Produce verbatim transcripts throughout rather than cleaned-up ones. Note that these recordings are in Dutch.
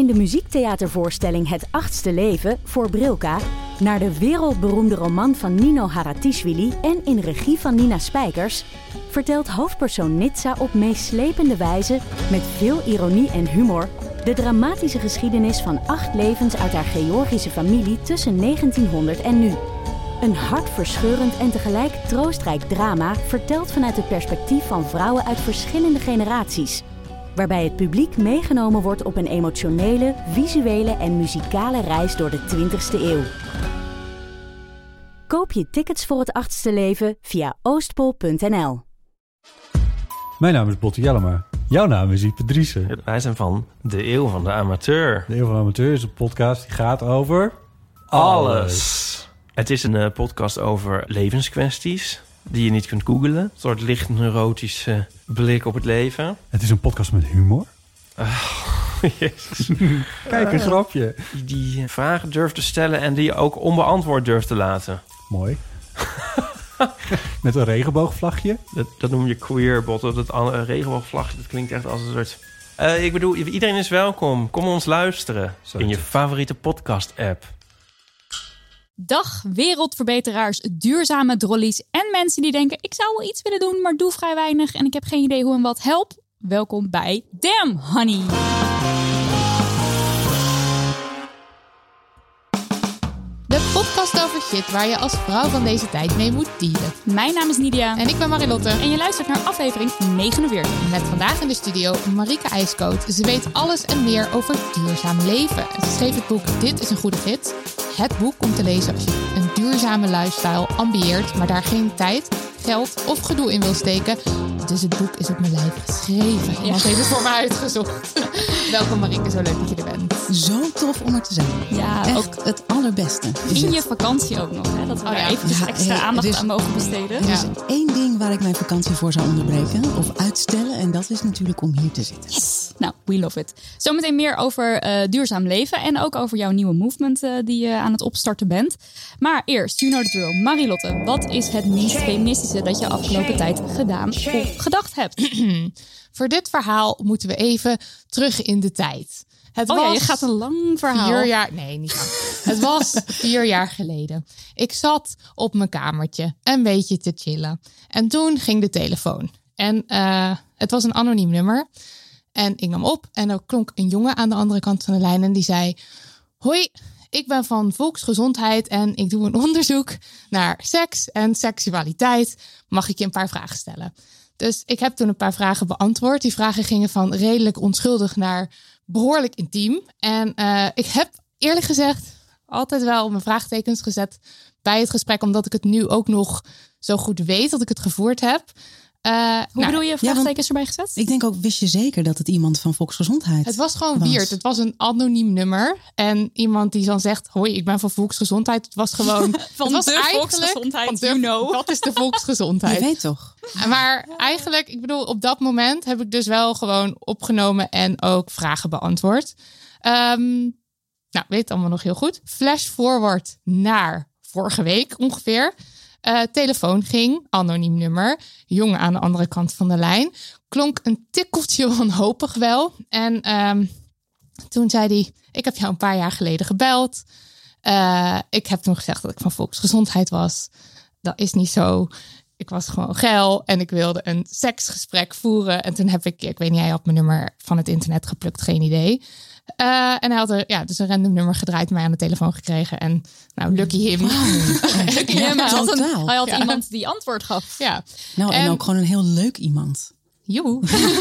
in de muziektheatervoorstelling Het Achtste Leven voor Brilka naar de wereldberoemde roman van Nino Haratischvili en in regie van Nina Spijkers vertelt hoofdpersoon Nitsa op meeslepende wijze met veel ironie en humor de dramatische geschiedenis van acht levens uit haar Georgische familie tussen negentienhonderd en nu. Een hartverscheurend en tegelijk troostrijk drama verteld vanuit het perspectief van vrouwen uit verschillende generaties, waarbij het publiek meegenomen wordt op een emotionele, visuele en muzikale reis door de twintigste eeuw. Koop je tickets voor Het Achtste Leven via oostpol punt n l. Mijn naam is Botte Jellema. Jouw naam is Ipe Driessen. Wij zijn van De Eeuw van de Amateur. De Eeuw van de Amateur is een podcast die gaat over alles. Het is een uh, podcast over levenskwesties die je niet kunt googlen. Een soort licht neurotische blik op het leven. Het is een podcast met humor. Oh, jezus. Kijk, een grapje. Die, die vragen durft te stellen en die je ook onbeantwoord durft te laten. Mooi. Met een regenboogvlagje. Dat, dat noem je queer, Botte. Dat uh, regenboogvlagje, dat klinkt echt als een soort... Uh, ik bedoel, iedereen is welkom. Kom ons luisteren in je favoriete podcast-app. Dag wereldverbeteraars, duurzame drollies en mensen die denken... ik zou wel iets willen doen, maar doe vrij weinig en ik heb geen idee hoe en wat. Help! Welkom bij Damn Honey. De podcast over shit waar je als vrouw van deze tijd mee moet dealen. Mijn naam is Nidia. En ik ben Marilotte. En je luistert naar aflevering negenenveertig. Met vandaag in de studio Marike IJskoot. Ze weet alles en meer over duurzaam leven. Ze schreef het boek Dit is een goede gids. Het boek om te lezen als je een duurzame lifestyle ambieert, maar daar geen tijd, geld of gedoe in wil steken. Dus het boek is op mijn lijf geschreven. Iemand heeft het voor me uitgezocht. Welkom Marike, zo leuk dat je er bent. Zo tof om er te zijn. Ja, echt ook het allerbeste. In je vakantie ook nog, hè? Dat we oh, er ja. eventjes ja, extra hey, aandacht is, aan mogen besteden. Er Ja. is één ding waar ik mijn vakantie voor zou onderbreken of uitstellen. En dat is natuurlijk om hier te zitten. Yes! Nou, we love it. Zometeen meer over uh, duurzaam leven en ook over jouw nieuwe movement uh, die je aan het opstarten bent. Maar eerst, you know the drill. Marilotte, wat is het minst feministische dat je afgelopen tijd gedaan of gedacht hebt? Voor dit verhaal moeten we even terug in de tijd. Het oh was ja, je gaat een lang verhaal. Vier jaar, nee, niet lang. Het was vier jaar geleden. Ik zat op mijn kamertje een beetje te chillen. En toen ging de telefoon. En uh, het was een anoniem nummer. En ik nam op en er klonk een jongen aan de andere kant van de lijn. En die zei, hoi, ik ben van Volksgezondheid en ik doe een onderzoek naar seks en seksualiteit. Mag ik je een paar vragen stellen? Dus ik heb toen een paar vragen beantwoord. Die vragen gingen van redelijk onschuldig naar behoorlijk intiem. En uh, ik heb eerlijk gezegd altijd wel mijn vraagtekens gezet bij het gesprek, omdat ik het nu ook nog zo goed weet dat ik het gevoerd heb. Uh, Hoe nou, bedoel je vraagtekens ja, erbij gezet? Ik denk ook, wist je zeker dat het iemand van Volksgezondheid Het was gewoon was. weird. Het was een anoniem nummer. En iemand die dan zegt, hoi, ik ben van Volksgezondheid. Het was gewoon... van het was de Volksgezondheid, van de, you know. Wat is de Volksgezondheid? Je weet toch? Maar eigenlijk, ik bedoel, op dat moment heb ik dus wel gewoon opgenomen en ook vragen beantwoord. Um, nou, weet het allemaal nog heel goed. Flash forward naar vorige week ongeveer. Uh, telefoon ging, anoniem nummer. Jongen aan de andere kant van de lijn. Klonk een tikkeltje wanhopig wel. En um, toen zei hij, ik heb jou een paar jaar geleden gebeld. Uh, ik heb toen gezegd dat ik van Volksgezondheid was. Dat is niet zo. Ik was gewoon geil en ik wilde een seksgesprek voeren. En toen heb ik, ik weet niet, hij had mijn nummer van het internet geplukt, geen idee. Uh, en hij had er, ja, dus een random nummer gedraaid, mij aan de telefoon gekregen. En nou, lucky him. Wow. Lucky him. Hij had, een, hij had ja. iemand die antwoord gaf. Ja. Nou, en, en ook gewoon een heel leuk iemand. Joe.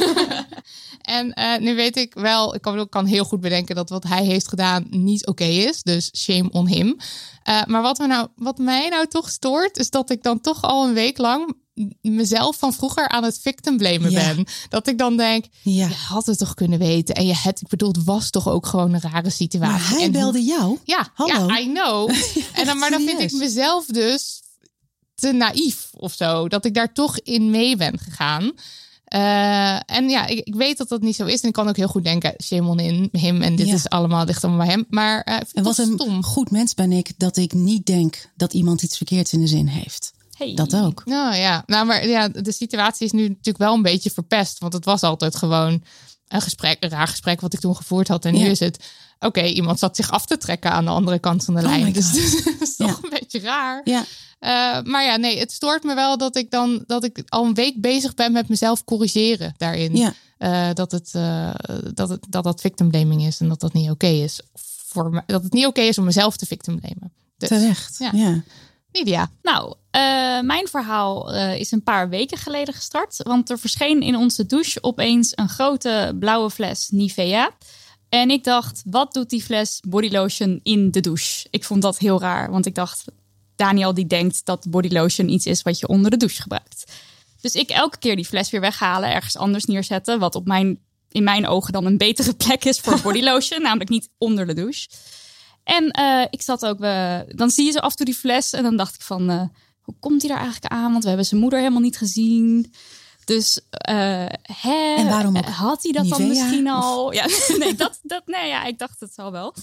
En uh, nu weet ik wel, ik kan, ik kan heel goed bedenken dat wat hij heeft gedaan niet oké okay is. Dus shame on him. Uh, maar wat, me nou, wat mij nou toch stoort, is dat ik dan toch al een week lang mezelf van vroeger aan het victim blamen ja. ben. Dat ik dan denk, ja. je had het toch kunnen weten. En je het, ik bedoel, het was toch ook gewoon een rare situatie. Maar hij en belde hoe, jou? Ja, Hallo. ja, I know. En dan, maar dan vind ik mezelf dus te naïef of zo. Dat ik daar toch in mee ben gegaan. Uh, en ja, ik, ik weet dat dat niet zo is. En ik kan ook heel goed denken, shame on in him. En dit ja. is allemaal, ligt allemaal bij hem. Maar uh, en wat een stom. goed mens ben ik dat ik niet denk dat iemand iets verkeerds in de zin heeft. Hey. Dat ook. Nou ja, nou, maar ja, de situatie is nu natuurlijk wel een beetje verpest. Want het was altijd gewoon een gesprek, een raar gesprek wat ik toen gevoerd had. En Ja. nu is het, oké, okay, iemand zat zich af te trekken aan de andere kant van de Oh lijn. my Dus God. dat is toch Ja. een beetje raar. Ja. Uh, maar ja, nee, het stoort me wel dat ik dan dat ik al een week bezig ben met mezelf corrigeren daarin. Ja. Uh, dat, het, uh, dat, het, dat dat victim blaming is en dat dat niet oké okay is. Voor me, dat het niet oké okay is om mezelf te victim blamen. Dus, Terecht. Ja. ja. Nidia. Nou, uh, mijn verhaal uh, is een paar weken geleden gestart. Want er verscheen in onze douche opeens een grote blauwe fles Nivea. En ik dacht, wat doet die fles bodylotion in de douche? Ik vond dat heel raar, want ik dacht, Daniel die denkt dat bodylotion iets is wat je onder de douche gebruikt. Dus ik elke keer die fles weer weghalen, ergens anders neerzetten. Wat op mijn, in mijn ogen dan een betere plek is voor bodylotion. Namelijk niet onder de douche. En uh, ik zat ook, uh, dan zie je zo af en toe die fles. En dan dacht ik van, uh, hoe komt die daar eigenlijk aan? Want we hebben zijn moeder helemaal niet gezien. Dus uh, hè, en waarom ook had hij dat Nivea, dan misschien al? Of... Ja, nee, dat, dat, nee, ja, ik dacht het al wel.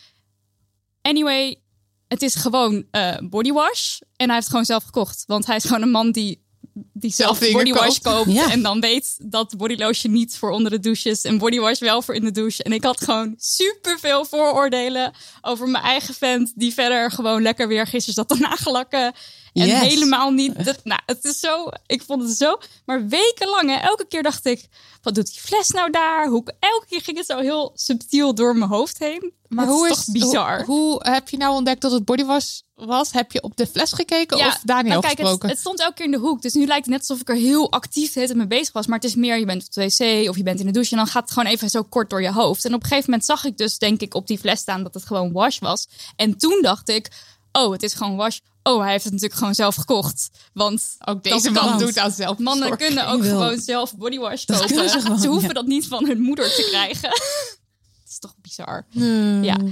Anyway, het is gewoon uh, bodywash. En hij heeft het gewoon zelf gekocht. Want hij is gewoon een man die... die zelf, zelf bodywash koopt, koopt ja. en dan weet dat bodylotion niet voor onder de douche is en bodywash wel voor in de douche. En ik had gewoon superveel vooroordelen over mijn eigen vent die verder gewoon lekker weer gisteren zat te nagelakken. En yes. helemaal niet. Dat, nou, het is zo. Ik vond het zo. Maar wekenlang, hè, elke keer dacht ik, wat doet die fles nou daar? Hoe, elke keer ging het zo heel subtiel door mijn hoofd heen. Maar dat hoe is, is toch bizar? Hoe, hoe heb je nou ontdekt dat het bodywash was? Heb je op de fles gekeken ja, of Daniel kijk, gesproken? Het, het stond elke keer in de hoek. Dus nu lijkt het net alsof ik er heel actief het mee bezig was. Maar het is meer, je bent op de wc of je bent in de douche. En dan gaat het gewoon even zo kort door je hoofd. En op een gegeven moment zag ik dus, denk ik, op die fles staan dat het gewoon wash was. En toen dacht ik, oh, het is gewoon wash. Oh, hij heeft het natuurlijk gewoon zelf gekocht. Want ook deze man kan. doet aan zelf. Mannen kunnen ook gewoon zelf bodywash kopen. Ze, gewoon, ze hoeven ja. dat niet van hun moeder te krijgen. Het is toch bizar. Hmm. Ja.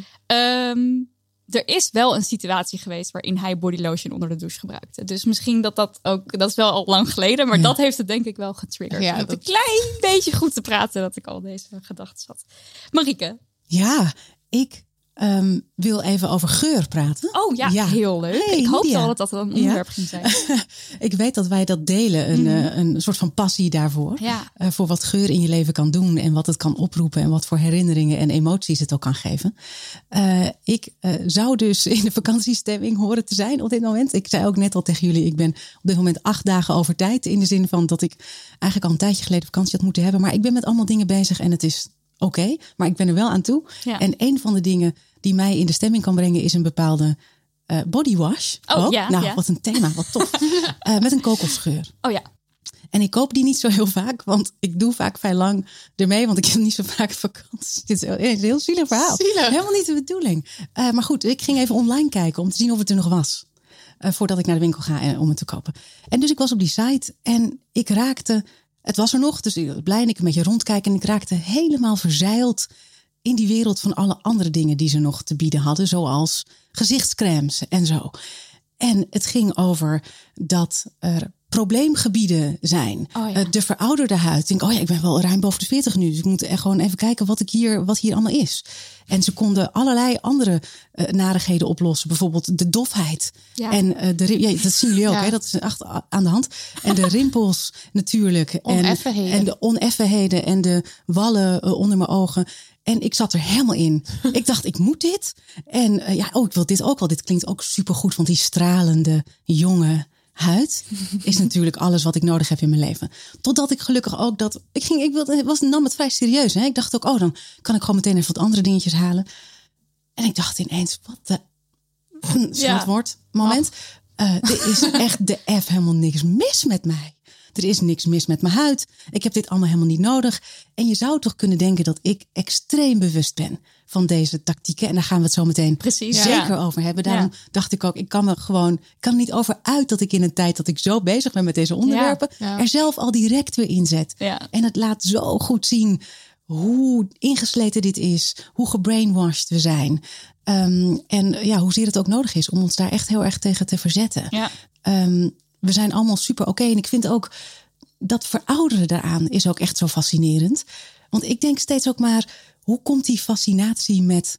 Um, er is wel een situatie geweest waarin hij bodylotion onder de douche gebruikte. Dus misschien dat dat ook... Dat is wel al lang geleden, maar ja. dat heeft het denk ik wel getriggerd. Ja, dat... Een klein beetje goed te praten dat ik al deze gedachten had. Marieke? Ja, ik... Um, wil even over geur praten. Oh ja, ja. heel leuk. Hey, ik hoopte al dat dat een onderwerp ja. ging zijn. Ik weet dat wij dat delen, een, mm. uh, een soort van passie daarvoor. Ja. Uh, voor wat geur in je leven kan doen en wat het kan oproepen en wat voor herinneringen en emoties het ook kan geven. Uh, ik uh, zou dus in de vakantiestemming horen te zijn op dit moment. Ik zei ook net al tegen jullie, ik ben op dit moment acht dagen over tijd. In de zin van dat ik eigenlijk al een tijdje geleden vakantie had moeten hebben. Maar ik ben met allemaal dingen bezig en het is oké. Okay, maar ik ben er wel aan toe. Ja. En een van de dingen die mij in de stemming kan brengen is een bepaalde uh, bodywash. Oh, ook. Ja, nou, ja. wat een thema, wat tof. uh, met een kokosgeur. Oh ja. En ik koop die niet zo heel vaak, want ik doe vaak vrij lang ermee, want ik heb niet zo vaak vakantie. Dit is een heel, heel zielig verhaal. Zielig. Helemaal niet de bedoeling. Uh, maar goed, ik ging even online kijken om te zien of het er nog was. Uh, voordat ik naar de winkel ga uh, om het te kopen. En dus ik was op die site en ik raakte... Het was er nog, dus ik was blij en ik een beetje rondkijken. En ik raakte helemaal verzeild in die wereld van alle andere dingen die ze nog te bieden hadden. Zoals gezichtscremes en zo. En het ging over dat er probleemgebieden zijn. Oh ja. De verouderde huid. Ik denk, oh ja, ik ben wel ruim boven de veertig nu. Dus ik moet echt gewoon even kijken wat, ik hier, wat hier allemaal is. En ze konden allerlei andere uh, narigheden oplossen. Bijvoorbeeld de dofheid. Ja. En uh, de, ja, dat zien jullie ook, ja. hè? Dat is echt aan de hand. En de rimpels natuurlijk. Oneffenheden. En, en de oneffenheden en de wallen uh, onder mijn ogen. En ik zat er helemaal in. Ik dacht, ik moet dit. En uh, ja, oh, ik wil dit ook wel. Dit klinkt ook supergoed, want die stralende jonge huid is natuurlijk alles wat ik nodig heb in mijn leven. Totdat ik gelukkig ook dat... Ik ging, ik wilde, was, nam het vrij serieus. Hè? Ik dacht ook, oh, dan kan ik gewoon meteen even wat andere dingetjes halen. En ik dacht ineens, wat de... Scheldwoord, moment. Uh, er is echt de F helemaal niks mis met mij. Er is niks mis met mijn huid. Ik heb dit allemaal helemaal niet nodig. En je zou toch kunnen denken dat ik extreem bewust ben van deze tactieken. En daar gaan we het zo meteen Precies, zeker ja. over hebben. Daarom ja. dacht ik ook, ik kan me gewoon, ik kan er niet over uit dat ik in een tijd dat ik zo bezig ben met deze onderwerpen, Ja, ja. er zelf al direct weer inzet. Ja. En het laat zo goed zien hoe ingesleten dit is, hoe gebrainwashed we zijn. Um, en ja, hoezeer het ook nodig is om ons daar echt heel erg tegen te verzetten. Ja. Um, we zijn allemaal super oké. Okay. En ik vind ook dat verouderen daaraan is ook echt zo fascinerend. Want ik denk steeds ook maar, hoe komt die fascinatie met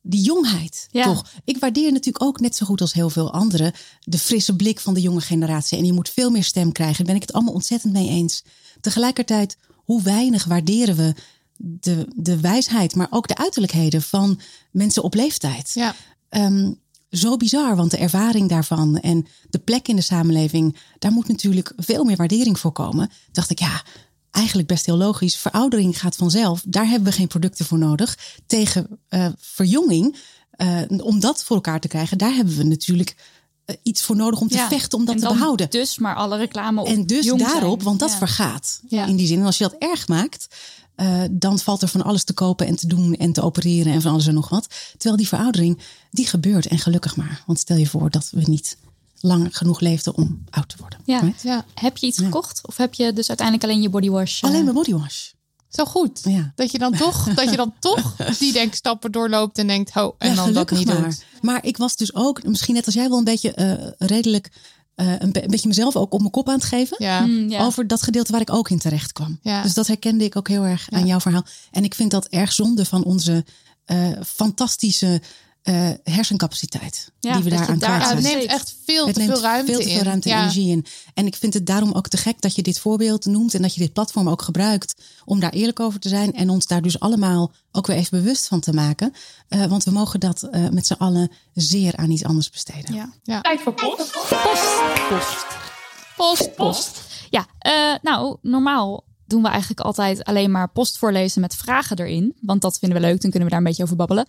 die jongheid, Ja. toch? Ik waardeer natuurlijk ook net zo goed als heel veel anderen de frisse blik van de jonge generatie. En die moet veel meer stem krijgen. Daar ben ik het allemaal ontzettend mee eens. Tegelijkertijd, hoe weinig waarderen we de, de wijsheid, maar ook de uiterlijkheden van mensen op leeftijd. Ja. Um, zo bizar, want de ervaring daarvan en de plek in de samenleving, daar moet natuurlijk veel meer waardering voor komen. Dacht ik, ja, eigenlijk best heel logisch. Veroudering gaat vanzelf. Daar hebben we geen producten voor nodig. Tegen uh, verjonging, uh, om dat voor elkaar te krijgen, daar hebben we natuurlijk uh, iets voor nodig om te Ja. vechten, om dat En te dan behouden. Dus maar alle reclame op En dus jong daarop, zijn. want dat Ja. vergaat. Ja. In die zin. En als je dat erg maakt, uh, dan valt er van alles te kopen en te doen en te opereren en van alles en nog wat. Terwijl die veroudering, die gebeurt en gelukkig maar. Want stel je voor dat we niet lang genoeg leefden om oud te worden. Ja. Right? Ja. Heb je iets Ja. gekocht? Of heb je dus uiteindelijk alleen je bodywash? uh, Alleen mijn bodywash. Zo goed. Ja. Dat je dan toch, dat je dan toch die denkstappen doorloopt en denkt, ho, en Ja, dan dat gelukkig niet maar. doet. Maar ik was dus ook, misschien net als jij wel een beetje uh, redelijk, uh, een, be- een beetje mezelf ook op mijn kop aan het geven. Ja. mm, ja. Over dat gedeelte waar ik ook in terecht kwam. Ja. Dus dat herkende ik ook heel erg Ja. aan jouw verhaal. En ik vind dat erg zonde van onze uh, fantastische uh, hersencapaciteit. Ja, die we dat daar je aan daar kwijt Ja, het zijn. neemt echt veel Het te neemt veel ruimte veel te veel in. ruimte en Ja. energie in. En ik vind het daarom ook te gek dat je dit voorbeeld noemt en dat je dit platform ook gebruikt om daar eerlijk over te zijn en ons daar dus allemaal ook weer even bewust van te maken. Uh, want we mogen dat uh, met z'n allen zeer aan iets anders besteden. Ja. Ja. Tijd voor post. Post. Post. Post, post. Ja, uh, nou, normaal doen we eigenlijk altijd alleen maar post voorlezen met vragen erin. Want dat vinden we leuk, dan kunnen we daar een beetje over babbelen.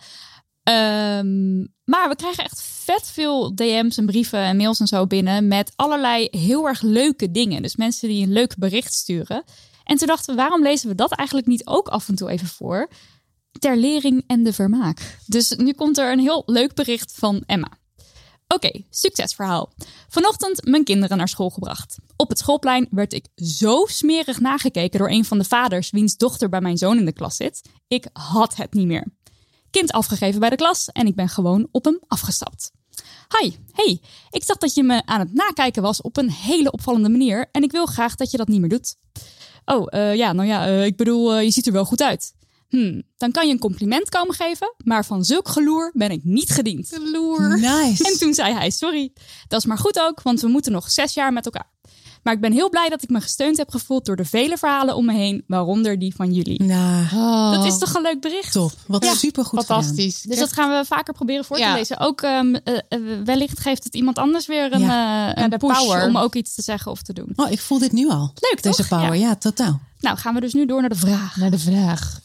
Um, maar we krijgen echt vet veel D M's en brieven en mails en zo binnen met allerlei heel erg leuke dingen. Dus mensen die een leuk bericht sturen. En toen dachten we, waarom lezen we dat eigenlijk niet ook af en toe even voor? Ter lering en de vermaak. Dus nu komt er een heel leuk bericht van Emma. Oké, okay, succesverhaal. Vanochtend mijn kinderen naar school gebracht. Op het schoolplein werd ik zo smerig nagekeken door een van de vaders wiens dochter bij mijn zoon in de klas zit. Ik had het niet meer. Kind afgegeven bij de klas en ik ben gewoon op hem afgestapt. Hi, hey, ik zag dat je me aan het nakijken was op een hele opvallende manier en ik wil graag dat je dat niet meer doet. Oh, uh, ja, nou ja, uh, ik bedoel, uh, je ziet er wel goed uit. Hmm, dan kan je een compliment komen geven, maar van zulk geloer ben ik niet gediend. Loer. Nice. En toen zei hij, sorry, dat is maar goed ook, want we moeten nog zes jaar met elkaar. Maar ik ben heel blij dat ik me gesteund heb gevoeld door de vele verhalen om me heen, waaronder die van jullie. Nou, Oh, Dat is toch een leuk bericht? top. Wat Ja, supergoed fantastisch. Dus dat gaan we vaker proberen voor Ja. te lezen. Ook um, uh, uh, wellicht geeft het iemand anders weer een, Ja. uh, een de push power. om ook iets te zeggen of te doen. gedaan. Oh, ik voel dit nu al. Leuk, Deze toch? power, ja. Ja. totaal. Nou, gaan we dus nu door naar de vraag. Naar de vraag.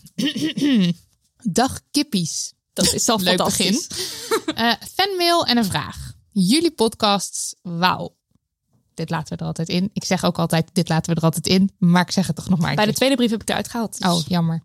Dag kippies. Dat is al Leuk fantastisch. Uh, fanmail en een vraag. Jullie podcasts, wauw. Dit laten we er altijd in. Ik zeg ook altijd, dit laten we er altijd in. Maar ik zeg het toch nog maar een Bij de keer. tweede brief heb ik eruit gehaald. Dus. Oh, jammer.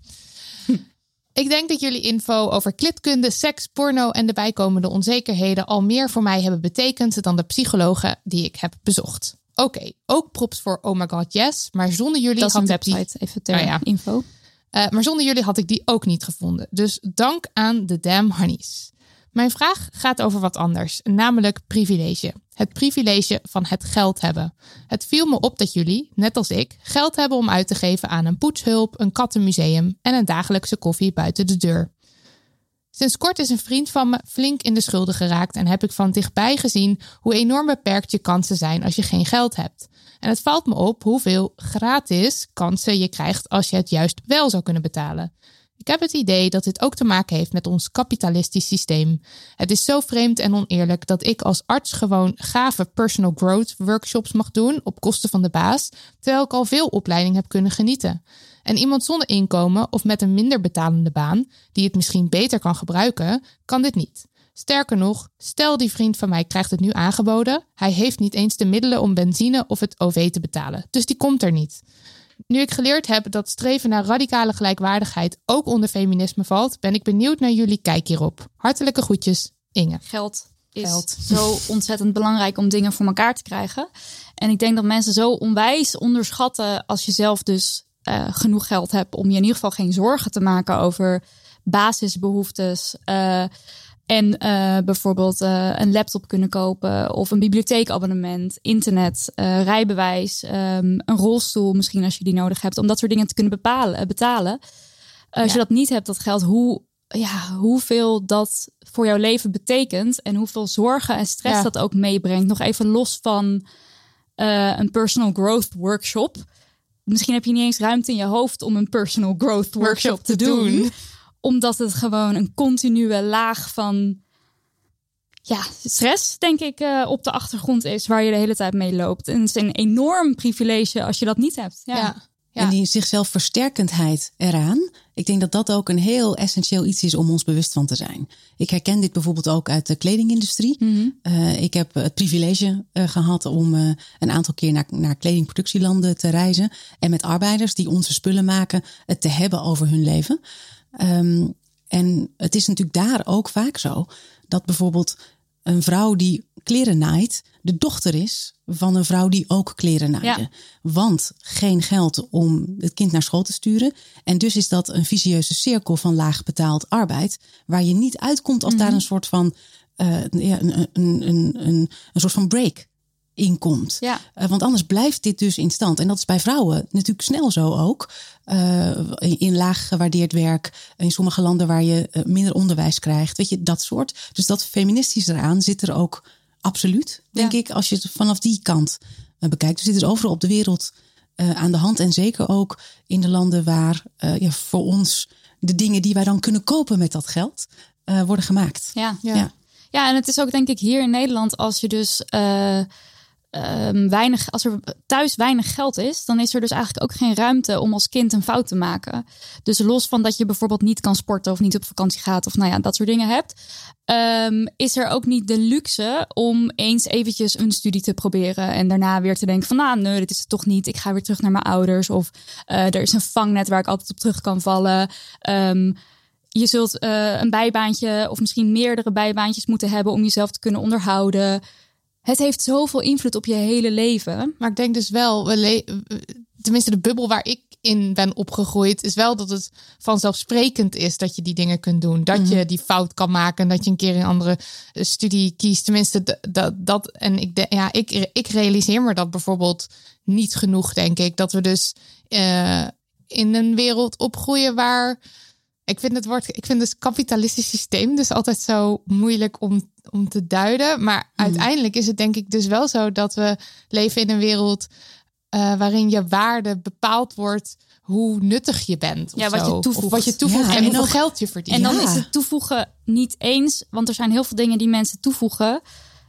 Ik denk dat jullie info over klitkunde, seks, porno en de bijkomende onzekerheden al meer voor mij hebben betekend dan de psychologen die ik heb bezocht. Oké, okay, ook props voor Oh My God Yes, maar zonder jullie Dat is had een ik die... website, even ter Oh ja. info. Uh, maar zonder jullie had ik die ook niet gevonden. Dus dank aan de Damn Honeys. Mijn vraag gaat over wat anders, namelijk privilege. Het privilege van het geld hebben. Het viel me op dat jullie, net als ik, geld hebben om uit te geven aan een poetshulp, een kattenmuseum en een dagelijkse koffie buiten de deur. Sinds kort is een vriend van me flink in de schulden geraakt en heb ik van dichtbij gezien hoe enorm beperkt je kansen zijn als je geen geld hebt. En het valt me op hoeveel gratis kansen je krijgt als je het juist wel zou kunnen betalen. Ik heb het idee dat dit ook te maken heeft met ons kapitalistisch systeem. Het is zo vreemd en oneerlijk dat ik als arts gewoon gave personal growth workshops mag doen op kosten van de baas, terwijl ik al veel opleiding heb kunnen genieten. En iemand zonder inkomen of met een minder betalende baan, die het misschien beter kan gebruiken, kan dit niet. Sterker nog, stel die vriend van mij krijgt het nu aangeboden. Hij heeft niet eens de middelen om benzine of het O V te betalen, dus die komt er niet. Nu ik geleerd heb dat streven naar radicale gelijkwaardigheid ook onder feminisme valt, ben ik benieuwd naar jullie kijk hierop. Hartelijke groetjes, Inge. Geld is Geld. zo ontzettend belangrijk om dingen voor elkaar te krijgen. En ik denk dat mensen zo onwijs onderschatten als je zelf dus uh, genoeg geld hebt om je in ieder geval geen zorgen te maken over basisbehoeftes. Uh, En uh, bijvoorbeeld uh, een laptop kunnen kopen of een bibliotheekabonnement, internet, uh, rijbewijs, um, een rolstoel misschien als je die nodig hebt. Om dat soort dingen te kunnen bepalen, betalen. Uh, als Ja. je dat niet hebt, dat geld, hoe ja, hoeveel dat voor jouw leven betekent en hoeveel zorgen en stress Ja. dat ook meebrengt. Nog even los van uh, een personal growth workshop. Misschien heb je niet eens ruimte in je hoofd om een personal growth workshop, Workshop te, te doen, doen. Omdat het gewoon een continue laag van ja, stress, denk ik, uh, op de achtergrond is waar je de hele tijd mee loopt. En het is een enorm privilege als je dat niet hebt. Ja. Ja. Ja. En die zichzelf versterkendheid eraan. Ik denk dat dat ook een heel essentieel iets is om ons bewust van te zijn. Ik herken dit bijvoorbeeld ook uit de kledingindustrie. Mm-hmm. Uh, ik heb het privilege uh, gehad om uh, een aantal keer naar, naar kledingproductielanden te reizen. En met arbeiders die onze spullen maken, het te hebben over hun leven. Um, en het is natuurlijk daar ook vaak zo dat bijvoorbeeld een vrouw die kleren naait de dochter is van een vrouw die ook kleren naaide. Ja. Want geen geld om het kind naar school te sturen. En dus is dat een vicieuze cirkel van laag betaald arbeid, waar je niet uitkomt als Mm-hmm. daar een soort van uh, ja, een, een, een, een, een soort van break in komt. Ja. Uh, want anders blijft dit dus in stand. En dat is bij vrouwen natuurlijk snel zo ook. Uh, in, in laag gewaardeerd werk. In sommige landen waar je uh, minder onderwijs krijgt. Weet je, dat soort. Dus dat feministisch eraan zit er ook absoluut, denk Ja. ik, als je het vanaf die kant uh, bekijkt. Dus dit is overal op de wereld uh, aan de hand. En zeker ook in de landen waar uh, ja, voor ons de dingen die wij dan kunnen kopen met dat geld uh, worden gemaakt. Ja. Ja. Ja. Ja, en het is ook denk ik hier in Nederland, als je dus uh, um, weinig, als er thuis weinig geld is, dan is er dus eigenlijk ook geen ruimte om als kind een fout te maken. Dus los van dat je bijvoorbeeld niet kan sporten of niet op vakantie gaat of nou ja, dat soort dingen hebt, um, is er ook niet de luxe om eens eventjes een studie te proberen en daarna weer te denken van nou, nee, dit is het toch niet. Ik ga weer terug naar mijn ouders of uh, er is een vangnet waar ik altijd op terug kan vallen. Um, Je zult uh, een bijbaantje of misschien meerdere bijbaantjes moeten hebben om jezelf te kunnen onderhouden. Het heeft zoveel invloed op je hele leven. Maar ik denk dus wel, we le- tenminste de bubbel waar ik in ben opgegroeid, is wel dat het vanzelfsprekend is dat je die dingen kunt doen. Dat mm-hmm. je die fout kan maken, dat je een keer een andere studie kiest. Tenminste, d- dat, dat en ik, de, ja, ik, ik realiseer me dat bijvoorbeeld niet genoeg, denk ik. Dat we dus uh, in een wereld opgroeien waar Ik vind het woord, ik vind het kapitalistisch systeem dus altijd zo moeilijk om, om te duiden. Maar mm. uiteindelijk is het denk ik dus wel zo dat we leven in een wereld uh, waarin je waarde bepaald wordt hoe nuttig je bent. Of ja, wat zo. je toevoegt. Of wat je toevoegt Ja, en, en hoeveel ook, geld je verdient. En dan Ja. is het toevoegen niet eens, want er zijn heel veel dingen die mensen toevoegen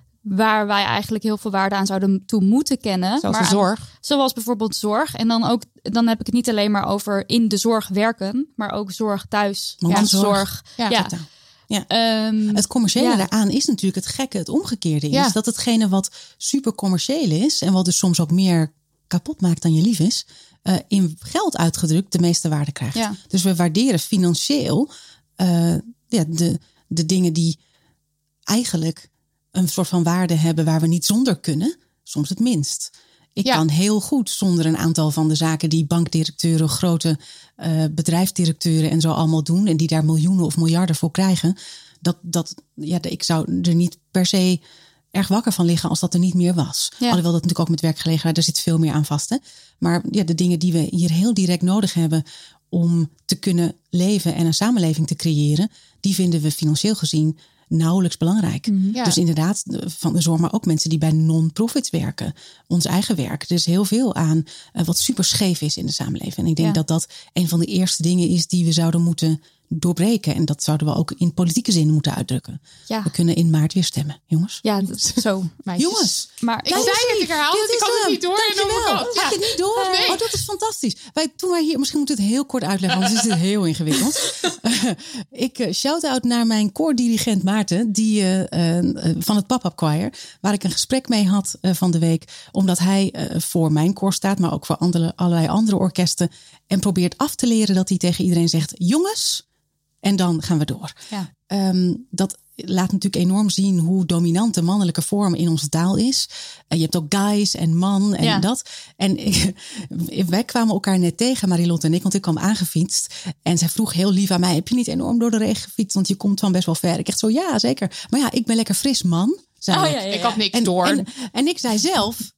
waar wij eigenlijk heel veel waarde aan zouden toe moeten kennen. Zoals maar de zorg. Aan, zoals bijvoorbeeld zorg. En dan ook, dan heb ik het niet alleen maar over in de zorg werken, maar ook zorg thuis. Ja, zorg. zorg. Ja, ja. totaal. Ja. Um, Het commerciële ja. daaraan is natuurlijk het gekke, het omgekeerde is. Ja. Dat hetgene wat super commercieel is en wat dus soms ook meer kapot maakt dan je lief is, uh, in geld uitgedrukt de meeste waarde krijgt. Ja. Dus we waarderen financieel uh, ja, de, de dingen die eigenlijk een soort van waarde hebben waar we niet zonder kunnen, soms het minst. Ik Ja. kan heel goed zonder een aantal van de zaken die bankdirecteuren, grote uh, bedrijfsdirecteuren en zo allemaal doen en die daar miljoenen of miljarden voor krijgen. Dat, dat, ja, ik zou er niet per se erg wakker van liggen als dat er niet meer was. Ja. Alhoewel dat natuurlijk ook met werkgelegenheid, daar zit veel meer aan vast. Hè? Maar ja, de dingen die we hier heel direct nodig hebben om te kunnen leven en een samenleving te creëren, die vinden we financieel gezien nauwelijks belangrijk. Mm-hmm. Ja. Dus inderdaad, van de zorg, maar ook mensen die bij non-profits werken. Ons eigen werk. Er is heel veel aan uh, wat super scheef is in de samenleving. En ik denk Ja. dat dat een van de eerste dingen is die we zouden moeten doorbreken. En dat zouden we ook in politieke zin moeten uitdrukken. Ja. We kunnen in maart weer stemmen, jongens. Ja, dat is zo. Meisjes. Jongens, Maar Ik zei het, ik herhaal het, ik had het niet door. En dan Dankjewel. ja. Had je het niet door? Nee. Oh, dat is fantastisch. Wij, toen wij hier, misschien moet ik het heel kort uitleggen, want het is heel ingewikkeld. uh, ik uh, shout-out naar mijn koordirigent Maarten, die uh, uh, van het Pop-Up Choir, waar ik een gesprek mee had uh, van de week, omdat hij uh, voor mijn koor staat, maar ook voor andere, allerlei andere orkesten, en probeert af te leren dat hij tegen iedereen zegt, jongens, en dan gaan we door. Ja. Um, dat laat natuurlijk enorm zien hoe dominant de mannelijke vorm in onze taal is. Uh, je hebt ook guys en man en Ja. dat. En ik, wij kwamen elkaar net tegen, Marilotte en ik, want ik kwam aangefietst. En zij vroeg heel lief aan mij, heb je niet enorm door de regen gefietst? Want je komt van best wel ver. Ik echt zo, ja zeker. Maar ja, ik ben lekker fris man, zei Oh, ik. ja, ja, ja. Ik had niks En, door. en, en ik zei zelf,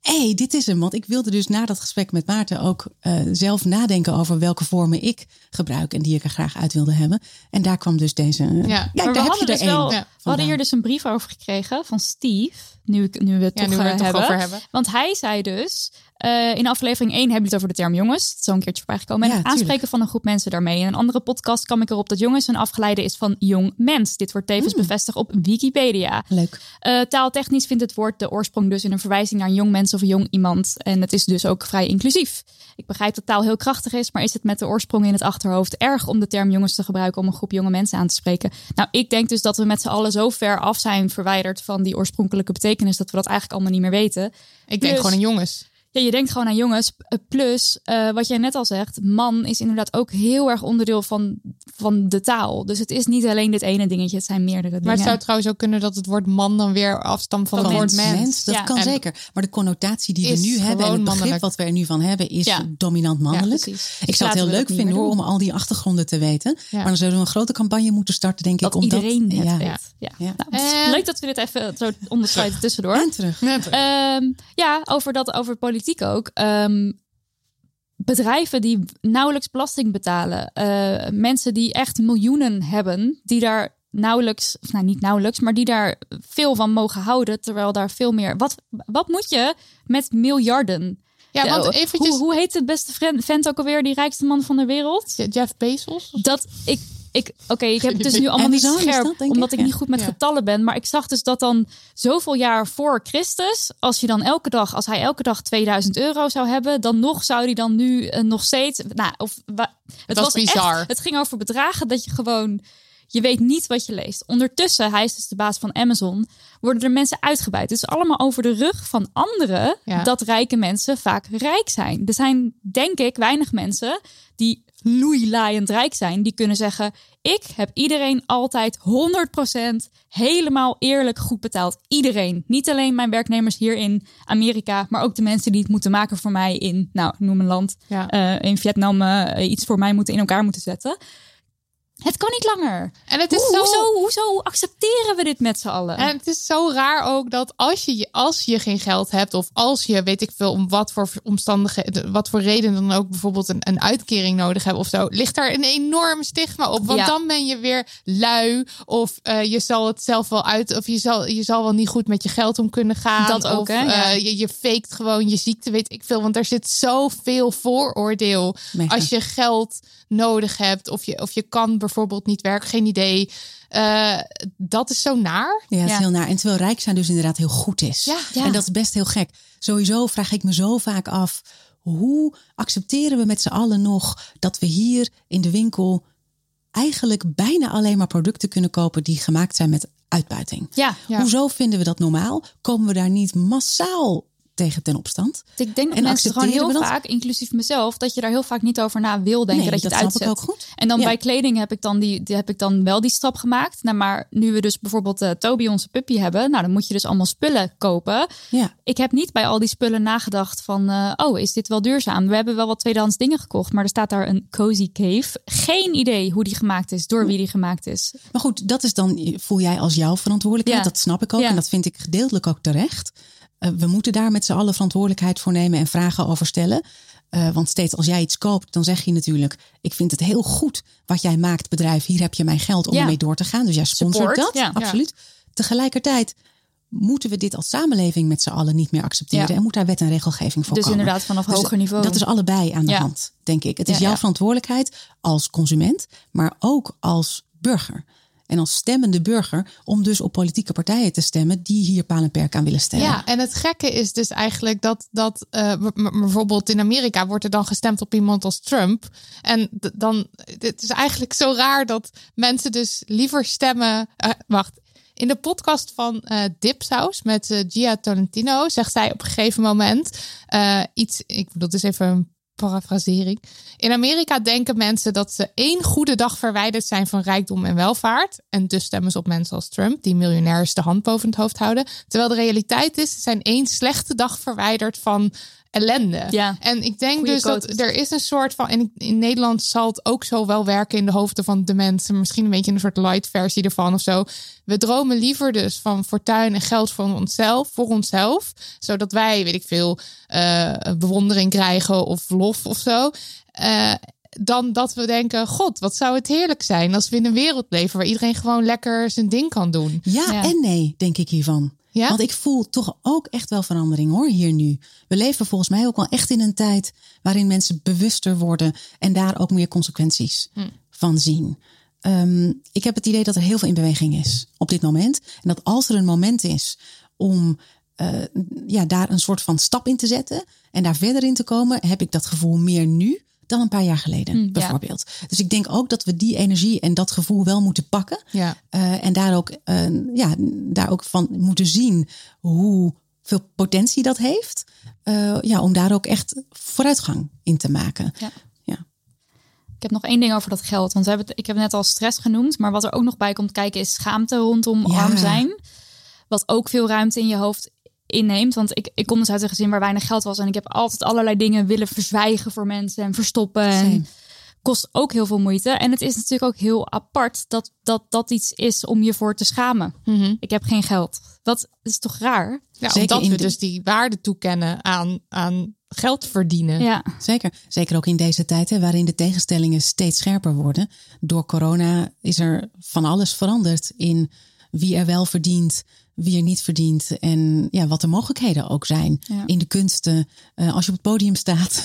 hé, hey, dit is hem. Want ik wilde dus na dat gesprek met Maarten ook uh, zelf nadenken over welke vormen ik gebruik en die ik er graag uit wilde hebben. En daar kwam dus deze. Ja, ja maar daar we heb je dus er wel, één. we hadden hier dus een brief over gekregen van Steve. Nu, ik, nu we het ja, toch, nu we het uh, toch hebben. over hebben. Want hij zei dus, uh, in aflevering één hebben we het over de term jongens. Dat is zo een keertje voorbij gekomen. En Ja, het aanspreken tuurlijk. van een groep mensen daarmee. In een andere podcast kwam ik erop dat jongens een afgeleide is van jong mens. Dit wordt tevens Mm. bevestigd op Wikipedia. Leuk. Uh, taaltechnisch vindt het woord de oorsprong dus in een verwijzing naar een jong mens of een jong iemand. En het is dus ook vrij inclusief. Ik begrijp dat taal heel krachtig is, maar is het met de oorsprong in het achterhoofd erg om de term jongens te gebruiken om een groep jonge mensen aan te spreken? Nou, ik denk dus dat we met z'n allen zo ver af zijn verwijderd van die oorspronkelijke betekenis dat we dat eigenlijk allemaal niet meer weten. Ik denk Plus- gewoon aan jongens. Ja, je denkt gewoon aan jongens. Plus, uh, wat jij net al zegt, man is inderdaad ook heel erg onderdeel van, van de taal. Dus het is niet alleen dit ene dingetje, het zijn meerdere dingen. Maar het zou trouwens ook kunnen dat het woord man dan weer afstamt van, Van het woord mens. mens. Dat Ja. kan En zeker. Maar de connotatie die we is nu hebben en gewoon het begrip mannelijk. wat we er nu van hebben is Ja. dominant mannelijk. Ja, precies. Ik Dus zou het heel laten we leuk dat niet vinden meer hoor, doen. om al die achtergronden te weten. Ja. Maar dan zouden we een grote campagne moeten starten, denk Dat ik. Omdat, iedereen het ja. weet. Ja. Ja. Ja. Nou, het is Eh. leuk dat we dit even zo onderscheiden tussendoor. En terug. Net. Ehm, ja, over dat, over politiek ook. Ehm, bedrijven die nauwelijks belasting betalen. Uh, mensen die echt miljoenen hebben, die daar nauwelijks, of nou niet nauwelijks, maar die daar veel van mogen houden, terwijl daar veel meer. Wat, wat moet je met miljarden? Ja, want Uh, eventjes... hoe, hoe heet de beste vent, vent ook alweer, die rijkste man van de wereld? Jeff Bezos? Dat ik. ik Oké, okay, ik heb het dus nu allemaal Amazon niet is scherp, dat, denk omdat ik, ik ja. niet goed met Ja. getallen ben. Maar ik zag dus dat dan zoveel jaar voor Christus, als je dan elke dag, als hij elke dag tweeduizend euro zou hebben, dan nog zou hij dan nu uh, nog steeds. Nou, of wa, het was bizar. Echt, het ging over bedragen dat je gewoon. Je weet niet wat je leest. Ondertussen, hij is dus de baas van Amazon, worden er mensen uitgebuit. Het is allemaal over de rug van anderen Ja. dat rijke mensen vaak rijk zijn. Er zijn, denk ik, weinig mensen die loeilaaiend rijk zijn. Die kunnen zeggen, ik heb iedereen altijd honderd procent helemaal eerlijk goed betaald. Iedereen. Niet alleen mijn werknemers hier in Amerika, maar ook de mensen die het moeten maken voor mij in, nou, noem een land, Ja. uh, in Vietnam uh, iets voor mij moeten in elkaar moeten zetten. Het kan niet langer. En het is Hoe, zo... hoezo, hoezo accepteren we dit met z'n allen? En het is zo raar ook dat als je, als je geen geld hebt, of als je, weet ik veel, om wat voor omstandigheden, wat voor reden dan ook bijvoorbeeld een, een uitkering nodig hebt of zo, ligt daar een enorm stigma op. Want Ja. dan ben je weer lui, of uh, je zal het zelf wel uit, of je zal, je zal wel niet goed met je geld om kunnen gaan. Dat ook, of hè? Ja. uh, je, je faked gewoon je ziekte, weet ik veel. Want er zit zoveel vooroordeel Mega. als je geld nodig hebt, of je, of je kan bijvoorbeeld niet werken, geen idee. Uh, dat is zo naar. Ja, het is Ja. heel naar. En terwijl rijk zijn dus inderdaad heel goed is. Ja. Ja. En dat is best heel gek. Sowieso vraag ik me zo vaak af, hoe accepteren we met z'n allen nog dat we hier in de winkel eigenlijk bijna alleen maar producten kunnen kopen die gemaakt zijn met uitbuiting? Ja, Ja. Hoezo vinden we dat normaal? Komen we daar niet massaal tegen ten opstand? ik denk dat En mensen gewoon accepteren heel we dat? vaak, inclusief mezelf, dat je daar heel vaak niet over na wil denken. Nee, dat je dat het snap ik uitzet. ook goed. En dan Ja. bij kleding heb ik dan, die, die, heb ik dan wel die stap gemaakt. Nou, maar nu we dus bijvoorbeeld uh, Toby, onze puppy, hebben, nou, dan moet je dus allemaal spullen kopen. Ja. Ik heb niet bij al die spullen nagedacht van, uh, oh, is dit wel duurzaam? We hebben wel wat tweedehands dingen gekocht, maar er staat daar een Cozy Cave. Geen idee hoe die gemaakt is, door wie die gemaakt is. Maar goed, dat is dan, voel jij als jouw verantwoordelijkheid. Ja. Dat snap ik ook Ja. en dat vind ik gedeeltelijk ook terecht. Uh, we moeten daar met z'n allen verantwoordelijkheid voor nemen en vragen over stellen. Uh, want steeds als jij iets koopt, dan zeg je natuurlijk, ik vind het heel goed wat jij maakt, bedrijf. Hier heb je mijn geld om Ja. ermee door te gaan. Dus jij sponsort Support, dat, ja. absoluut. Tegelijkertijd moeten we dit als samenleving met z'n allen niet meer accepteren. Ja. En moet daar wet en regelgeving voor Dus komen. inderdaad vanaf Dus hoger niveau. Dat is allebei aan de Ja. hand, denk ik. Het is Ja, jouw ja. verantwoordelijkheid als consument, maar ook als burger. En als stemmende burger om dus op politieke partijen te stemmen die hier paal en perk aan willen stellen. Ja, en het gekke is dus eigenlijk dat, dat uh, m- m- bijvoorbeeld in Amerika wordt er dan gestemd op iemand als Trump. En d- dan, het is eigenlijk zo raar dat mensen dus liever stemmen. Uh, wacht, in de podcast van uh, Dipsaus met uh, Gia Tolentino zegt zij op een gegeven moment uh, iets, ik bedoel, dus even een parafrasering. In Amerika denken mensen dat ze één goede dag verwijderd zijn van rijkdom en welvaart. En dus stemmen ze op mensen als Trump, die miljonairs de hand boven het hoofd houden. Terwijl de realiteit is, ze zijn één slechte dag verwijderd van ellende. Ja. En ik denk Goeie dus quote. dat er is een soort van... En in Nederland zal het ook zo wel werken in de hoofden van de mensen. Misschien een beetje een soort light versie ervan of zo. We dromen liever dus van fortuin en geld voor onszelf, voor onszelf. Zodat wij, weet ik veel, uh, bewondering krijgen of lof of zo. Uh, dan dat we denken, god, wat zou het heerlijk zijn als we in een wereld leven waar iedereen gewoon lekker zijn ding kan doen. Ja, Ja. en nee, denk ik hiervan. Ja? Want ik voel toch ook echt wel verandering hoor, hier nu. We leven volgens mij ook wel echt in een tijd waarin mensen bewuster worden en daar ook meer consequenties hm. van zien. Um, ik heb het idee dat er heel veel in beweging is op dit moment. En dat als er een moment is om uh, ja, daar een soort van stap in te zetten en daar verder in te komen, heb ik dat gevoel meer nu dan een paar jaar geleden, mm, bijvoorbeeld. Ja. Dus ik denk ook dat we die energie en dat gevoel wel moeten pakken. Ja. Uh, en daar ook, uh, ja, daar ook van moeten zien hoeveel potentie dat heeft. Uh, ja, om daar ook echt vooruitgang in te maken. Ja. Ja. Ik heb nog één ding over dat geld. Want we hebben het, ik heb het net al stress genoemd. Maar wat er ook nog bij komt kijken is schaamte rondom ja. arm zijn. Wat ook veel ruimte in je hoofd inneemt. Want ik, ik kom dus uit een gezin waar weinig geld was. En ik heb altijd allerlei dingen willen verzwijgen voor mensen en verstoppen. Same. En kost ook heel veel moeite. En het is natuurlijk ook heel apart dat dat, dat iets is om je voor te schamen. Mm-hmm. Ik heb geen geld. Dat is toch raar? Ja, Zeker omdat in we de... dus die waarde toekennen aan, aan geld verdienen. Ja. Zeker. Zeker ook in deze tijd hè, waarin de tegenstellingen steeds scherper worden. Door corona is er van alles veranderd in wie er wel verdient, wie er niet verdient en ja, wat de mogelijkheden ook zijn Ja. in de kunsten. Uh, als je op het podium staat,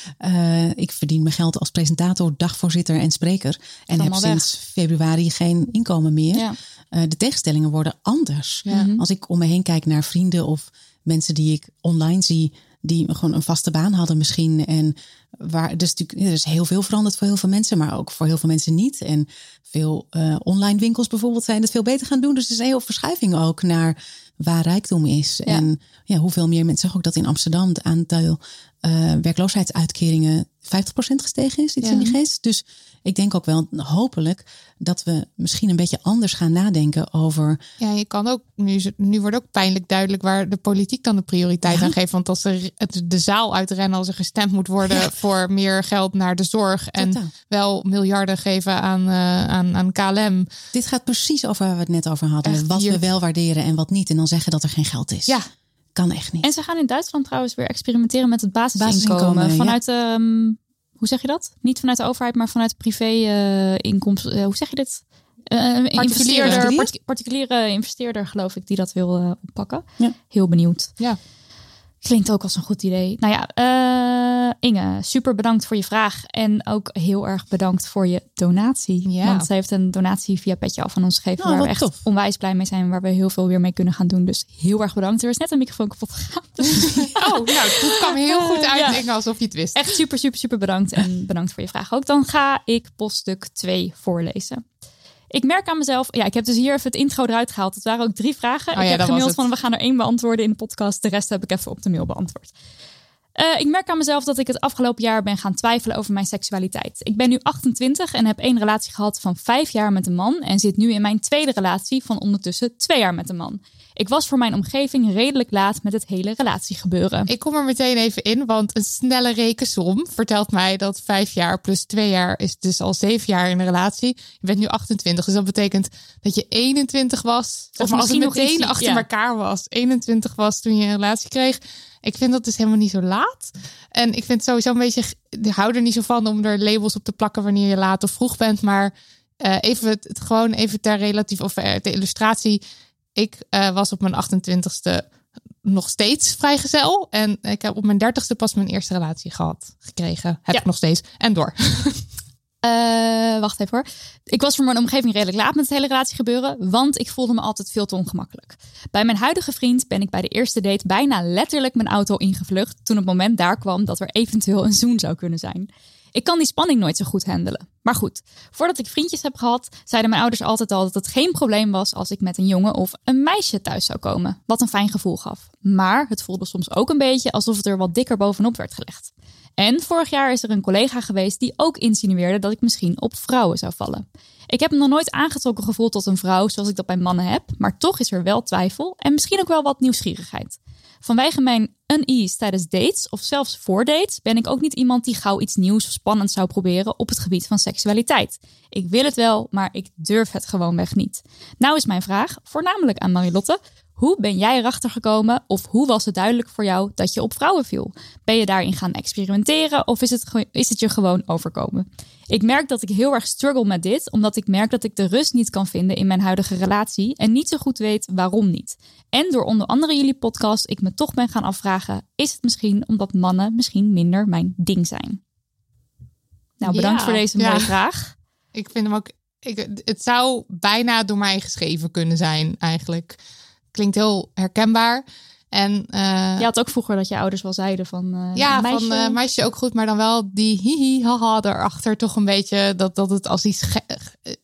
uh, ik verdien mijn geld als presentator, dagvoorzitter en spreker en heb allemaal sinds februari geen inkomen meer. Ja. Uh, de tegenstellingen worden anders. Ja. Als ik om me heen kijk naar vrienden of mensen die ik online zie, die gewoon een vaste baan hadden misschien. En waar dus natuurlijk, er is heel veel veranderd voor heel veel mensen, maar ook voor heel veel mensen niet. En veel uh, online winkels bijvoorbeeld zijn het veel beter gaan doen. Dus er is een heel verschuiving ook naar waar rijkdom is. Ja. En ja, hoeveel meer mensen zeggen ook dat in Amsterdam het aantal uh, werkloosheidsuitkeringen vijftig procent gestegen is. Iets Ja. in die geest. Dus ik denk ook wel hopelijk dat we misschien een beetje anders gaan nadenken over. Ja, je kan ook, nu, is het- nu wordt ook pijnlijk duidelijk waar de politiek dan de prioriteit Ja. aan geeft. Want als er het- de zaal uitrennen als er gestemd moet worden Ja. voor meer geld naar de zorg. En Totaal. wel miljarden geven aan, uh, aan, aan K L M. Dit gaat precies over waar we het net over hadden. Echt, wat hier- we wel waarderen en wat niet. En dan zeggen dat er geen geld is. Ja. Kan echt niet. En ze gaan in Duitsland trouwens weer experimenteren met het basisinkomen. Basisinkomen, vanuit de, um, hoe zeg je dat? Niet vanuit de overheid, maar vanuit de privé-inkomsten. Uh, hoe zeg je dit? Uh, een investeerder, Particulier? partic- particuliere investeerder, geloof ik, die dat wil uh, oppakken. Ja. Heel benieuwd. Ja. Klinkt ook als een goed idee. Nou ja, uh, Inge, super bedankt voor je vraag. En ook heel erg bedankt voor je donatie. Ja. Want ze heeft een donatie via Petje Af van ons gegeven. Oh, waar we wat echt tof. onwijs blij mee zijn. Waar we heel veel weer mee kunnen gaan doen. Dus heel erg bedankt. Er is net een microfoon kapot gegaan. Oh, nou, dat kwam heel goed uit, Ja. Inge, alsof je het wist. Echt super, super, super bedankt. En bedankt voor je vraag ook. Dan ga ik poststuk twee voorlezen. Ik merk aan mezelf... Ja, ik heb dus hier even het intro eruit gehaald. Het waren ook drie vragen. Oh ja, ik heb dat was gemaild het. van we gaan er één beantwoorden in de podcast. De rest heb ik even op de mail beantwoord. Uh, ik merk aan mezelf dat ik het afgelopen jaar ben gaan twijfelen over mijn seksualiteit. Ik ben nu achtentwintig en heb één relatie gehad van vijf jaar met een man. En zit nu in mijn tweede relatie van ondertussen twee jaar met een man. Ik was voor mijn omgeving redelijk laat met het hele relatiegebeuren. Ik kom er meteen even in, want een snelle rekensom vertelt mij dat vijf jaar plus twee jaar is dus al zeven jaar in een relatie. Je bent nu achtentwintig, dus dat betekent dat je eenentwintig was. Zeg maar, als het misschien nog meteen iets- achter ja. elkaar was. eenentwintig was toen je een relatie kreeg. Ik vind dat dus helemaal niet zo laat. En ik vind het sowieso een beetje, ik hou er niet zo van om er labels op te plakken wanneer je laat of vroeg bent. Maar uh, even het, het gewoon even ter relatief of uh, ter illustratie. Ik uh, was op mijn achtentwintigste nog steeds vrijgezel. En ik heb op mijn dertigste pas mijn eerste relatie gehad, gekregen. Heb Ja. ik nog steeds. En door. Uh, wacht even hoor. Ik was voor mijn omgeving redelijk laat met het hele relatiegebeuren, want ik voelde me altijd veel te ongemakkelijk. Bij mijn huidige vriend ben ik bij de eerste date bijna letterlijk mijn auto ingevlucht toen het moment daar kwam dat er eventueel een zoen zou kunnen zijn. Ik kan die spanning nooit zo goed handelen. Maar goed, voordat ik vriendjes heb gehad, zeiden mijn ouders altijd al dat het geen probleem was als ik met een jongen of een meisje thuis zou komen. Wat een fijn gevoel gaf. Maar het voelde soms ook een beetje alsof het er wat dikker bovenop werd gelegd. En vorig jaar is er een collega geweest die ook insinueerde dat ik misschien op vrouwen zou vallen. Ik heb me nog nooit aangetrokken gevoeld tot een vrouw zoals ik dat bij mannen heb, maar toch is er wel twijfel en misschien ook wel wat nieuwsgierigheid. Vanwege mijn unease tijdens dates of zelfs voor dates ben ik ook niet iemand die gauw iets nieuws of spannends zou proberen op het gebied van seksualiteit. Ik wil het wel, maar ik durf het gewoonweg niet. Nou is mijn vraag, voornamelijk aan Marilotte. Hoe ben jij erachter gekomen of hoe was het duidelijk voor jou dat je op vrouwen viel? Ben je daarin gaan experimenteren of is het, is het je gewoon overkomen? Ik merk dat ik heel erg struggle met dit, omdat ik merk dat ik de rust niet kan vinden in mijn huidige relatie en niet zo goed weet waarom niet. En door onder andere jullie podcast ik me toch ben gaan afvragen, is het misschien omdat mannen misschien minder mijn ding zijn? Nou, bedankt Ja, voor deze ja. mooie vraag. Ik vind hem ook... Ik, het zou bijna door mij geschreven kunnen zijn, eigenlijk. Klinkt heel herkenbaar. En, uh, Je had ook vroeger dat je ouders wel zeiden van... Uh, ja, meisje... van uh, meisje ook goed, maar dan wel die hihi, haha erachter. Toch een beetje dat, dat het als iets... Ge-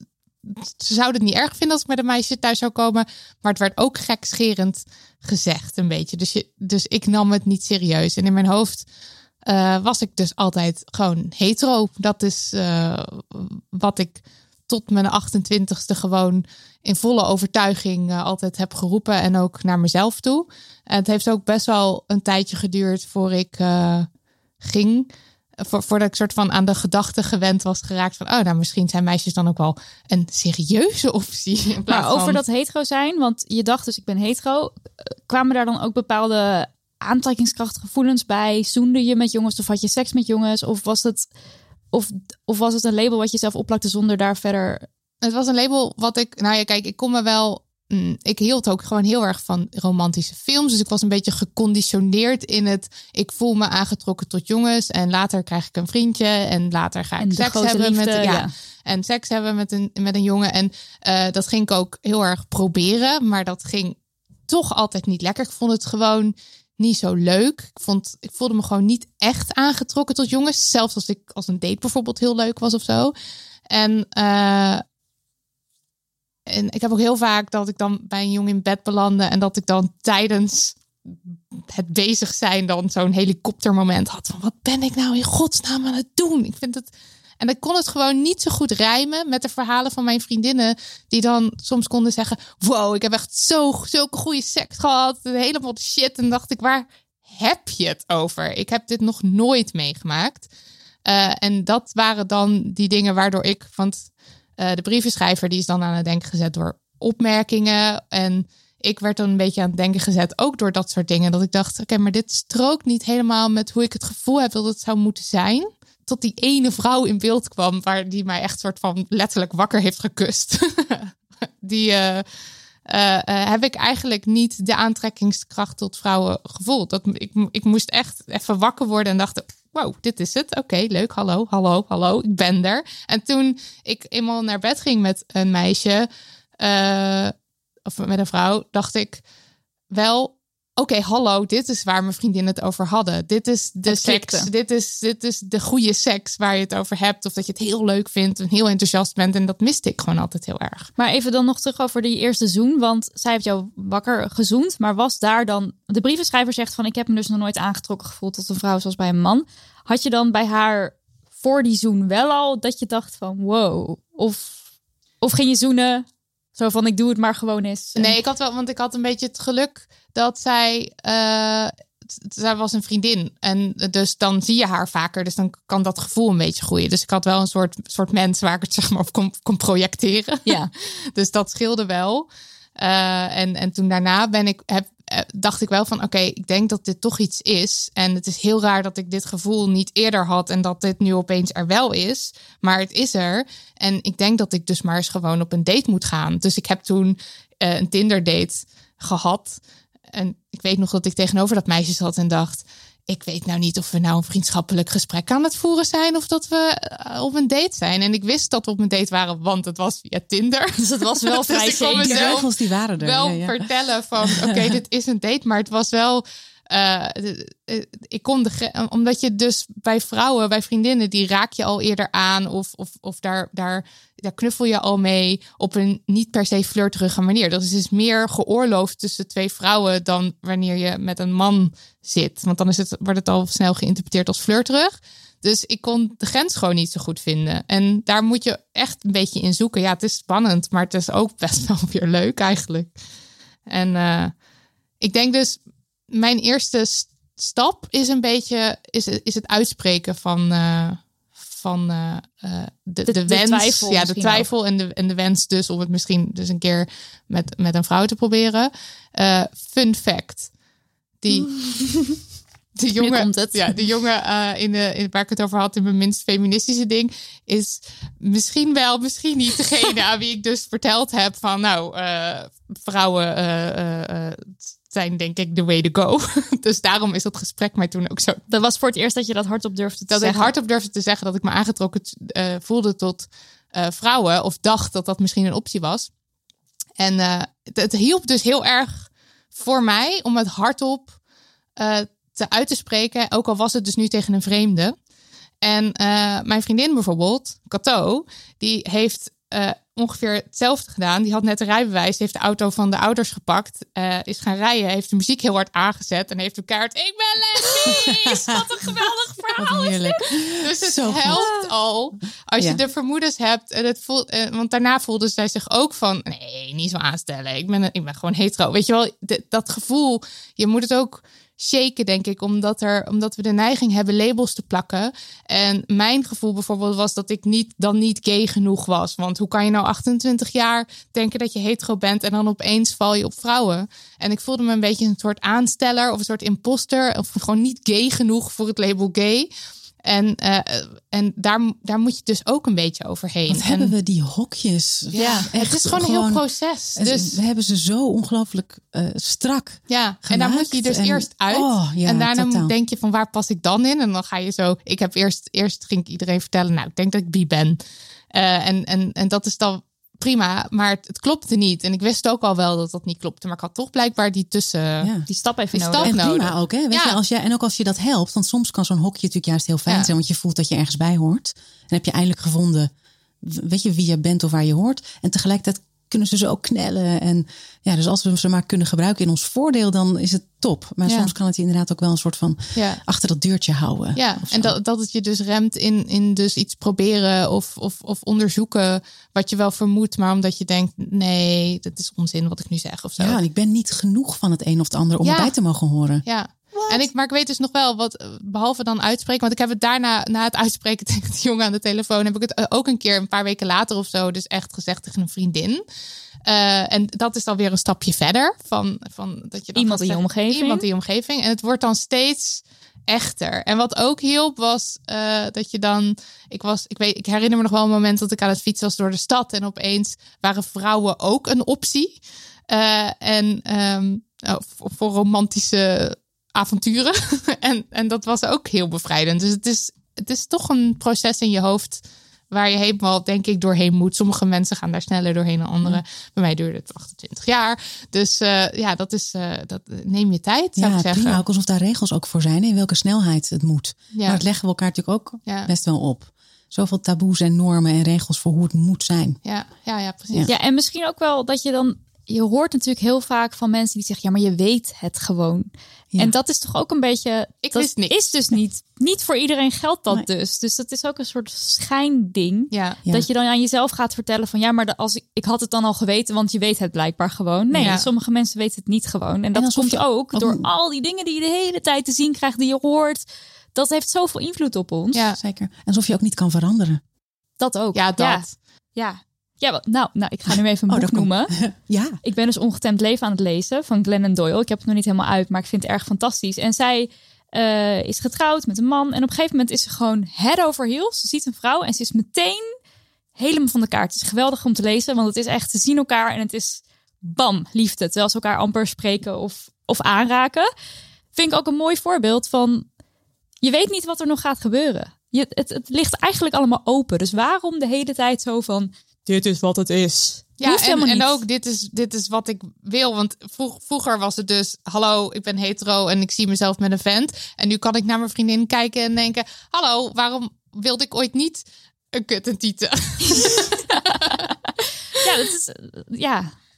Ze zouden het niet erg vinden als ik met een meisje thuis zou komen. Maar het werd ook gekscherend gezegd een beetje. Dus, je, dus ik nam het niet serieus. En in mijn hoofd uh, was ik dus altijd gewoon hetero. Dat is uh, wat ik tot mijn achtentwintigste gewoon in volle overtuiging uh, altijd heb geroepen. En ook naar mezelf toe. En het heeft ook best wel een tijdje geduurd voor ik uh, ging... Voor, voordat ik soort van aan de gedachte gewend was geraakt van... oh, nou, misschien zijn meisjes dan ook wel een serieuze optie. In plaats Maar over van... dat hetero zijn, want je dacht dus ik ben hetero. Kwamen daar dan ook bepaalde aantrekkingskrachtgevoelens bij? Zoende je met jongens of had je seks met jongens? Of was het, of, of was het een label wat je zelf opplakte zonder daar verder... Het was een label wat ik... Nou ja, kijk, ik kon me wel... Ik hield ook gewoon heel erg van romantische films. Dus ik was een beetje geconditioneerd in het... Ik voel me aangetrokken tot jongens. En later krijg ik een vriendje. En later ga ik En de seks grote hebben liefde, met... Ja, ja. En seks hebben met een, met een jongen. En uh, dat ging ik ook heel erg proberen. Maar dat ging toch altijd niet lekker. Ik vond het gewoon niet zo leuk. Ik, vond, ik voelde me gewoon niet echt aangetrokken tot jongens. Zelfs als ik als een date bijvoorbeeld heel leuk was of zo. En... Uh, En ik heb ook heel vaak dat ik dan bij een jongen in bed belandde... en dat ik dan tijdens het bezig zijn dan zo'n helikoptermoment had... van wat ben ik nou in godsnaam aan het doen? Ik vind het... En ik kon het gewoon niet zo goed rijmen met de verhalen van mijn vriendinnen... die dan soms konden zeggen... wow, ik heb echt zo, zulke goede seks gehad. Helemaal de shit. En dacht ik, waar heb je het over? Ik heb dit nog nooit meegemaakt. Uh, en dat waren dan die dingen waardoor ik... Want, Uh, de brievenschrijver die is dan aan het denken gezet door opmerkingen. En ik werd dan een beetje aan het denken gezet ook door dat soort dingen. Dat ik dacht, oké, okay, maar dit strookt niet helemaal met hoe ik het gevoel heb dat het zou moeten zijn. Tot die ene vrouw in beeld kwam waar die mij echt soort van letterlijk wakker heeft gekust. die uh, uh, uh, heb ik eigenlijk niet de aantrekkingskracht tot vrouwen gevoeld. Dat, ik, ik moest echt even wakker worden en dacht... wow, dit is het. Oké, okay, leuk. Hallo, hallo, hallo. Ik ben er. En toen ik eenmaal naar bed ging met een meisje... Uh, of met een vrouw, dacht ik wel... oké, okay, hallo, dit is waar mijn vriendinnen het over hadden. Dit is de dat seks. klikte. Dit is, dit is de goede seks waar je het over hebt. Of dat je het heel leuk vindt en heel enthousiast bent. En dat miste ik gewoon altijd heel erg. Maar even dan nog terug over die eerste zoen. Want zij heeft jou wakker gezoend. Maar was daar dan... De brievenschrijver zegt van... ik heb me dus nog nooit aangetrokken gevoeld tot een vrouw zoals bij een man. Had je dan bij haar voor die zoen wel al dat je dacht van wow? Of, of ging je zoenen zo van ik doe het maar gewoon eens? En... Nee, ik had wel, want ik had een beetje het geluk dat zij... Uh, zij was een vriendin. En dus dan zie je haar vaker. Dus dan kan dat gevoel een beetje groeien. Dus ik had wel een soort, soort mens waar ik het zeg maar op kon, kon projecteren. Ja. Dus dat scheelde wel. Uh, en, en toen daarna ben ik, heb, dacht ik wel van... oké, okay, ik denk dat dit toch iets is. En het is heel raar dat ik dit gevoel niet eerder had... en dat dit nu opeens er wel is. Maar het is er. En ik denk dat ik dus maar eens gewoon op een date moet gaan. Dus ik heb toen uh, een Tinder date gehad... En ik weet nog dat ik tegenover dat meisje zat en dacht... ik weet nou niet of we nou een vriendschappelijk gesprek aan het voeren zijn... of dat we op een date zijn. En ik wist dat we op een date waren, want het was via Tinder. Dus het was wel vrij dus ik kon Die mezelf regels die waren er. wel ja, ja. vertellen van... oké, okay, dit is een date, maar het was wel... Uh, ik kon de, omdat je dus bij vrouwen, bij vriendinnen, die raak je al eerder aan of, of, of daar, daar, daar knuffel je al mee op een niet per se flirterige manier. Dat is dus meer geoorloofd tussen twee vrouwen dan wanneer je met een man zit. Want dan is het, wordt het al snel geïnterpreteerd als flirterig. Dus ik kon de grens gewoon niet zo goed vinden. En daar moet je echt een beetje in zoeken. Ja, het is spannend, maar het is ook best wel weer leuk eigenlijk. En uh, ik denk dus... mijn eerste st- stap is een beetje is, is het uitspreken van, uh, van uh, uh, de, de, de wens. De twijfel ja, de twijfel en de, en de wens dus om het misschien dus een keer met, met een vrouw te proberen. Uh, fun fact. Die... De jongen, ja, de jongen uh, in de, in, waar ik het over had in mijn minst feministische ding, is misschien wel, misschien niet degene aan wie ik dus verteld heb van nou, uh, vrouwen uh, uh, zijn denk ik the way to go. Dus daarom is dat gesprek mij toen ook zo. Dat was voor het eerst dat je dat hardop durfde te dat zeggen. Dat ik hardop durfde te zeggen dat ik me aangetrokken uh, voelde tot uh, vrouwen of dacht dat dat misschien een optie was. En uh, het, het hielp dus heel erg voor mij om het hardop uh, te uit te spreken, ook al was het dus nu tegen een vreemde. En uh, mijn vriendin bijvoorbeeld, Cato, die heeft uh, ongeveer hetzelfde gedaan. Die had net een rijbewijs, heeft de auto van de ouders gepakt, uh, is gaan rijden, heeft de muziek heel hard aangezet en heeft elkaar, ik ben lesbisch! Wat een geweldig verhaal is dit. Dus het Zo helpt goed. al als ja. je de vermoedens hebt. En het voelt, uh, want daarna voelde zij zich ook van, nee, niet zo aanstellen. Ik ben, ik ben gewoon hetero. Weet je wel, d- dat gevoel, je moet het ook shaken, denk ik, omdat, er, omdat we de neiging hebben labels te plakken. En mijn gevoel bijvoorbeeld was dat ik niet, dan niet gay genoeg was. Want hoe kan je nou achtentwintig jaar denken dat je hetero bent en dan opeens val je op vrouwen? En ik voelde me een beetje een soort aansteller of een soort imposter of gewoon niet gay genoeg voor het label gay. En, uh, en daar, daar moet je dus ook een beetje overheen. Wat en, hebben we die hokjes? Ja, echt, het is gewoon, gewoon een heel proces. Dus we hebben ze zo ongelooflijk uh, strak Ja, en daar moet je dus en, eerst uit. Oh, ja, en daarna totaal. denk je van waar pas ik dan in? En dan ga je zo. Ik heb eerst, eerst ging ik iedereen vertellen. Nou, ik denk dat ik bi ben. Uh, en, en, en dat is dan prima, maar het, het klopte niet. En ik wist ook al wel dat dat niet klopte. Maar ik had toch blijkbaar die tussen... Ja. Die stap even die nodig. Stap en prima nodig. ook, hè? Weet Ja. je, als jij, en ook als je dat helpt, want soms kan zo'n hokje natuurlijk juist heel fijn Ja. zijn, want je voelt dat je ergens bij hoort. En heb je eindelijk gevonden, weet je, wie je bent of waar je hoort. En tegelijkertijd kunnen ze zo knellen. En ja, dus als we ze maar kunnen gebruiken in ons voordeel, dan is het top. Maar Ja. soms kan het je inderdaad ook wel een soort van Ja. achter dat deurtje houden. Ja, of zo. en dat, dat het je dus remt in, in dus iets proberen of, of, of onderzoeken wat je wel vermoedt, maar omdat je denkt, nee, dat is onzin wat ik nu zeg of zo. Ja, en ik ben niet genoeg van het een of het ander om Ja. erbij te mogen horen. Ja. En ik, maar ik weet dus nog wel wat, behalve dan uitspreken, want ik heb het daarna, na het uitspreken tegen de jongen aan de telefoon, heb ik het ook een keer een paar weken later of zo, dus echt gezegd tegen een vriendin. Uh, en dat is dan weer een stapje verder van, van dat je dan Iemand in je zeggen, omgeving. Iemand in je omgeving. En het wordt dan steeds echter. En wat ook hielp was uh, dat je dan, ik was, ik weet, ik herinner me nog wel een moment dat ik aan het fietsen was door de stad en opeens waren vrouwen ook een optie. Uh, en um, oh, voor, voor romantische avonturen. en, en dat was ook heel bevrijdend. Dus het is, het is toch een proces in je hoofd waar je helemaal, denk ik, doorheen moet. Sommige mensen gaan daar sneller doorheen dan anderen. Ja. Bij mij duurde het achtentwintig jaar. Dus uh, ja, dat is, uh, dat neem je tijd, zou ja, ik zeggen. prima, ook alsof daar regels ook voor zijn. In welke snelheid het moet. Ja. Maar dat leggen we elkaar natuurlijk ook ja. best wel op. Zoveel taboes en normen en regels voor hoe het moet zijn. Ja, ja, ja precies. Ja. ja, en misschien ook wel dat je dan... Je hoort natuurlijk heel vaak van mensen die zeggen, ja, maar je weet het gewoon. Ja. En dat is toch ook een beetje... Ik dat wist niks. is dus niet... Niet voor iedereen geldt dat nee. dus. Dus dat is ook een soort schijnding. Ja. Ja. Dat je dan aan jezelf gaat vertellen van... ja, maar als ik, ik had het dan al geweten, want je weet het blijkbaar gewoon. Nee, ja. sommige mensen weten het niet gewoon. En dat en komt je ook of... door al die dingen die je de hele tijd te zien krijgt, die je hoort. Dat heeft zoveel invloed op ons. Ja, zeker. En alsof je ook niet kan veranderen. Dat ook. Ja, dat. Ja. ja. Ja, nou, nou, ik ga nu even een oh, boek noemen. Ja. Ik ben dus Ongetemd Leven aan het lezen van Glennon Doyle. Ik heb het nog niet helemaal uit, maar ik vind het erg fantastisch. En zij uh, is getrouwd met een man. En op een gegeven moment is ze gewoon head over heels. Ze ziet een vrouw en ze is meteen helemaal van de kaart. Het is geweldig om te lezen, want het is echt, ze zien elkaar en het is bam, liefde. Terwijl ze elkaar amper spreken of, of aanraken. Vind ik ook een mooi voorbeeld van, je weet niet wat er nog gaat gebeuren. Je, het, het ligt eigenlijk allemaal open. Dus waarom de hele tijd zo van... Dit is wat het is. Ja, en, en ook dit is, dit is wat ik wil. Want vroeg, vroeger was het dus... Hallo, ik ben hetero en ik zie mezelf met een vent. En nu kan ik naar mijn vriendin kijken en denken... Hallo, waarom wilde ik ooit niet een kut en tieten? Ja, dat is... Ja...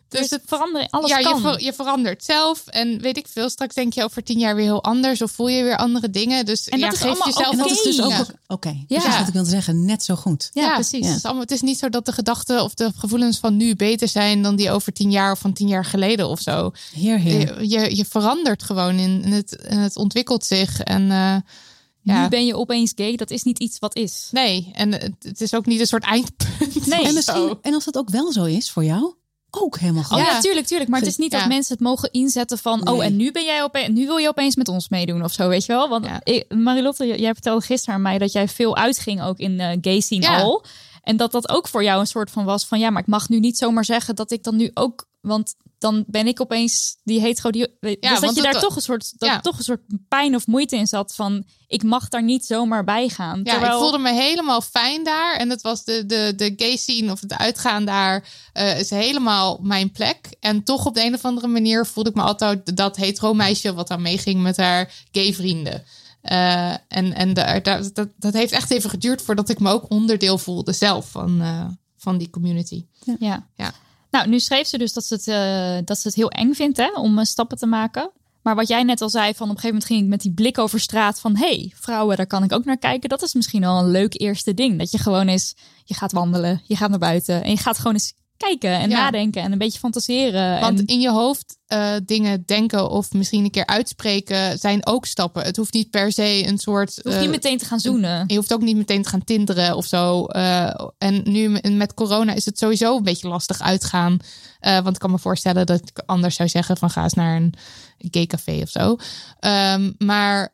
Dus Dus het het veranderen, alles ja, je, kan. ver- je verandert zelf. En weet ik veel, straks denk je over tien jaar weer heel anders. Of voel je weer andere dingen. Dus En ja, dat is geef allemaal jezelf En dat oké. is dus ook Ja. oké. Okay. Ja. Precies wat ik wilde zeggen. Net zo goed. Ja, precies. Het is, allemaal, het is niet zo dat de gedachten of de gevoelens van nu beter zijn dan die over tien jaar of van tien jaar geleden of zo. Heer, heer. Je, je, je verandert gewoon in, en, het, en het ontwikkelt zich. En uh, ja. Nu ben je opeens gay, dat is niet iets wat is. Nee, en het, het is ook niet een soort eindpunt. Nee. En, Zo. misschien, en als dat ook wel zo is voor jou, ook helemaal goed. Oh ja, Ja. tuurlijk, tuurlijk. Maar het is niet Ja. dat mensen het mogen inzetten van... Nee. oh, en nu ben jij opeens, nu wil je opeens met ons meedoen of zo, weet je wel? Want Ja. ik, Marilotte, jij vertelde gisteren aan mij dat jij veel uitging ook in de gay scene Ja. al. En dat dat ook voor jou een soort van was van... ja, maar ik mag nu niet zomaar zeggen dat ik dan nu ook... want dan ben ik opeens die hetero... Die, dus dat want je het- daar toch een soort dat ja. er toch een soort pijn of moeite in zat van... ik mag daar niet zomaar bij gaan. Ja, Terwijl, ik voelde me helemaal fijn daar. En het was de, de, de gay scene of het uitgaan daar uh, is helemaal mijn plek. En toch op de een of andere manier voelde ik me altijd dat hetero meisje wat dan meeging met haar gay vrienden. Uh, en en daar, daar, dat, dat heeft echt even geduurd voordat ik me ook onderdeel voelde zelf van, uh, van die community. Ja. Ja. Nou, nu schreef ze dus dat ze het, uh, dat ze het heel eng vindt hè, om uh, stappen te maken. Maar wat jij net al zei, van op een gegeven moment ging ik met die blik over straat van... hey, vrouwen, daar kan ik ook naar kijken. Dat is misschien al een leuk eerste ding. Dat je gewoon eens, je gaat wandelen, je gaat naar buiten... en je gaat gewoon eens kijken en Ja. nadenken en een beetje fantaseren. Want en... in je hoofd uh, dingen denken of misschien een keer uitspreken zijn ook stappen. Het hoeft niet per se een soort... Je hoeft niet meteen te gaan zoenen. Je hoeft ook niet meteen te gaan tinderen of zo. Uh, en nu met corona is het sowieso een beetje lastig uitgaan. Uh, want ik kan me voorstellen dat ik anders zou zeggen van ga eens naar een gay café of zo. Um, maar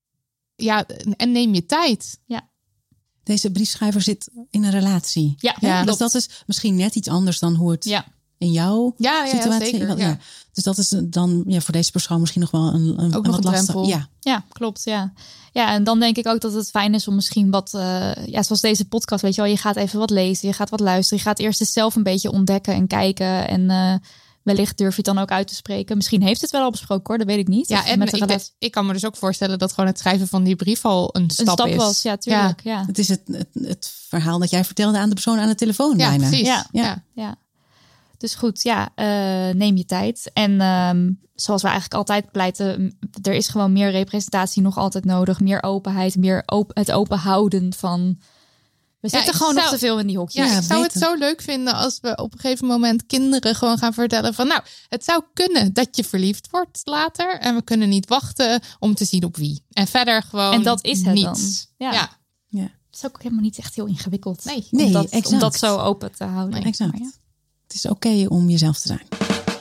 ja, en neem je tijd. Ja. Deze briefschrijver zit in een relatie. Ja, Ja, dus klopt. dat is misschien net iets anders dan hoe het Ja. in jouw Ja, ja, situatie... zeker, wat- ja. Dus dat is dan ja, voor deze persoon misschien nog wel een, een, Ook een nog wat een lastig. drempel. Ja. Ja, klopt. Ja. Ja, en dan denk ik ook dat het fijn is om misschien wat... Uh, ja, zoals deze podcast, weet je wel. Je gaat even wat lezen, je gaat wat luisteren. Je gaat eerst eens zelf een beetje ontdekken en kijken. En uh, wellicht durf je het dan ook uit te spreken. Misschien heeft het wel al besproken hoor, dat weet ik niet. Ja, Of en met de ik, relatie ik kan me dus ook voorstellen dat gewoon het schrijven van die brief al een stap, een stap is. was. Ja, tuurlijk. Ja. Ja. Het is het, het, het verhaal dat jij vertelde aan de persoon aan de telefoon Ja, bijna. precies. Ja. Ja. Ja. Dus goed, ja, uh, neem je tijd. En um, zoals we eigenlijk altijd pleiten, er is gewoon meer representatie nog altijd nodig. Meer openheid, meer op, het open houden van... We Ja, zitten ik gewoon zou- nog te veel in die hokjes. Ja, Ja, ik zou het beter. zo leuk vinden als we op een gegeven moment kinderen gewoon gaan vertellen van nou, het zou kunnen dat je verliefd wordt later en we kunnen niet wachten om te zien op wie. En verder gewoon En dat is het niets. dan. Ja. Ja. Ja, Het is ook helemaal niet echt heel ingewikkeld. Nee. Nee, om, dat, om exact. dat zo open te houden. Nee, exact. Maar ja. Het is oké om jezelf te zijn.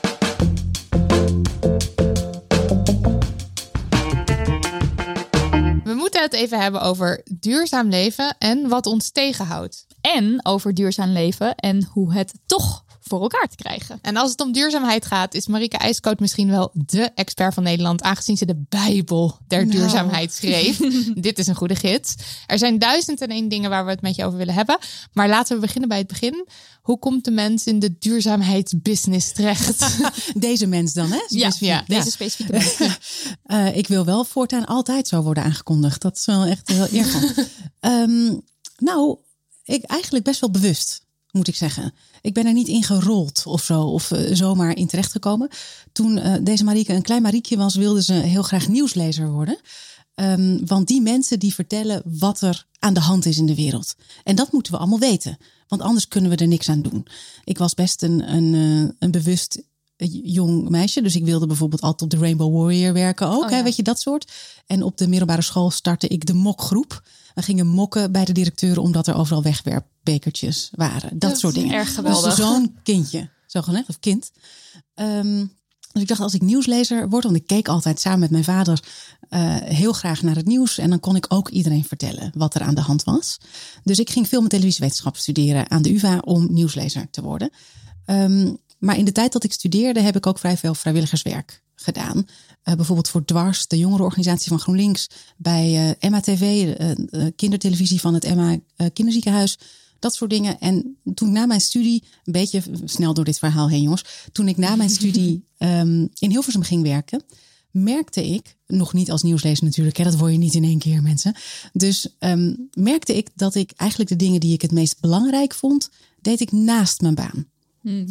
We moeten het even hebben over duurzaam leven en wat ons tegenhoudt. En over duurzaam leven en hoe het toch voor elkaar te krijgen. En als het om duurzaamheid gaat, is Marieke IJskoot misschien wel de expert van Nederland, aangezien ze de Bijbel der Nou. duurzaamheid schreef. Dit is een goede gids. Er zijn duizend en één dingen waar we het met je over willen hebben. Maar laten we beginnen bij het begin. Hoe komt de mens in de duurzaamheidsbusiness terecht? Deze mens dan, hè? Ja, Specifiek. ja, deze specifieke mensen. Uh, ik wil wel voortaan altijd zo worden aangekondigd. Dat is wel echt heel eervol. um, nou, ik eigenlijk best wel bewust, moet ik zeggen. Ik ben er niet in gerold of zo, of uh, zomaar in terechtgekomen. Toen uh, deze Marieke een klein Mariekje was, wilde ze heel graag nieuwslezer worden. Um, want die mensen die vertellen wat er aan de hand is in de wereld. En dat moeten we allemaal weten. Want anders kunnen we er niks aan doen. Ik was best een, een, uh, een bewust jong meisje. Dus ik wilde bijvoorbeeld altijd op de Rainbow Warrior werken ook. Oh, hè, ja. weet je, dat soort. En op de middelbare school startte ik de mokgroep. We gingen mokken bij de directeuren omdat er overal wegwerpbekertjes waren. Dat, Dat soort is dingen. erg geweldig. Dus zo'n kindje, zo gezegd, of kind. Um, dus ik dacht, als ik nieuwslezer word, want ik keek altijd samen met mijn vader uh, heel graag naar het nieuws. En dan kon ik ook iedereen vertellen wat er aan de hand was. Dus ik ging film- en televisiewetenschap studeren aan de U vA om nieuwslezer te worden. Um, maar in de tijd dat ik studeerde heb ik ook vrij veel vrijwilligerswerk gedaan. Uh, bijvoorbeeld voor Dwars, de jongerenorganisatie van GroenLinks. Bij uh, Emma T V, de uh, kindertelevisie van het Emma uh, Kinderziekenhuis. Dat soort dingen. En toen ik na mijn studie, een beetje snel door dit verhaal heen jongens. Toen ik na mijn studie um, in Hilversum ging werken, merkte ik, nog niet als nieuwslezer natuurlijk, hè, dat word je niet in één keer mensen. Dus um, merkte ik dat ik eigenlijk de dingen die ik het meest belangrijk vond, deed ik naast mijn baan. Hm, ja.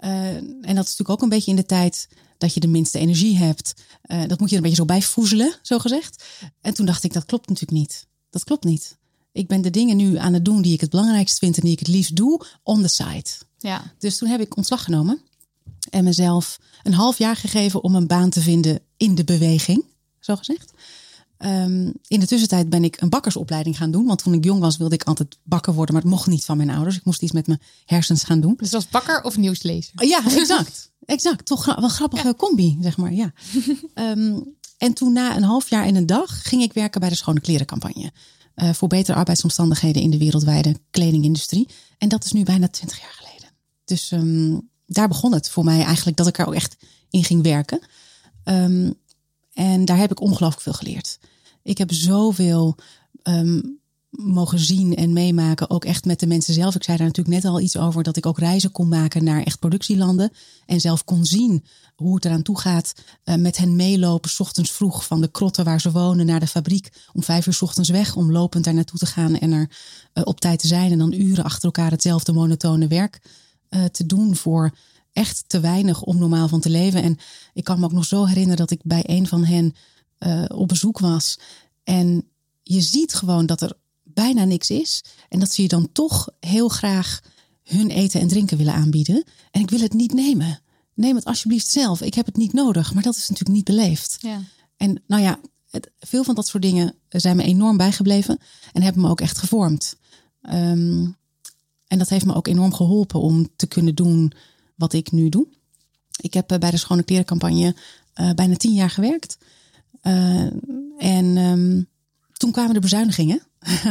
Uh, en dat is natuurlijk ook een beetje in de tijd dat je de minste energie hebt. Uh, dat moet je er een beetje zo bijvoezelen, zo gezegd. En toen dacht ik, dat klopt natuurlijk niet. Dat klopt niet. Ik ben de dingen nu aan het doen die ik het belangrijkst vind en die ik het liefst doe, on the side. Ja. Dus toen heb ik ontslag genomen en mezelf een half jaar gegeven om een baan te vinden in de beweging, zo gezegd. Um, in de tussentijd ben ik een bakkersopleiding gaan doen. Want toen ik jong was wilde ik altijd bakker worden. Maar het mocht niet van mijn ouders. Ik moest iets met mijn hersens gaan doen. Dus dat was bakker of nieuwslezer? Ja, exact. exact. Toch wel een grappige ja. combi, zeg maar. Ja. um, en toen na een half jaar en een dag ging ik werken bij de Schone Klerencampagne. Uh, voor betere arbeidsomstandigheden in de wereldwijde kledingindustrie. En dat is nu bijna twintig jaar geleden. Dus um, daar begon het voor mij eigenlijk dat ik er ook echt in ging werken. Um, en daar heb ik ongelooflijk veel geleerd. Ik heb zoveel um, mogen zien en meemaken, ook echt met de mensen zelf. Ik zei daar natuurlijk net al iets over, dat ik ook reizen kon maken naar echt productielanden. En zelf kon zien hoe het eraan toe gaat. Uh, met hen meelopen, 's ochtends vroeg van de krotten waar ze wonen naar de fabriek. Om vijf uur 's ochtends weg, om lopend daar naartoe te gaan en er uh, op tijd te zijn. En dan uren achter elkaar hetzelfde monotone werk uh, te doen voor echt te weinig om normaal van te leven. En ik kan me ook nog zo herinneren dat ik bij een van hen uh, op bezoek was. En je ziet gewoon dat er bijna niks is. En dat ze je dan toch heel graag hun eten en drinken willen aanbieden. En ik wil het niet nemen. Neem het alsjeblieft zelf. Ik heb het niet nodig. Maar dat is natuurlijk niet beleefd. Ja. En nou ja, het, veel van dat soort dingen zijn me enorm bijgebleven. En hebben me ook echt gevormd. Um, en dat heeft me ook enorm geholpen om te kunnen doen wat ik nu doe. Ik heb uh, bij de Schone Klerencampagne uh, bijna tien jaar gewerkt. Uh, en um, toen kwamen de bezuinigingen.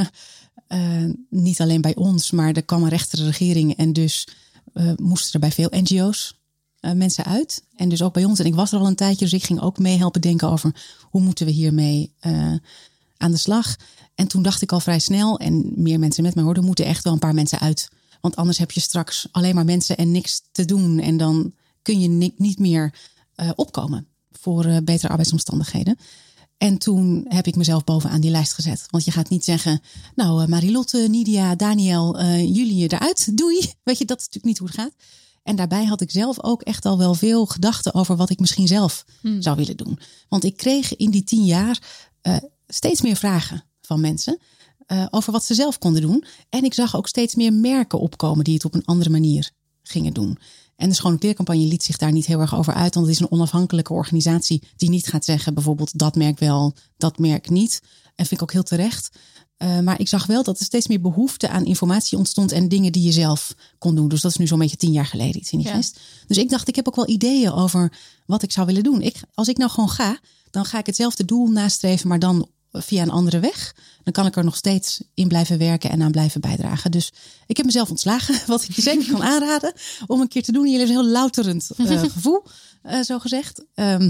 uh, niet alleen bij ons, maar er kwam een rechtere regering. En dus uh, moesten er bij veel N G O's uh, mensen uit. En dus ook bij ons. En ik was er al een tijdje, dus ik ging ook mee helpen denken over hoe moeten we hiermee uh, aan de slag. En toen dacht ik al vrij snel, en meer mensen met mij hoorden, er moeten echt wel een paar mensen uit. Want anders heb je straks alleen maar mensen en niks te doen. En dan kun je ni- niet meer uh, opkomen voor uh, betere arbeidsomstandigheden. En toen heb ik mezelf bovenaan die lijst gezet. Want je gaat niet zeggen, nou uh, Marilotte, Nidia, Daniel, uh, jullie eruit, doei. Weet je, dat is natuurlijk niet hoe het gaat. En daarbij had ik zelf ook echt al wel veel gedachten over wat ik misschien zelf hmm. zou willen doen. Want ik kreeg in die tien jaar uh, steeds meer vragen van mensen uh, over wat ze zelf konden doen. En ik zag ook steeds meer merken opkomen die het op een andere manier gingen doen. En de Schone Klerencampagne liet zich daar niet heel erg over uit. Want het is een onafhankelijke organisatie die niet gaat zeggen bijvoorbeeld dat merk wel, dat merk niet. En vind ik ook heel terecht. Uh, maar ik zag wel dat er steeds meer behoefte aan informatie ontstond en dingen die je zelf kon doen. Dus dat is nu zo'n beetje tien jaar geleden iets in die ja. geest. Dus ik dacht, ik heb ook wel ideeën over wat ik zou willen doen. Ik, als ik nou gewoon ga, dan ga ik hetzelfde doel nastreven, maar dan via een andere weg. Dan kan ik er nog steeds in blijven werken en aan blijven bijdragen. Dus ik heb mezelf ontslagen, wat ik je zeker kan aanraden om een keer te doen. Jullie hebben een heel louterend uh, gevoel, uh, zo gezegd. Um,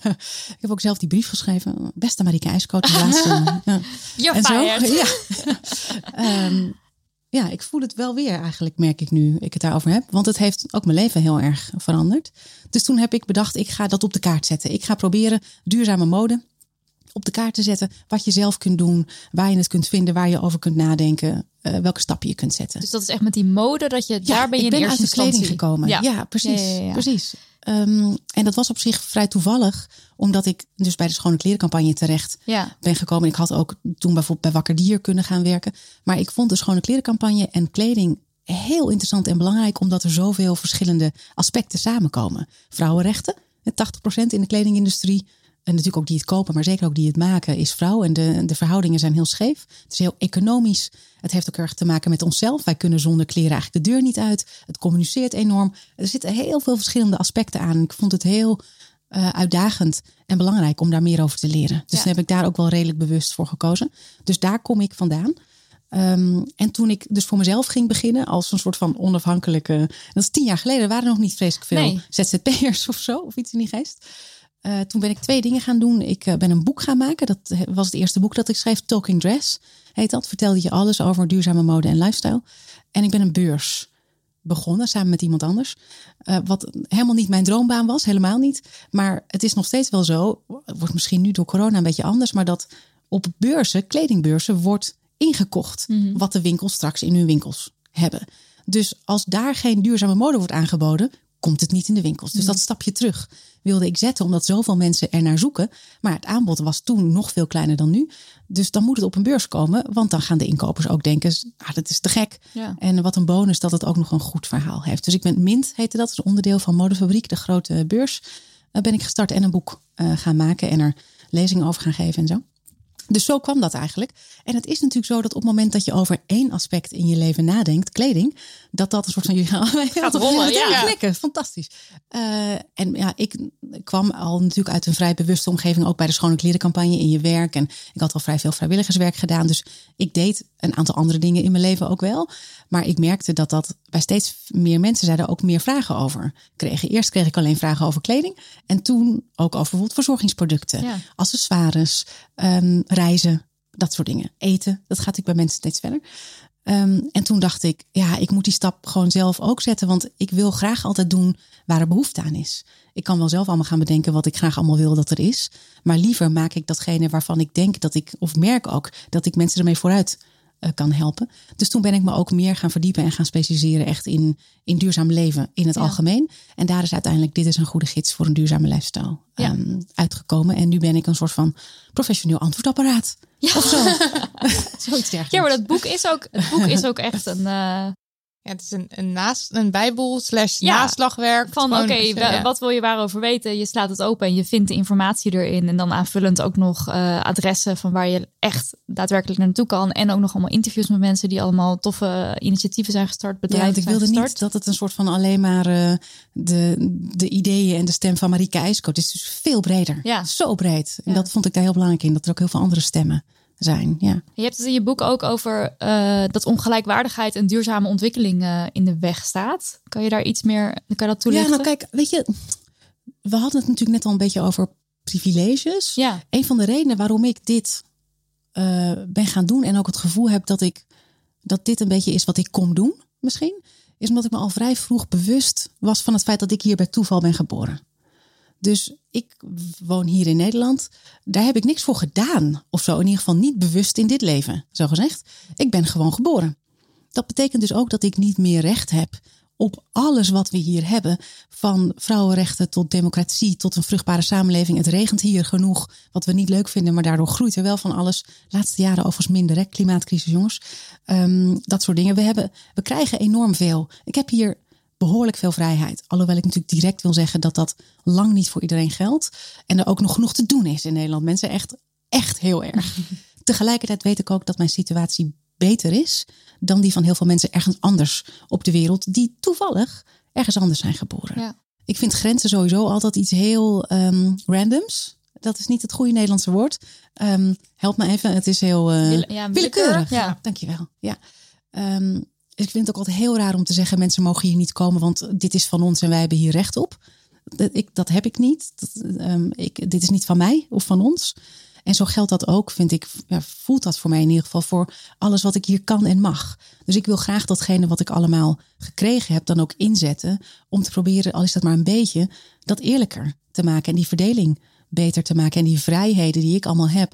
ik heb ook zelf die brief geschreven. Beste Marieke IJskoot. Laatste, uh, You're en fired. Zo, ja. um, ja, ik voel het wel weer eigenlijk, merk ik nu ik het daarover heb. Want het heeft ook mijn leven heel erg veranderd. Dus toen heb ik bedacht, ik ga dat op de kaart zetten. Ik ga proberen duurzame mode op de kaart te zetten, wat je zelf kunt doen, waar je het kunt vinden, waar je over kunt nadenken, uh, welke stappen je kunt zetten. Dus dat is echt met die mode, dat je ja, daar ben je ik ben in eerste uit de kleding instantie gekomen. Ja, ja precies. Ja, ja, ja. precies. Um, en dat was op zich vrij toevallig, omdat ik dus bij de Schone Klerencampagne terecht ja. ben gekomen. Ik had ook toen bijvoorbeeld bij Wakker Dier kunnen gaan werken. Maar ik vond de Schone Klerencampagne en kleding heel interessant en belangrijk, omdat er zoveel verschillende aspecten samenkomen. Vrouwenrechten, tachtig procent in de kledingindustrie. En natuurlijk ook die het kopen, maar zeker ook die het maken, is vrouw. En de, de verhoudingen zijn heel scheef. Het is heel economisch. Het heeft ook erg te maken met onszelf. Wij kunnen zonder kleren eigenlijk de deur niet uit. Het communiceert enorm. Er zitten heel veel verschillende aspecten aan. Ik vond het heel uh, uitdagend en belangrijk om daar meer over te leren. Dus ja. dan heb ik daar ook wel redelijk bewust voor gekozen. Dus daar kom ik vandaan. Um, en toen ik dus voor mezelf ging beginnen als een soort van onafhankelijke... Dat is tien jaar geleden. Er waren nog niet vreselijk veel nee. Z Z P'ers of zo. Of iets in die geest. Uh, toen ben ik twee dingen gaan doen. Ik uh, ben een boek gaan maken. Dat was het eerste boek dat ik schreef. Talking Dress heet dat. Vertelde je alles over duurzame mode en lifestyle. En ik ben een beurs begonnen samen met iemand anders. Uh, wat helemaal niet mijn droombaan was. Helemaal niet. Maar het is nog steeds wel zo. Het wordt misschien nu door corona een beetje anders. Maar dat op beurzen, kledingbeurzen, wordt ingekocht. Mm-hmm. Wat de winkels straks in hun winkels hebben. Dus als daar geen duurzame mode wordt aangeboden, komt het niet in de winkels. Dus Mm. dat stapje terug wilde ik zetten, omdat zoveel mensen er naar zoeken. Maar het aanbod was toen nog veel kleiner dan nu. Dus dan moet het op een beurs komen, want dan gaan de inkopers ook denken, ah, dat is te gek. Ja. En wat een bonus dat het ook nog een goed verhaal heeft. Dus ik ben Mint, heette dat, is een onderdeel van Modefabriek, de grote beurs. Daar ben ik gestart en een boek uh, gaan maken en er lezingen over gaan geven en zo. Dus zo kwam dat eigenlijk. En het is natuurlijk zo dat op het moment dat je over één aspect in je leven nadenkt, kleding, dat dat een soort van je Gaat rollen, ja. ja. Klikken, fantastisch. Uh, en ja, ik kwam al natuurlijk uit een vrij bewuste omgeving, ook bij de Schone Klerencampagne in je werk. En ik had al vrij veel vrijwilligerswerk gedaan. Dus ik deed een aantal andere dingen in mijn leven ook wel. Maar ik merkte dat dat bij steeds meer mensen zeiden ook meer vragen over kregen. Eerst kreeg ik alleen vragen over kleding. En toen ook over bijvoorbeeld verzorgingsproducten, Ja. accessoires, um, reizen, dat soort dingen. Eten, dat gaat natuurlijk bij mensen steeds verder. Um, en toen dacht ik, ja, ik moet die stap gewoon zelf ook zetten. Want ik wil graag altijd doen waar er behoefte aan is. Ik kan wel zelf allemaal gaan bedenken wat ik graag allemaal wil dat er is. Maar liever maak ik datgene waarvan ik denk dat ik, of merk ook, dat ik mensen ermee vooruit uh, kan helpen. Dus toen ben ik me ook meer gaan verdiepen en gaan specialiseren echt in, in duurzaam leven in het Ja. algemeen. En daar is uiteindelijk Dit is een goede gids voor een duurzame lifestyle Ja. um, uitgekomen. En nu ben ik een soort van professioneel antwoordapparaat. Ja. Of zo. Zoiets dergelijks. Ja, maar dat boek is ook, het boek is ook echt een... uh, Ja, het is een, een, naast, een bijbel slash Ja, naslagwerk. Van Gewoon oké, als je- wa- ja. wat wil je waarover weten? Je slaat het open en je vindt de informatie erin. En dan aanvullend ook nog uh, adressen van waar je echt daadwerkelijk naartoe kan. En ook nog allemaal interviews met mensen die allemaal toffe initiatieven zijn gestart. Ja, Bedrijven want ik zijn wilde gestart. niet dat het een soort van alleen maar uh, de, de ideeën en de stem van Marieke IJskoot. Het is dus veel breder. Ja. Zo breed. En Ja. dat vond ik daar heel belangrijk in. Dat er ook heel veel andere stemmen zijn. Ja. Je hebt het in je boek ook over uh, dat ongelijkwaardigheid en duurzame ontwikkeling uh, in de weg staat. Kan je daar iets meer, kan je dat Ja, toelichten? nou kijk, weet je, we hadden het natuurlijk net al een beetje over privileges. Ja. Een van de redenen waarom ik dit uh, ben gaan doen en ook het gevoel heb dat ik dat dit een beetje is wat ik kom doen, misschien, is omdat ik me al vrij vroeg bewust was van het feit dat ik hier bij toeval ben geboren. Dus ik woon hier in Nederland. Daar heb ik niks voor gedaan of zo. In ieder geval niet bewust in dit leven, zo gezegd. Ik ben gewoon geboren. Dat betekent dus ook dat ik niet meer recht heb op alles wat we hier hebben. Van vrouwenrechten tot democratie, tot een vruchtbare samenleving. Het regent hier genoeg, wat we niet leuk vinden, maar daardoor groeit er wel van alles. Laatste jaren overigens minder, hè? Klimaatcrisis, jongens. Um, dat soort dingen. We, hebben, we krijgen enorm veel. Ik heb hier behoorlijk veel vrijheid. Alhoewel ik natuurlijk direct wil zeggen dat dat lang niet voor iedereen geldt. En er ook nog genoeg te doen is in Nederland. Mensen echt, echt heel erg. Tegelijkertijd weet ik ook dat mijn situatie beter is dan die van heel veel mensen ergens anders op de wereld die toevallig ergens anders zijn geboren. Ja. Ik vind grenzen sowieso altijd iets heel um, randoms. Dat is niet het goede Nederlandse woord. Um, help me even. Het is heel uh, Wille- ja, willekeurig. Ja. Dankjewel. Ja. Um, ik vind het ook altijd heel raar om te zeggen, mensen mogen hier niet komen, want dit is van ons en wij hebben hier recht op. Dat, ik, dat heb ik niet. Dat, um, ik, dit is niet van mij of van ons. En zo geldt dat ook, vind ik, ja, voelt dat voor mij in ieder geval voor alles wat ik hier kan en mag. Dus ik wil graag datgene wat ik allemaal gekregen heb dan ook inzetten om te proberen, al is dat maar een beetje, dat eerlijker te maken en die verdeling beter te maken en die vrijheden die ik allemaal heb,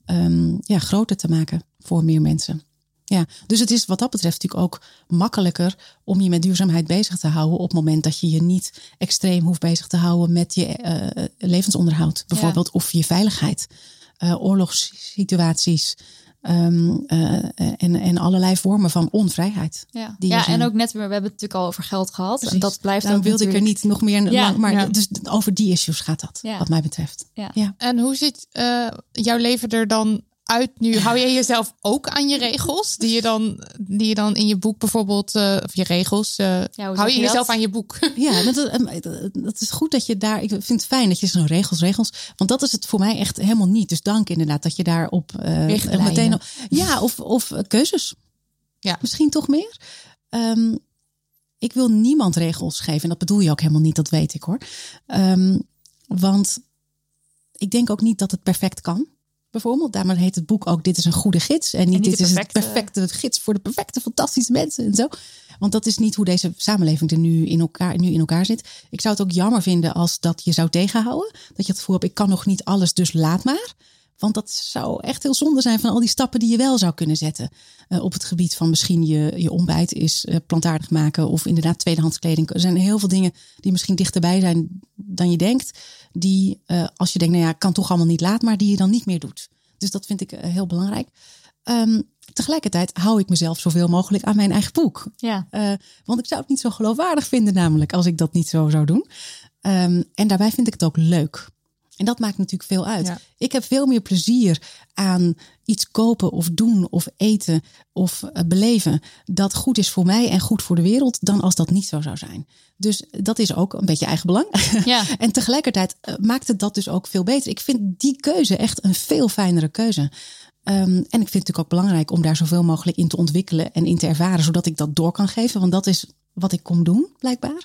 um, ja, groter te maken voor meer mensen. Ja, dus het is wat dat betreft natuurlijk ook makkelijker om je met duurzaamheid bezig te houden op het moment dat je je niet extreem hoeft bezig te houden met je uh, levensonderhoud bijvoorbeeld, ja. Of je veiligheid. Uh, oorlogssituaties um, uh, en, en allerlei vormen van onvrijheid. Ja, die ja zijn. En ook net weer, we hebben het natuurlijk al over geld gehad. Precies. En dat blijft Daarom ook wilde natuurlijk... ik er niet nog meer Ja, lang, maar ja. dus over die issues gaat dat, Ja. wat mij betreft. Ja. Ja. En hoe ziet uh, jouw leven er dan uit nu? Hou je jezelf ook aan je regels? Die je dan, die je dan in je boek bijvoorbeeld, uh, of je regels, uh, Ja, hoe hou zeg je je jezelf dat? aan je boek? Ja, dat, dat is goed dat je daar. Ik vind het fijn dat je zo'n regels, regels. Want dat is het voor mij echt helemaal niet. Dus dank inderdaad dat je daarop uh, Richtlijnen. meteen. Op, ja, of, of keuzes. Ja. Misschien toch meer. Um, ik wil niemand regels geven. En dat bedoel je ook helemaal niet, dat weet ik hoor. Um, want ik denk ook niet dat het perfect kan. Bijvoorbeeld, daarom heet het boek ook Dit is een goede gids. En niet, En niet dit de is perfecte... het perfecte gids voor de perfecte, fantastische mensen en zo. Want dat is niet hoe deze samenleving er nu in elkaar, nu in elkaar zit. Ik zou het ook jammer vinden als dat je zou tegenhouden. Dat je het gevoel hebt, ik kan nog niet alles, dus laat maar. Want dat zou echt heel zonde zijn van al die stappen die je wel zou kunnen zetten. Uh, op het gebied van misschien je, je ontbijt is uh, plantaardig maken. Of inderdaad tweedehands kleding. Er zijn heel veel dingen die misschien dichterbij zijn dan je denkt. Die uh, als je denkt, nou ja, kan toch allemaal niet laat. Maar die je dan niet meer doet. Dus dat vind ik uh, heel belangrijk. Um, tegelijkertijd hou ik mezelf zoveel mogelijk aan mijn eigen boek. Ja. Uh, want ik zou het niet zo geloofwaardig vinden namelijk als ik dat niet zo zou doen. Um, en daarbij vind ik het ook leuk. En dat maakt natuurlijk veel uit. Ja. Ik heb veel meer plezier aan iets kopen of doen of eten of uh, beleven dat goed is voor mij en goed voor de wereld dan als dat niet zo zou zijn. Dus dat is ook een beetje eigenbelang. Ja. En tegelijkertijd uh, maakt het dat dus ook veel beter. Ik vind die keuze echt een veel fijnere keuze. Um, en ik vind het natuurlijk ook belangrijk om daar zoveel mogelijk in te ontwikkelen en in te ervaren, zodat ik dat door kan geven. Want dat is wat ik kom doen, blijkbaar.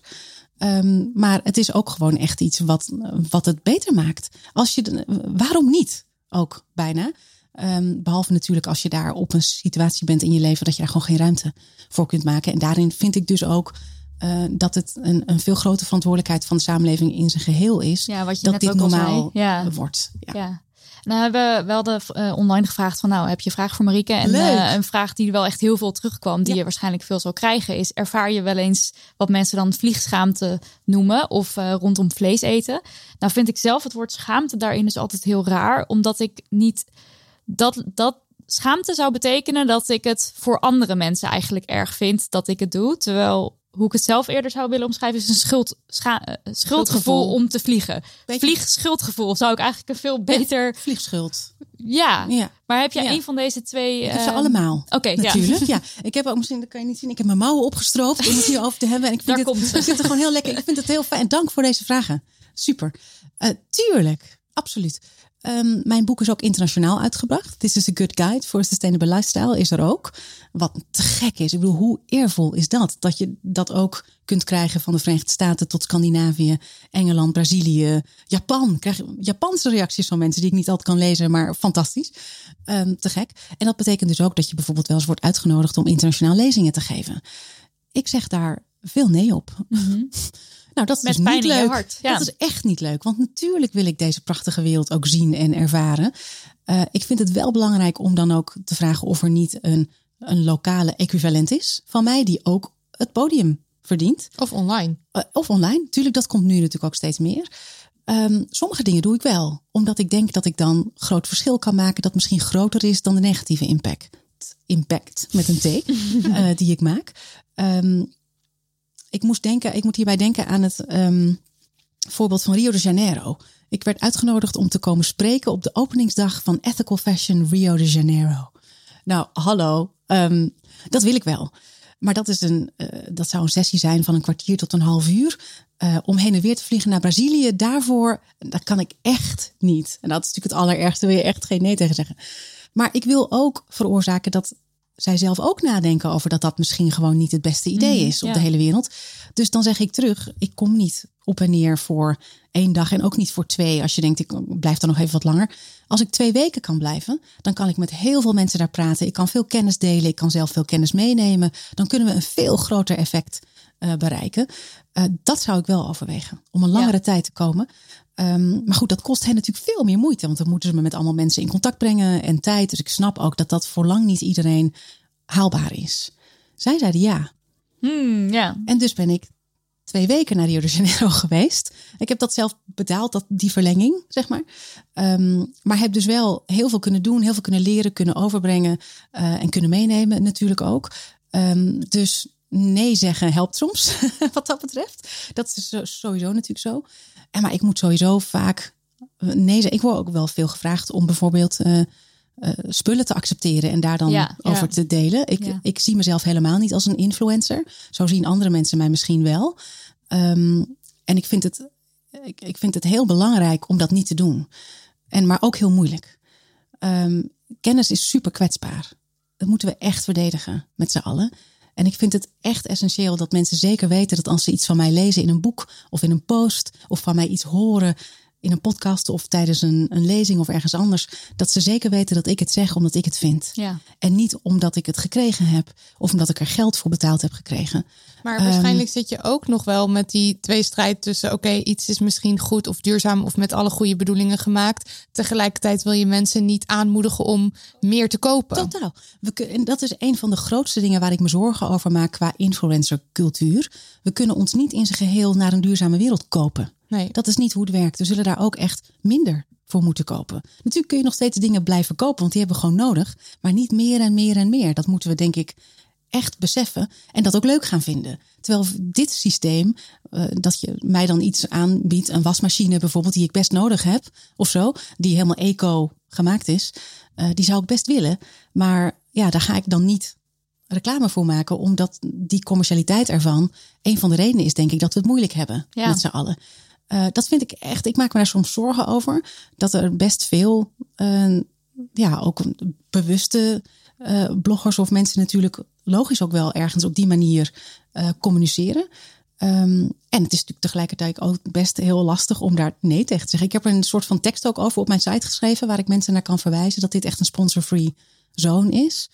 Um, maar het is ook gewoon echt iets wat, wat het beter maakt. Als je, waarom niet ook bijna? Um, behalve natuurlijk als je daar op een situatie bent in je leven dat je daar gewoon geen ruimte voor kunt maken. En daarin vind ik dus ook uh, dat het een, een veel grotere verantwoordelijkheid van de samenleving in zijn geheel is. Ja, wat je dat net dit ook al normaal zei. Ja. wordt. Ja. Ja. Nou, we hebben wel de, uh, online gevraagd van nou, heb je een vraag voor Marieke? En uh, een vraag die er wel echt heel veel terugkwam, die ja. je waarschijnlijk veel zal krijgen, is: ervaar je wel eens wat mensen dan vliegschaamte noemen of uh, rondom vlees eten? Nou vind ik zelf het woord schaamte daarin dus altijd heel raar, omdat ik niet dat dat schaamte zou betekenen dat ik het voor andere mensen eigenlijk erg vind dat ik het doe, terwijl hoe ik het zelf eerder zou willen omschrijven is een schuld, scha- uh, schuldgevoel, schuldgevoel om te vliegen. Beetje... Vliegschuldgevoel zou ik eigenlijk een veel beter... Ja, vliegschuld. Ja. ja, maar heb jij ja. een van deze twee... Ik heb ze uh... allemaal. Oké, okay, natuurlijk. Ja. ja, ik heb ook misschien, dat kan je niet zien, ik heb mijn mouwen opgestroopt om het hierover te hebben. En ik vind Daar dit, komt het zit er gewoon heel lekker. Ik vind het heel fijn. En dank voor deze vragen. Super. Uh, tuurlijk, absoluut. Um, mijn boek is ook internationaal uitgebracht. This is a good guide for a sustainable lifestyle is er ook. Wat te gek is. Ik bedoel, hoe eervol is dat? Dat je dat ook kunt krijgen van de Verenigde Staten tot Scandinavië, Engeland, Brazilië, Japan. Ik krijg Japanse reacties van mensen die ik niet altijd kan lezen, maar fantastisch. Um, te gek. En dat betekent dus ook dat je bijvoorbeeld wel eens wordt uitgenodigd om internationaal lezingen te geven. Ik zeg daar veel nee op. Mm-hmm. Nou, dat is Met dus pijn niet in je leuk. hart. Ja. Dat is echt niet leuk. Want natuurlijk wil ik deze prachtige wereld ook zien en ervaren. Uh, ik vind het wel belangrijk om dan ook te vragen of er niet een, een lokale equivalent is van mij die ook het podium verdient. Of online. Uh, of online. Tuurlijk, dat komt nu natuurlijk ook steeds meer. Um, sommige dingen doe ik wel. Omdat ik denk dat ik dan groot verschil kan maken dat misschien groter is dan de negatieve impact. Impact met een T uh, die ik maak. Um, Ik moest denken, ik moet hierbij denken aan het um, voorbeeld van Rio de Janeiro. Ik werd uitgenodigd om te komen spreken op de openingsdag van Ethical Fashion Rio de Janeiro. Nou, hallo, um, dat wil ik wel. Maar dat, is een, uh, dat zou een sessie zijn van een kwartier tot een half uur. Uh, om heen en weer te vliegen naar Brazilië. Daarvoor, dat kan ik echt niet. En dat is natuurlijk het allerergste, wil je echt geen nee tegen zeggen. Maar ik wil ook veroorzaken dat zij zelf ook nadenken over dat dat misschien gewoon niet het beste idee is mm, op ja. de hele wereld. Dus dan zeg ik terug, ik kom niet op en neer voor één dag en ook niet voor twee. Als je denkt, ik blijf dan nog even wat langer. Als ik twee weken kan blijven, dan kan ik met heel veel mensen daar praten. Ik kan veel kennis delen, ik kan zelf veel kennis meenemen. Dan kunnen we een veel groter effect uh, bereiken. Uh, dat zou ik wel overwegen, om een langere ja. tijd te komen. Um, maar goed, dat kost hen natuurlijk veel meer moeite. Want dan moeten ze me met allemaal mensen in contact brengen en tijd. Dus ik snap ook dat dat voor lang niet iedereen haalbaar is. Zij zeiden ja. Hmm, yeah. En dus ben ik twee weken naar Rio de Janeiro geweest. Ik heb dat zelf betaald, dat, die verlenging, zeg maar. Um, maar heb dus wel heel veel kunnen doen, heel veel kunnen leren, kunnen overbrengen uh, en kunnen meenemen natuurlijk ook. Um, dus nee zeggen helpt soms, wat dat betreft. Dat is sowieso natuurlijk zo. En maar ik moet sowieso vaak nee zeggen. Ik word ook wel veel gevraagd om bijvoorbeeld uh, uh, spullen te accepteren en daar dan ja, over ja. te delen. Ik, ja. ik zie mezelf helemaal niet als een influencer. Zo zien andere mensen mij misschien wel. Um, en ik vind het, ik, ik vind het heel belangrijk om dat niet te doen. En maar ook heel moeilijk. Um, kennis is super kwetsbaar. Dat moeten we echt verdedigen met z'n allen. En ik vind het echt essentieel dat mensen zeker weten dat als ze iets van mij lezen in een boek of in een post of van mij iets horen, in een podcast of tijdens een, een lezing of ergens anders, dat ze zeker weten dat ik het zeg omdat ik het vind. Ja. En niet omdat ik het gekregen heb of omdat ik er geld voor betaald heb gekregen. Maar Um, waarschijnlijk zit je ook nog wel met die twee strijd tussen oké, okay, iets is misschien goed of duurzaam of met alle goede bedoelingen gemaakt. Tegelijkertijd wil je mensen niet aanmoedigen om meer te kopen. Totaal. We kun, en dat is een van de grootste dingen waar ik me zorgen over maak qua influencercultuur. We kunnen ons niet in zijn geheel naar een duurzame wereld kopen. Nee. Dat is niet hoe het werkt. We zullen daar ook echt minder voor moeten kopen. Natuurlijk kun je nog steeds dingen blijven kopen, want die hebben we gewoon nodig. Maar niet meer en meer en meer. Dat moeten we denk ik echt beseffen en dat ook leuk gaan vinden. Terwijl dit systeem, uh, dat je mij dan iets aanbiedt, een wasmachine bijvoorbeeld, die ik best nodig heb of zo, die helemaal eco gemaakt is, uh, die zou ik best willen. Maar ja, daar ga ik dan niet reclame voor maken, omdat die commercialiteit ervan een van de redenen is, denk ik, dat we het moeilijk hebben Ja. met z'n allen. Uh, dat vind ik echt, ik maak me daar soms zorgen over, dat er best veel, uh, ja, ook bewuste uh, bloggers of mensen natuurlijk logisch ook wel ergens op die manier uh, communiceren. Um, en het is natuurlijk tegelijkertijd ook best heel lastig om daar nee tegen te zeggen. Ik heb er een soort van tekst ook over op mijn site geschreven, waar ik mensen naar kan verwijzen dat dit echt een sponsor-free zone is.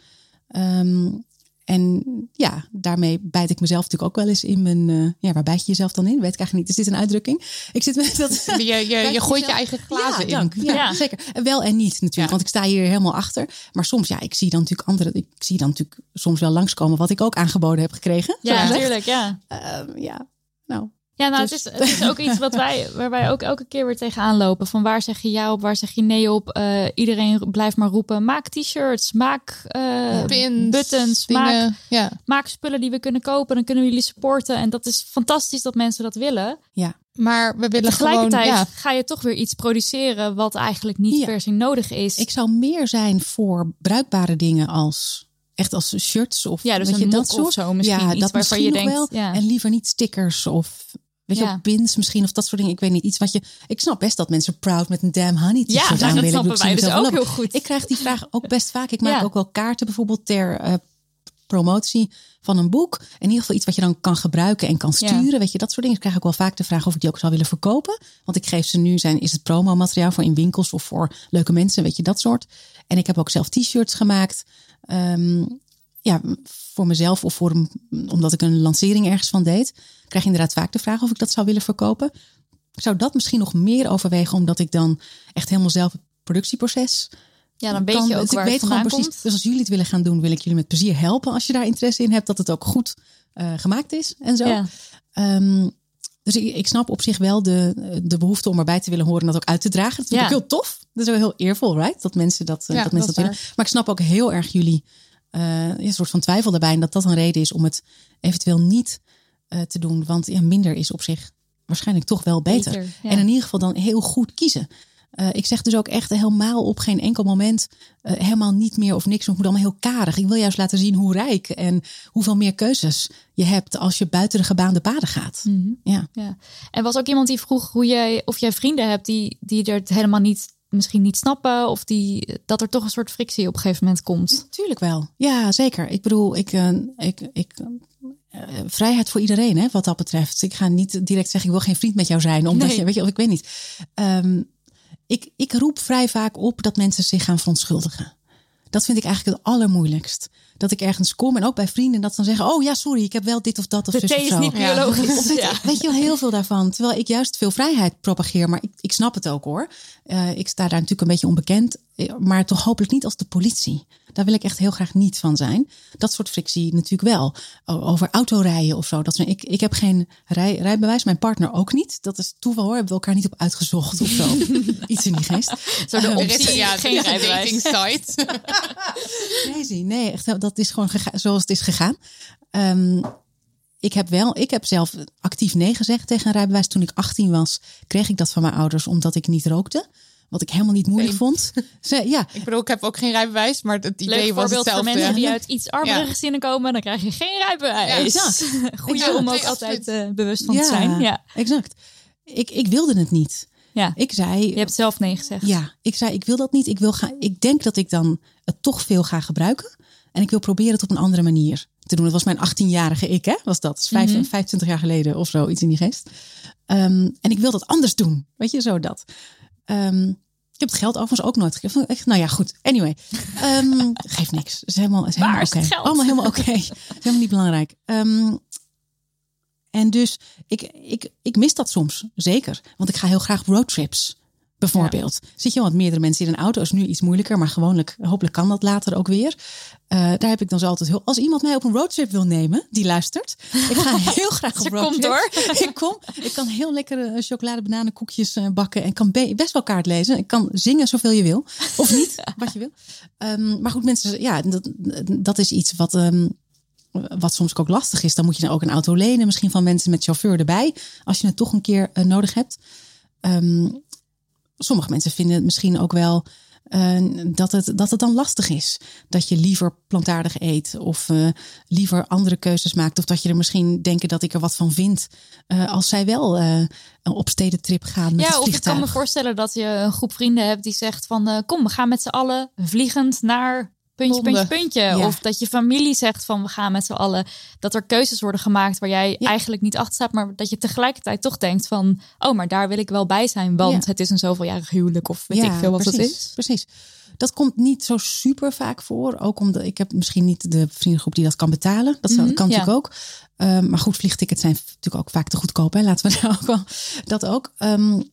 Um, En ja, daarmee bijt ik mezelf natuurlijk ook wel eens in mijn... Uh, ja, waar bijt je jezelf dan in? Weet ik eigenlijk niet. Is dit een uitdrukking? Ik zit met dat. Je, je, je gooit je eigen glazen ja, dank. in. Ja, Ja. zeker. Wel en niet natuurlijk, Ja. want ik sta hier helemaal achter. Maar soms, ja, ik zie dan natuurlijk andere... Ik zie dan natuurlijk soms wel langskomen wat ik ook aangeboden heb gekregen. Ja, Ja. natuurlijk, ja. Uh, ja, nou... Ja, nou, Dus- het, is, het is ook iets wat wij, waar wij ook elke keer weer tegenaan lopen. Van waar zeg je ja op, waar zeg je nee op? Uh, iedereen blijft maar roepen, maak t-shirts, maak uh, Pins, buttons, dingen, maak, ja. maak spullen die we kunnen kopen. Dan kunnen we jullie supporten. En dat is fantastisch dat mensen dat willen. Ja, Maar we willen gewoon... Tegelijkertijd Ja, ga je toch weer iets produceren wat eigenlijk niet Ja. per se nodig is. ik zou meer zijn voor bruikbare dingen als... Echt als shirts of Ja, dus weet een je, dat mok of soort. zo misschien, Ja, iets dat waarvan misschien je nog denkt, wel. ja. En liever niet stickers of weet je, Ja. wel, pins misschien of dat soort dingen. Ik weet niet, iets wat je... Ik snap best dat mensen proud met een damn honey t-shirt Ja, aan dat willen. snappen Ik wij zie dus mezelf ook wel heel goed. Ik krijg die vraag ook best vaak. Ik maak Ja. ook wel kaarten bijvoorbeeld ter uh, promotie van een boek. In ieder geval iets wat je dan kan gebruiken en kan sturen. Ja. Weet je, dat soort dingen. Ik krijg ook wel vaak de vraag of ik die ook zou willen verkopen. Want ik geef ze nu, zijn, is het promomateriaal voor in winkels of voor leuke mensen, weet je, dat soort. En ik heb ook zelf t-shirts gemaakt. Um, ja, voor mezelf of voor een, omdat ik een lancering ergens van deed, krijg je inderdaad vaak de vraag of ik dat zou willen verkopen. Ik zou dat misschien nog meer overwegen, omdat ik dan echt helemaal zelf het productieproces ja, dan weet kan. je ook Dus waar ik het weet gewoon vandaan precies. komt. Dus als jullie het willen gaan doen, wil ik jullie met plezier helpen. Als je daar interesse in hebt, dat het ook goed uh, gemaakt is en zo. Ja. Um, dus ik, ik snap op zich wel de, de behoefte om erbij te willen horen en dat ook uit te dragen. Dat vind Ja. ik heel tof. Dat is ook heel eervol, right? Dat mensen dat, uh, Ja, dat, mensen dat dat is willen. Maar ik snap ook heel erg jullie uh, een soort van twijfel daarbij. En dat dat een reden is om het eventueel niet uh, te doen. Want ja, minder is op zich waarschijnlijk toch wel beter. Beter, ja. En in ieder geval dan heel goed kiezen. Uh, ik zeg dus ook echt helemaal op geen enkel moment uh, helemaal niet meer of niks. Het moet allemaal heel karig. Ik wil juist laten zien hoe rijk en hoeveel meer keuzes je hebt als je buiten de gebaande paden gaat. Mm-hmm. Ja. Ja. En was ook iemand die vroeg hoe jij, of jij vrienden hebt die, die er het helemaal niet, misschien niet snappen. Of die, dat er toch een soort frictie op een gegeven moment komt. Tuurlijk wel. Ja, zeker. Ik bedoel, ik, uh, ik, ik uh, vrijheid voor iedereen, hè, wat dat betreft. Ik ga niet direct zeggen, ik wil geen vriend met jou zijn. Omdat Nee. je, weet je, of ik weet niet. Um, ik, ik roep vrij vaak op dat mensen zich gaan verontschuldigen. Dat vind ik eigenlijk het allermoeilijkst. Dat ik ergens kom en ook bij vrienden dat dan zeggen, oh ja, sorry, ik heb wel dit of dat of De zus thee of is zo. niet biologisch. Of weet, Ja. weet je wel, heel veel daarvan. Terwijl ik juist veel vrijheid propageer. Maar ik, ik snap het ook hoor. Uh, ik sta daar natuurlijk een beetje onbekend. Maar toch hopelijk niet als de politie. Daar wil ik echt heel graag niet van zijn. Dat soort frictie natuurlijk wel. Over autorijden of zo. Dat, ik, ik heb geen rij, rijbewijs. Mijn partner ook niet. Dat is toeval hoor. Hebben we elkaar niet op uitgezocht of zo. Iets in die geest. Zo de Um, optie, ja, geen geen rijbewijs. dating site. Crazy. Nee, echt, dat is gewoon gega- zoals het is gegaan. Um, ik heb wel, ik heb zelf actief nee gezegd tegen een rijbewijs. Toen ik achttien was, kreeg ik dat van mijn ouders omdat ik niet rookte. Wat ik helemaal niet moeilijk Nee. vond. Ze, ja, Ik bedoel, ik heb ook geen rijbewijs, maar het idee Leuk was voorbeeld voor hetzelfde. mensen die uit iets armere Ja. gezinnen komen. Dan krijg je geen rijbewijs. Ja, exact. Goeie Exact. om ook Nee, altijd absoluut. uh, bewust van te zijn. Ja. exact. Ik, ik wilde het niet. Ja. Ik zei, Je hebt zelf nee gezegd. ja, ik zei, ik wil dat niet. Ik, wil gaan, ik denk dat ik dan het toch veel ga gebruiken. En ik wil proberen het op een andere manier te doen. Dat was mijn achttienjarige ik, hè? Was dat? Dus vijf, Mm-hmm. vijfentwintig jaar geleden of zo, iets in die geest. Um, en ik wil dat anders doen. Weet je, zo dat. Um, ik heb het geld overigens ook nooit gegeven. Echt, nou ja, goed. Anyway. Um, geeft niks. Het is helemaal, is helemaal oké. Okay. Allemaal helemaal oké. Okay. Is helemaal niet belangrijk. Um, en dus, ik, ik, ik mis dat soms. Zeker. Want ik ga heel graag roadtrips. Bijvoorbeeld. Ja. Zit je wel met meerdere mensen in een auto, is nu iets moeilijker, maar gewoonlijk, hopelijk kan dat later ook weer. Uh, daar heb ik dan zo altijd heel. Als iemand mij op een roadtrip wil nemen, die luistert. Ik ga heel graag op roadtrip. Komt door. ik kom. Ik kan heel lekkere chocolade bananenkoekjes bakken en kan best wel kaart lezen. Ik kan zingen zoveel je wil. Of niet, wat je wil. Um, maar goed, mensen, ja, dat, dat is iets wat. Um, Wat soms ook lastig is. Dan moet je dan ook een auto lenen. Misschien van mensen met chauffeur erbij. Als je het toch een keer uh, nodig hebt. Um, sommige mensen vinden het misschien ook wel uh, dat, het, dat het dan lastig is. Dat je liever plantaardig eet. Of uh, liever andere keuzes maakt. Of dat je er misschien denken dat ik er wat van vind. Uh, als zij wel uh, een opstedentrip gaan met ja, het vliegtuig. Of ik kan me voorstellen dat je een groep vrienden hebt die zegt van... Uh, kom, we gaan met z'n allen vliegend naar... Puntje, puntje, puntje. Ja. Of dat je familie zegt van we gaan met z'n allen. Dat er keuzes worden gemaakt waar jij ja. eigenlijk niet achter staat. Maar dat je tegelijkertijd toch denkt van... oh, maar daar wil ik wel bij zijn. Want ja. het is een zoveeljarig huwelijk of weet ja, ik veel wat precies, het is. Precies. Dat komt niet zo super vaak voor. Ook omdat ik heb misschien niet de vriendengroep die dat kan betalen. Dat mm-hmm, kan ja. natuurlijk ook. Um, maar goed, vliegtickets zijn natuurlijk ook vaak te goedkoop. Hè? Laten we daar ook wel dat ook... Um,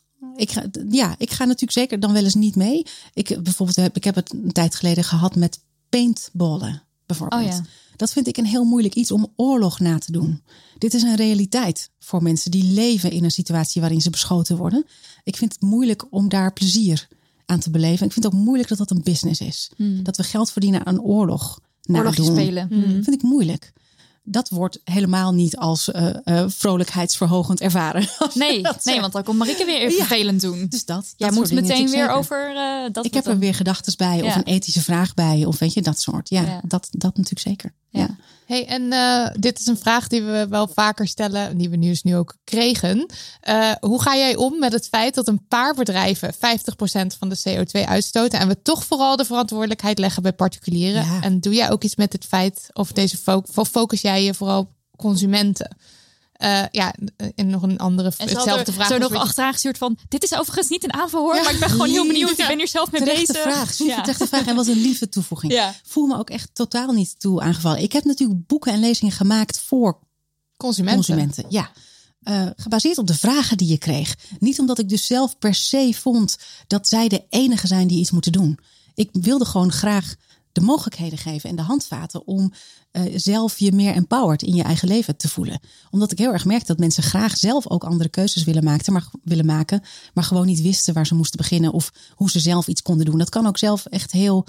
Ik ga, ja, ik ga natuurlijk zeker dan wel eens niet mee. Ik, bijvoorbeeld, ik heb het een tijd geleden gehad met paintballen. Bijvoorbeeld. Oh ja. Dat vind ik een heel moeilijk iets om oorlog na te doen. Dit is een realiteit voor mensen die leven in een situatie waarin ze beschoten worden. Ik vind het moeilijk om daar plezier aan te beleven. Ik vind het ook moeilijk dat dat een business is. Hmm. Dat we geld verdienen aan oorlog Oorlogje nadoen. spelen. Hmm. vind ik moeilijk. Dat wordt helemaal niet als uh, uh, vrolijkheidsverhogend ervaren. Nee, nee, want dan komt Marieke weer even ja, vervelend doen. Dus dat. Jij dat moet meteen weer zeker. over uh, dat. Ik heb er dan... weer gedachtes bij ja. of een ethische vraag bij. Of weet je, dat soort. Ja, ja. Dat, dat natuurlijk zeker. Ja. Ja. Hey, en uh, dit is een vraag die we wel vaker stellen. Die we nu dus nu ook kregen. Uh, hoe ga jij om met het feit dat een paar bedrijven vijftig procent van de C O twee uitstoten. En we toch vooral de verantwoordelijkheid leggen bij particulieren. Ja. En doe jij ook iets met het feit of deze focus, focus jij je vooral op consumenten? Uh, ja, en nog een andere en hetzelfde vraag. Zo nog achteraan gestuurd van, dit is overigens niet een aanval hoor, ja, maar ik ben gewoon heel benieuwd. Ja. Ik ben hier zelf mee terechte bezig. Vraag, super ja. terechte vraag. En wat een lieve toevoeging. Ja. Voel me ook echt totaal niet toe aangevallen. Ik heb natuurlijk boeken en lezingen gemaakt voor consumenten. consumenten ja. Uh, gebaseerd op de vragen die je kreeg. Niet omdat ik dus zelf per se vond dat zij de enige zijn die iets moeten doen. Ik wilde gewoon graag de mogelijkheden geven en de handvaten om uh, zelf je meer empowered in je eigen leven te voelen. Omdat ik heel erg merkte dat mensen graag zelf ook andere keuzes willen maken, maar, willen maken, maar gewoon niet wisten waar ze moesten beginnen of hoe ze zelf iets konden doen. Dat kan ook zelf echt heel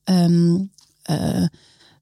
um, uh, uh,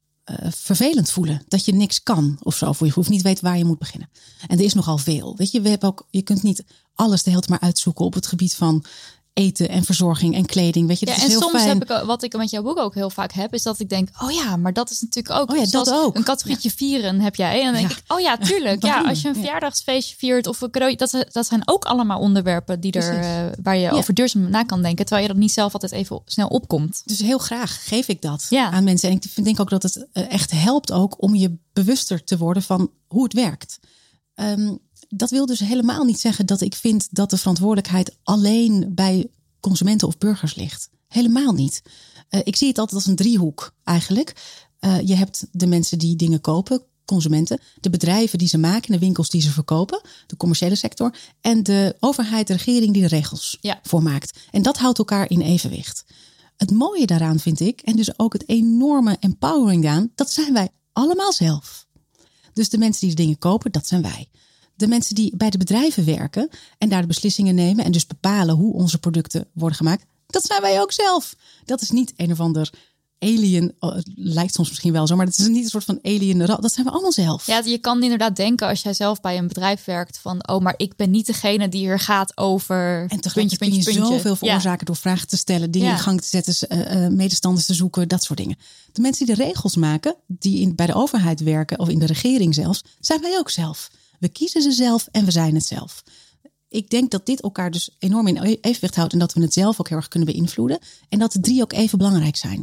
vervelend voelen. Dat je niks kan of zo. Of je hoeft niet weten waar je moet beginnen. En er is nogal veel. Weet je, we hebben ook, je kunt niet alles de hele tijd maar uitzoeken op het gebied van eten en verzorging en kleding. Weet je, dat ja, is en heel soms fijn. heb ik, wat ik met jouw boek ook heel vaak heb, is dat ik denk, oh ja, maar dat is natuurlijk ook. Oh ja, dat ook. Een categorietje ja. vieren heb jij. En dan denk ja. ik, oh ja, tuurlijk. Ja, als je een verjaardagsfeestje viert of een cadeau, dat, dat zijn ook allemaal onderwerpen die er, uh, waar je ja. over duurzaam na kan denken, terwijl je dat niet zelf altijd even snel opkomt. Dus heel graag geef ik dat ja. aan mensen. En ik vind, denk ook dat het echt helpt ook om je bewuster te worden van hoe het werkt. Um, dat wil dus helemaal niet zeggen dat ik vind dat de verantwoordelijkheid alleen bij consumenten of burgers ligt. Helemaal niet. Uh, ik zie het altijd als een driehoek eigenlijk. Uh, je hebt de mensen die dingen kopen, consumenten. De bedrijven die ze maken, de winkels die ze verkopen. De commerciële sector. En de overheid, de regering die de regels ja. voor maakt. En dat houdt elkaar in evenwicht. Het mooie daaraan vind ik, en dus ook het enorme empowering aan, dat zijn wij allemaal zelf. Dus de mensen die de dingen kopen, dat zijn wij. De mensen die bij de bedrijven werken en daar de beslissingen nemen en dus bepalen hoe onze producten worden gemaakt, dat zijn wij ook zelf. Dat is niet een of ander alien, oh, het lijkt soms misschien wel zo, maar het is niet een soort van alien, dat zijn we allemaal zelf. Ja, je kan inderdaad denken als jij zelf bij een bedrijf werkt van, oh, maar ik ben niet degene die hier gaat over en tegelijkertijd kun je puntje, zoveel veroorzaken ja. door vragen te stellen, dingen ja. in gang te zetten, uh, uh, medestanders te zoeken, dat soort dingen. De mensen die de regels maken, die in, bij de overheid werken of in de regering zelfs, zijn wij ook zelf. We kiezen ze zelf en we zijn het zelf. Ik denk dat dit elkaar dus enorm in evenwicht houdt en dat we het zelf ook heel erg kunnen beïnvloeden. En dat de drie ook even belangrijk zijn.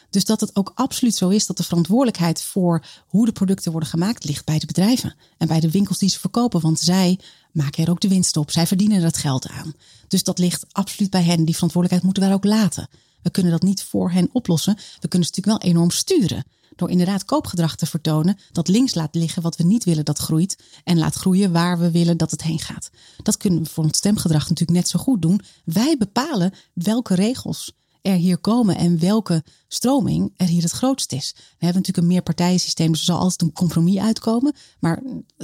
Dus dat het ook absoluut zo is dat de verantwoordelijkheid voor hoe de producten worden gemaakt ligt bij de bedrijven. En bij de winkels die ze verkopen. Want zij maken er ook de winst op. Zij verdienen er het geld aan. Dus dat ligt absoluut bij hen. Die verantwoordelijkheid moeten wij ook laten. We kunnen dat niet voor hen oplossen. We kunnen ze natuurlijk wel enorm sturen. Door inderdaad koopgedrag te vertonen dat links laat liggen wat we niet willen dat groeit. En laat groeien waar we willen dat het heen gaat. Dat kunnen we voor ons stemgedrag natuurlijk net zo goed doen. Wij bepalen welke regels er hier komen en welke stroming er hier het grootst is. We hebben natuurlijk een meerpartijensysteem, dus er zal altijd een compromis uitkomen. Maar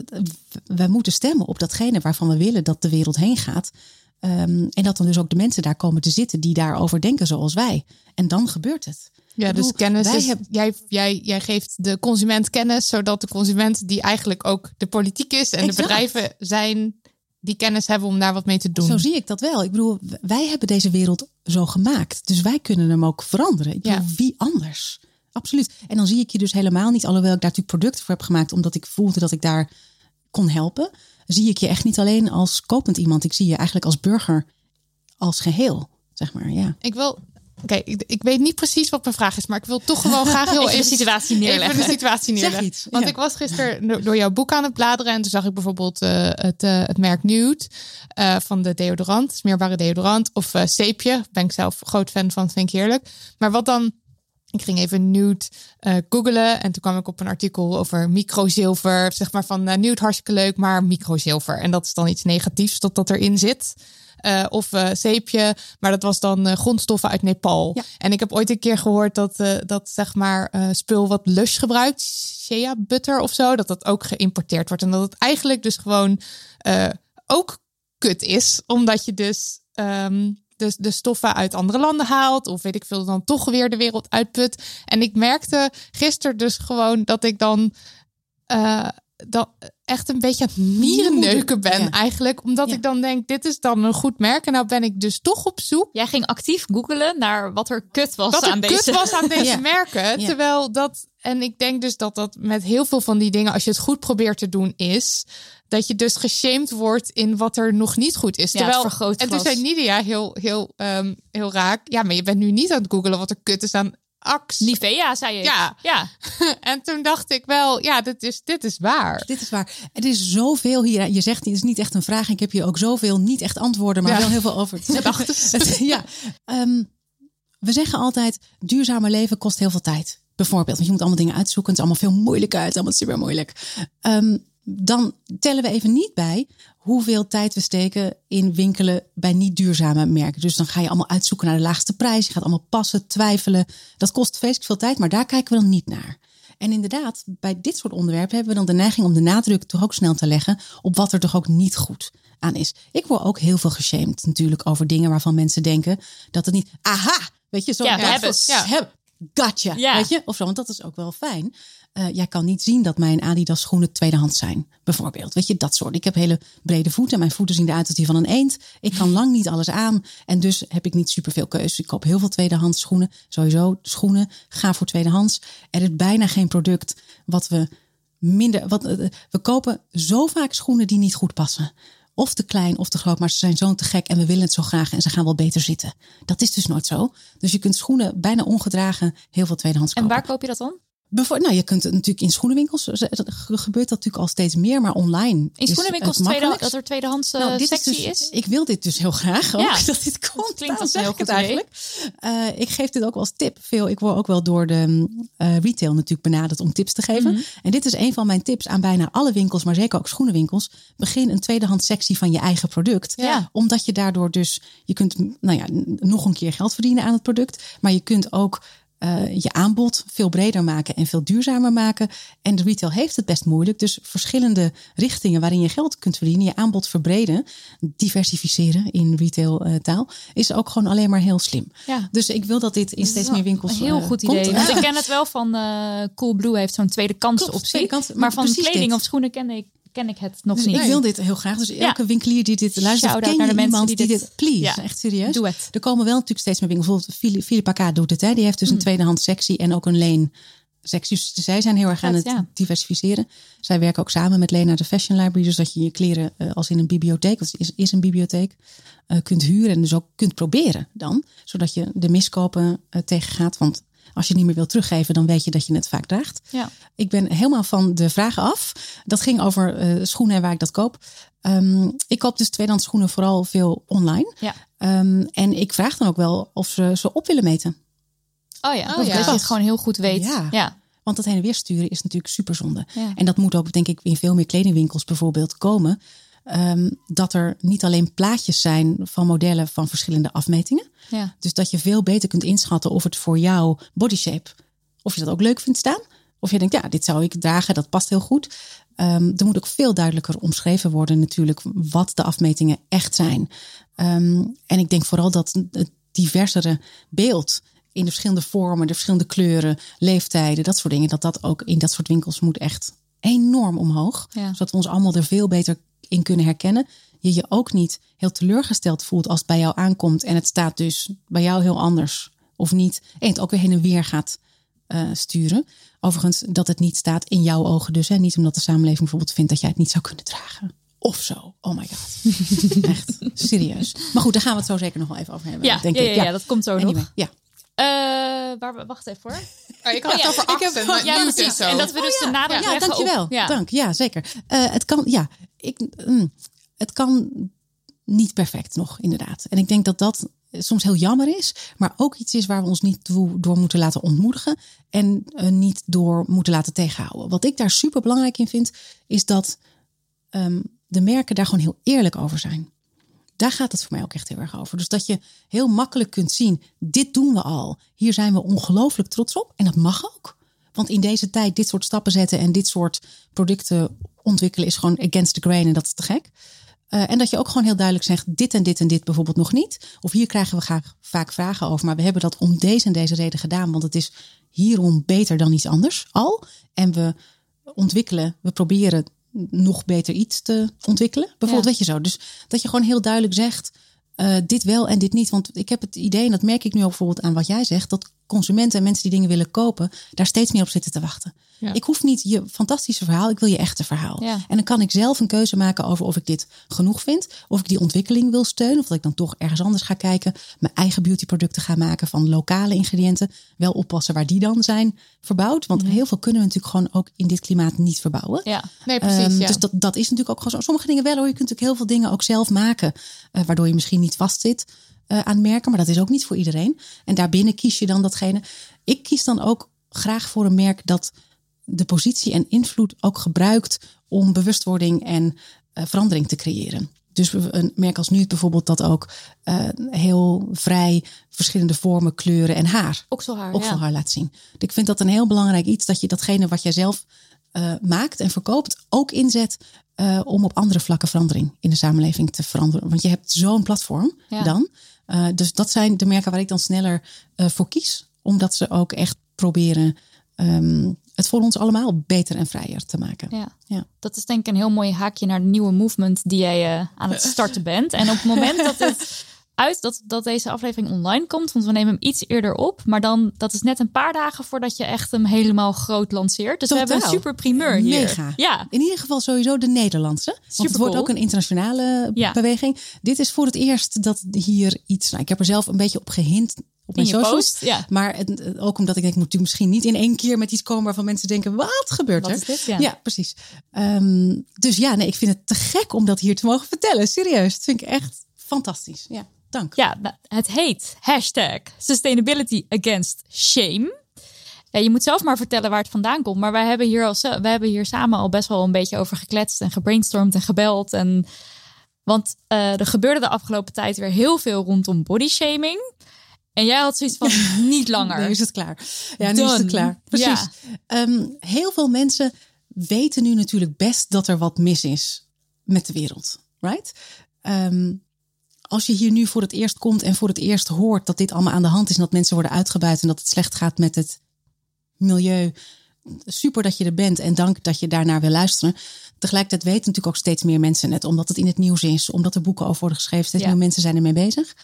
wij moeten stemmen op datgene waarvan we willen dat de wereld heen gaat. Um, en dat dan dus ook de mensen daar komen te zitten die daarover denken zoals wij. En dan gebeurt het. Ja, bedoel, dus kennis is, hebben... jij, jij, jij geeft de consument kennis, zodat de consument die eigenlijk ook de politiek is en exact. De bedrijven zijn die kennis hebben om daar wat mee te doen. Zo zie ik dat wel. Ik bedoel, wij hebben deze wereld zo gemaakt. Dus wij kunnen hem ook veranderen. Ik bedoel, ja. Wie anders? Absoluut. En dan zie ik je dus helemaal niet, alhoewel ik daar natuurlijk producten voor heb gemaakt, omdat ik voelde dat ik daar kon helpen, zie ik je echt niet alleen als kopend iemand. Ik zie je eigenlijk als burger als geheel, zeg maar. Ja. Ik wil... Oké, okay, ik, ik weet niet precies wat mijn vraag is, maar ik wil toch gewoon graag heel even, even de situatie neerleggen. Even de situatie neerleggen. Zeg iets, Want ja. ik was gisteren door jouw boek aan het bladeren en toen zag ik bijvoorbeeld uh, het, uh, het merk Nude uh, van de deodorant, smeerbare deodorant, of uh, Zeepje. Ben ik zelf groot fan van, vind ik heerlijk. Maar wat dan? Ik ging even Nude uh, googlen en toen kwam ik op een artikel over microzilver. Zeg maar van uh, Nude hartstikke leuk, maar microzilver. En dat is dan iets negatiefs dat dat erin zit. Uh, of uh, zeepje, maar dat was dan uh, grondstoffen uit Nepal. Ja. En ik heb ooit een keer gehoord dat, uh, dat zeg maar uh, spul wat Lush gebruikt, shea butter of zo, dat dat ook geïmporteerd wordt. En dat het eigenlijk dus gewoon uh, ook kut is, omdat je dus um, de, de stoffen uit andere landen haalt, of weet ik veel, dan toch weer de wereld uitput. En ik merkte gisteren dus gewoon dat ik dan Uh, dat echt een beetje aan het mierenneuken ben ja. eigenlijk. Omdat ja. ik dan denk, dit is dan een goed merk. En nou ben ik dus toch op zoek. Jij ging actief googelen naar wat er kut was wat aan er deze. kut was aan deze ja. merken. Ja. Terwijl dat, en ik denk dus dat dat met heel veel van die dingen, als je het goed probeert te doen, is dat je dus geshamed wordt in wat er nog niet goed is. Ja, Terwijl, en toen zei Nidia heel, heel, um, heel raak. Ja, maar je bent nu niet aan het googelen wat er kut is aan Axe. Nivea, zei je. Ja. ja. En toen dacht ik wel, ja, dit is, dit is waar. Dit is waar. Er is zoveel hier. Je zegt, het is niet echt een vraag. Ik heb hier ook zoveel niet echt antwoorden, maar ja. wel heel veel over te zeggen. ja. Um, we zeggen altijd, duurzamer leven kost heel veel tijd. Bijvoorbeeld, want je moet allemaal dingen uitzoeken. Het is allemaal veel moeilijker. Het is allemaal super moeilijk. Um, dan tellen we even niet bij hoeveel tijd we steken in winkelen bij niet duurzame merken. Dus dan ga je allemaal uitzoeken naar de laagste prijs. Je gaat allemaal passen, twijfelen. Dat kost vreselijk veel tijd, maar daar kijken we dan niet naar. En inderdaad, bij dit soort onderwerpen hebben we dan de neiging om de nadruk toch ook snel te leggen op wat er toch ook niet goed aan is. Ik word ook heel veel geshamed natuurlijk over dingen waarvan mensen denken dat het niet... Aha! Weet je, zo... Ja, we hebben ja. Heb, gotcha! Ja. Weet je? Of zo, want dat is ook wel fijn. Uh, jij kan niet zien dat mijn Adidas schoenen tweedehands zijn. Bijvoorbeeld. Weet je, dat soort. Ik heb hele brede voeten. Mijn voeten zien eruit als die van een eend. Ik kan lang niet alles aan. En dus heb ik niet superveel keuze. Ik koop heel veel tweedehands schoenen. Sowieso schoenen. Ga voor tweedehands. Er is bijna geen product wat we minder... Wat, uh, we kopen zo vaak schoenen die niet goed passen. Of te klein of te groot, maar ze zijn zo te gek en we willen het zo graag en ze gaan wel beter zitten. Dat is dus nooit zo. Dus je kunt schoenen bijna ongedragen heel veel tweedehands kopen. En waar koop je dat dan? Bevo- nou, je kunt het natuurlijk in schoenenwinkels, gebeurt dat natuurlijk al steeds meer, maar online. In schoenenwinkels tweede, dat er tweedehands uh, nou, dit sectie is, dus, is? Ik wil dit dus heel graag ook, ja. dat dit komt. Klinkt als een heel goed eigenlijk. Uh, ik geef dit ook wel als tip. Veel, ik word ook wel door de uh, retail natuurlijk benaderd om tips te geven. Mm-hmm. En dit is een van mijn tips aan bijna alle winkels, maar zeker ook schoenenwinkels. Begin een tweedehands sectie van je eigen product. Ja. Omdat je daardoor dus, je kunt nou ja, nog een keer geld verdienen aan het product, maar je kunt ook Uh, je aanbod veel breder maken en veel duurzamer maken. En de retail heeft het best moeilijk. Dus verschillende richtingen waarin je geld kunt verdienen. Je aanbod verbreden, diversificeren in retail uh, taal. Is ook gewoon alleen maar heel slim. Ja. Dus ik wil dat dit in steeds meer winkels een heel uh, goed komt. idee. Want ik ken het wel van uh, Coolblue heeft zo'n tweede kans Klopt, optie. Tweede kans, maar, maar van kleding dit. of schoenen ken ik ken ik het nog dus niet. Ik wil dit heel graag. Dus elke ja. winkelier die dit luistert, Shout-out ken naar je de iemand die die dit, dit... Please, ja. echt serieus. Doe het. Er komen wel natuurlijk steeds meer winkels. Bijvoorbeeld Philippe Packard doet het. Hè. Die heeft dus mm. een tweedehands sectie en ook een leen sectie. Dus zij zijn heel erg aan het ja. diversificeren. Zij werken ook samen met Lena de Fashion Library. Dus dat je je kleren uh, als in een bibliotheek, of is, is een bibliotheek, uh, kunt huren. En dus ook kunt proberen dan. Zodat je de miskopen uh, tegengaat. Want als je het niet meer wilt teruggeven, dan weet je dat je het vaak draagt. Ja. Ik ben helemaal van de vragen af. Dat ging over uh, schoenen en waar ik dat koop. Um, ik koop dus tweedehands schoenen vooral veel online. Ja. Um, en ik vraag dan ook wel of ze ze op willen meten. Oh ja, Oh dat ja. je het gewoon heel goed weet. Ja. Ja. Want dat heen en weer sturen is natuurlijk superzonde. Ja. En dat moet ook, denk ik, in veel meer kledingwinkels bijvoorbeeld komen. Um, dat er niet alleen plaatjes zijn van modellen van verschillende afmetingen. Ja. Dus dat je veel beter kunt inschatten of het voor jouw body shape, of je dat ook leuk vindt staan. Of je denkt, ja, dit zou ik dragen, dat past heel goed. Um, er moet ook veel duidelijker omschreven worden natuurlijk wat de afmetingen echt zijn. Um, en ik denk vooral dat het diversere beeld in de verschillende vormen, de verschillende kleuren, leeftijden, dat soort dingen, dat dat ook in dat soort winkels moet echt enorm omhoog. Ja. Zodat we ons allemaal er veel beter in kunnen herkennen. Je je ook niet heel teleurgesteld voelt als het bij jou aankomt en het staat dus bij jou heel anders of niet. En het ook weer heen en weer gaat uh, sturen. Overigens dat het niet staat in jouw ogen dus. Hè? Niet omdat de samenleving bijvoorbeeld vindt dat jij het niet zou kunnen dragen. Of zo. Oh my god. Echt serieus. Maar goed, daar gaan we het zo zeker nog wel even over hebben. Ja, denk ja, ik. ja, ja, dat komt zo Anyway, nog. ja. Uh, waar, wacht even hoor. Oh, ik had Oh, het ja, over ik heb- akten, maar Ja, nu precies. dus zo. En dat we dus Oh, ja. de nadruk Ja, leggen dankjewel. op... Ja. Dank, ja, zeker. Uh, het kan, ja, ik, mm, het kan niet perfect nog, inderdaad. En ik denk dat dat soms heel jammer is, maar ook iets is waar we ons niet toe, door moeten laten ontmoedigen en uh, niet door moeten laten tegenhouden. Wat ik daar super belangrijk in vind, is dat um, de merken daar gewoon heel eerlijk over zijn. Daar gaat het voor mij ook echt heel erg over. Dus dat je heel makkelijk kunt zien, dit doen we al. Hier zijn we ongelooflijk trots op. En dat mag ook. Want in deze tijd dit soort stappen zetten en dit soort producten ontwikkelen is gewoon against the grain en dat is te gek. Uh, en dat je ook gewoon heel duidelijk zegt, dit en dit en dit bijvoorbeeld nog niet. Of hier krijgen we graag, vaak vragen over. Maar we hebben dat om deze en deze reden gedaan. Want het is hierom beter dan iets anders al. En we ontwikkelen, we proberen nog beter iets te ontwikkelen. Bijvoorbeeld, Ja. weet je zo. Dus dat je gewoon heel duidelijk zegt, uh, dit wel en dit niet. Want ik heb het idee, en dat merk ik nu ook bijvoorbeeld aan wat jij zegt, dat consumenten en mensen die dingen willen kopen, daar steeds meer op zitten te wachten. Ja. Ik hoef niet je fantastische verhaal, ik wil je echte verhaal. Ja. En dan kan ik zelf een keuze maken over of ik dit genoeg vind, of ik die ontwikkeling wil steunen, of dat ik dan toch ergens anders ga kijken, mijn eigen beautyproducten ga maken van lokale ingrediënten. Wel oppassen waar die dan zijn verbouwd. Want heel veel kunnen we natuurlijk gewoon ook in dit klimaat niet verbouwen. Ja. Nee, precies. Um, ja. Dus dat, dat is natuurlijk ook gewoon zo. Sommige dingen wel hoor. Je kunt natuurlijk heel veel dingen ook zelf maken. Uh, waardoor je misschien niet vastzit uh, aan merken. Maar dat is ook niet voor iedereen. En daarbinnen kies je dan datgene. Ik kies dan ook graag voor een merk dat de positie en invloed ook gebruikt om bewustwording en uh, verandering te creëren. Dus een merk als Nude bijvoorbeeld dat ook uh, heel vrij verschillende vormen, kleuren en haar. Okselhaar, Okselhaar ja. laat zien. Ik vind dat een heel belangrijk iets, dat je datgene wat jij zelf uh, maakt en verkoopt ook inzet uh, om op andere vlakken verandering in de samenleving te veranderen. Want je hebt zo'n platform Ja. dan. Uh, dus dat zijn de merken waar ik dan sneller uh, voor kies. Omdat ze ook echt proberen um, het voor ons allemaal beter en vrijer te maken. Ja. Ja. Dat is denk ik een heel mooi haakje naar de nieuwe movement die jij uh, aan het starten bent. En op het moment dat het uit dat, dat deze aflevering online komt, want we nemen hem iets eerder op, maar dan dat is net een paar dagen voordat je echt hem helemaal groot lanceert. Dus Totaal. we hebben een super primeur hier. Mega. Ja. In ieder geval sowieso de Nederlandse. Want het Supercool. wordt ook een internationale Ja. beweging. Dit is voor het eerst dat hier iets... Nou, ik heb er zelf een beetje op gehint op In mijn je socials. post, ja. Maar het, ook omdat ik denk, ik moet natuurlijk misschien niet in één keer met iets komen waarvan mensen denken, wat gebeurt Wat er? is dit? Ja. Ja, precies. Um, dus ja, nee, ik vind het te gek om dat hier te mogen vertellen. Serieus, dat vind ik echt fantastisch. Ja, dank. Ja, nou, het heet hashtag Sustainability Against Shame. Ja, je moet zelf maar vertellen waar het vandaan komt. Maar wij hebben hier, al, wij hebben hier samen al best wel een beetje over gekletst en gebrainstormd en gebeld. En, want uh, er gebeurde de afgelopen tijd weer heel veel rondom bodyshaming. En jij had zoiets van niet langer. Nu is het klaar. Ja, nu is Done. het klaar. Precies. Ja. Um, heel veel mensen weten nu natuurlijk best dat er wat mis is met de wereld. Right? Um, als je hier nu voor het eerst komt en voor het eerst hoort dat dit allemaal aan de hand is en dat mensen worden uitgebuit en dat het slecht gaat met het milieu. Super dat je er bent en dank dat je daarnaar wil luisteren. Tegelijkertijd weten natuurlijk ook steeds meer mensen het, omdat het in het nieuws is, omdat er boeken over worden geschreven. Steeds Ja. meer mensen zijn ermee bezig.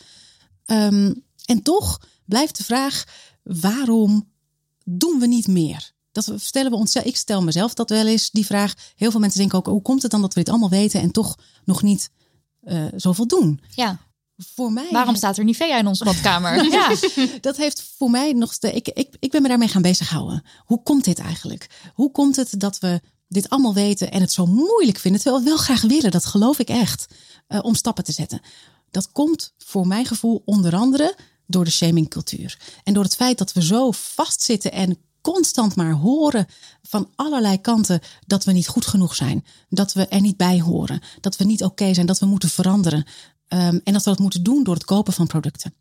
Um, en toch blijft de vraag, waarom doen we niet meer? Dat stellen we ons, ik stel mezelf dat wel eens, die vraag. Heel veel mensen denken ook, hoe komt het dan dat we dit allemaal weten en toch nog niet uh, zoveel doen? Ja. voor mij... Waarom staat er Nivea in onze badkamer? Ja. Dat heeft voor mij nog... De, ik, ik, ik ben me daarmee gaan bezighouden. Hoe komt dit eigenlijk? Hoe komt het dat we dit allemaal weten en het zo moeilijk vinden, terwijl we wel graag willen, dat geloof ik echt, uh, om stappen te zetten. Dat komt voor mijn gevoel onder andere door de shamingcultuur. En door het feit dat we zo vastzitten en constant maar horen van allerlei kanten dat we niet goed genoeg zijn. Dat we er niet bij horen. Dat we niet oké zijn. Dat we moeten veranderen. Um, en dat we dat moeten doen door het kopen van producten.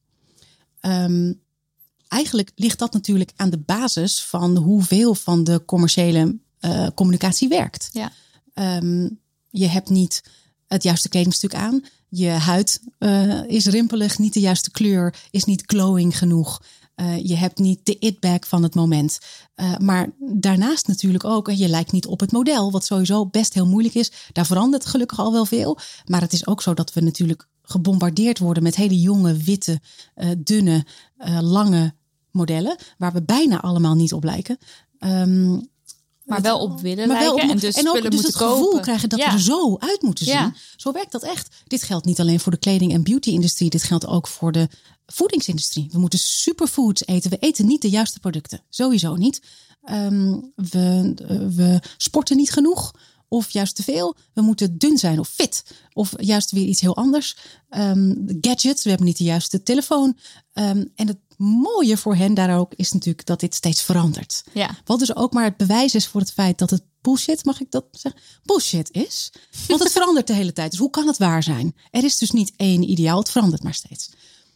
Um, eigenlijk ligt dat natuurlijk aan de basis van hoeveel van de commerciële uh, communicatie werkt. Ja. Um, je hebt niet het juiste kledingstuk aan. Je huid uh, is rimpelig, niet de juiste kleur, is niet glowing genoeg. Uh, je hebt niet de it-bag van het moment. Uh, maar daarnaast natuurlijk ook, je lijkt niet op het model, wat sowieso best heel moeilijk is. Daar verandert gelukkig al wel veel. Maar het is ook zo dat we natuurlijk gebombardeerd worden met hele jonge, witte, uh, dunne, uh, lange modellen, waar we bijna allemaal niet op lijken. Um, Maar wel op willen maar wel lijken op, en dus en ook spullen dus moeten het gevoel kopen. krijgen dat ja. we er zo uit moeten zien. Ja. Zo werkt dat echt. Dit geldt niet alleen voor de kleding- en beauty-industrie. Dit geldt ook voor de voedingsindustrie. We moeten superfoods eten. We eten niet de juiste producten. Sowieso niet. Um, we, uh, we sporten niet genoeg. Of juist te veel. We moeten dun zijn of fit. Of juist weer iets heel anders. Um, gadgets. We hebben niet de juiste telefoon. Um, en het mooie voor hen daar ook is natuurlijk dat dit steeds verandert. Ja. Wat dus ook maar het bewijs is voor het feit dat het bullshit, mag ik dat zeggen? Bullshit is. Want het verandert de hele tijd. Dus hoe kan het waar zijn? Er is dus niet één ideaal. Het verandert maar steeds.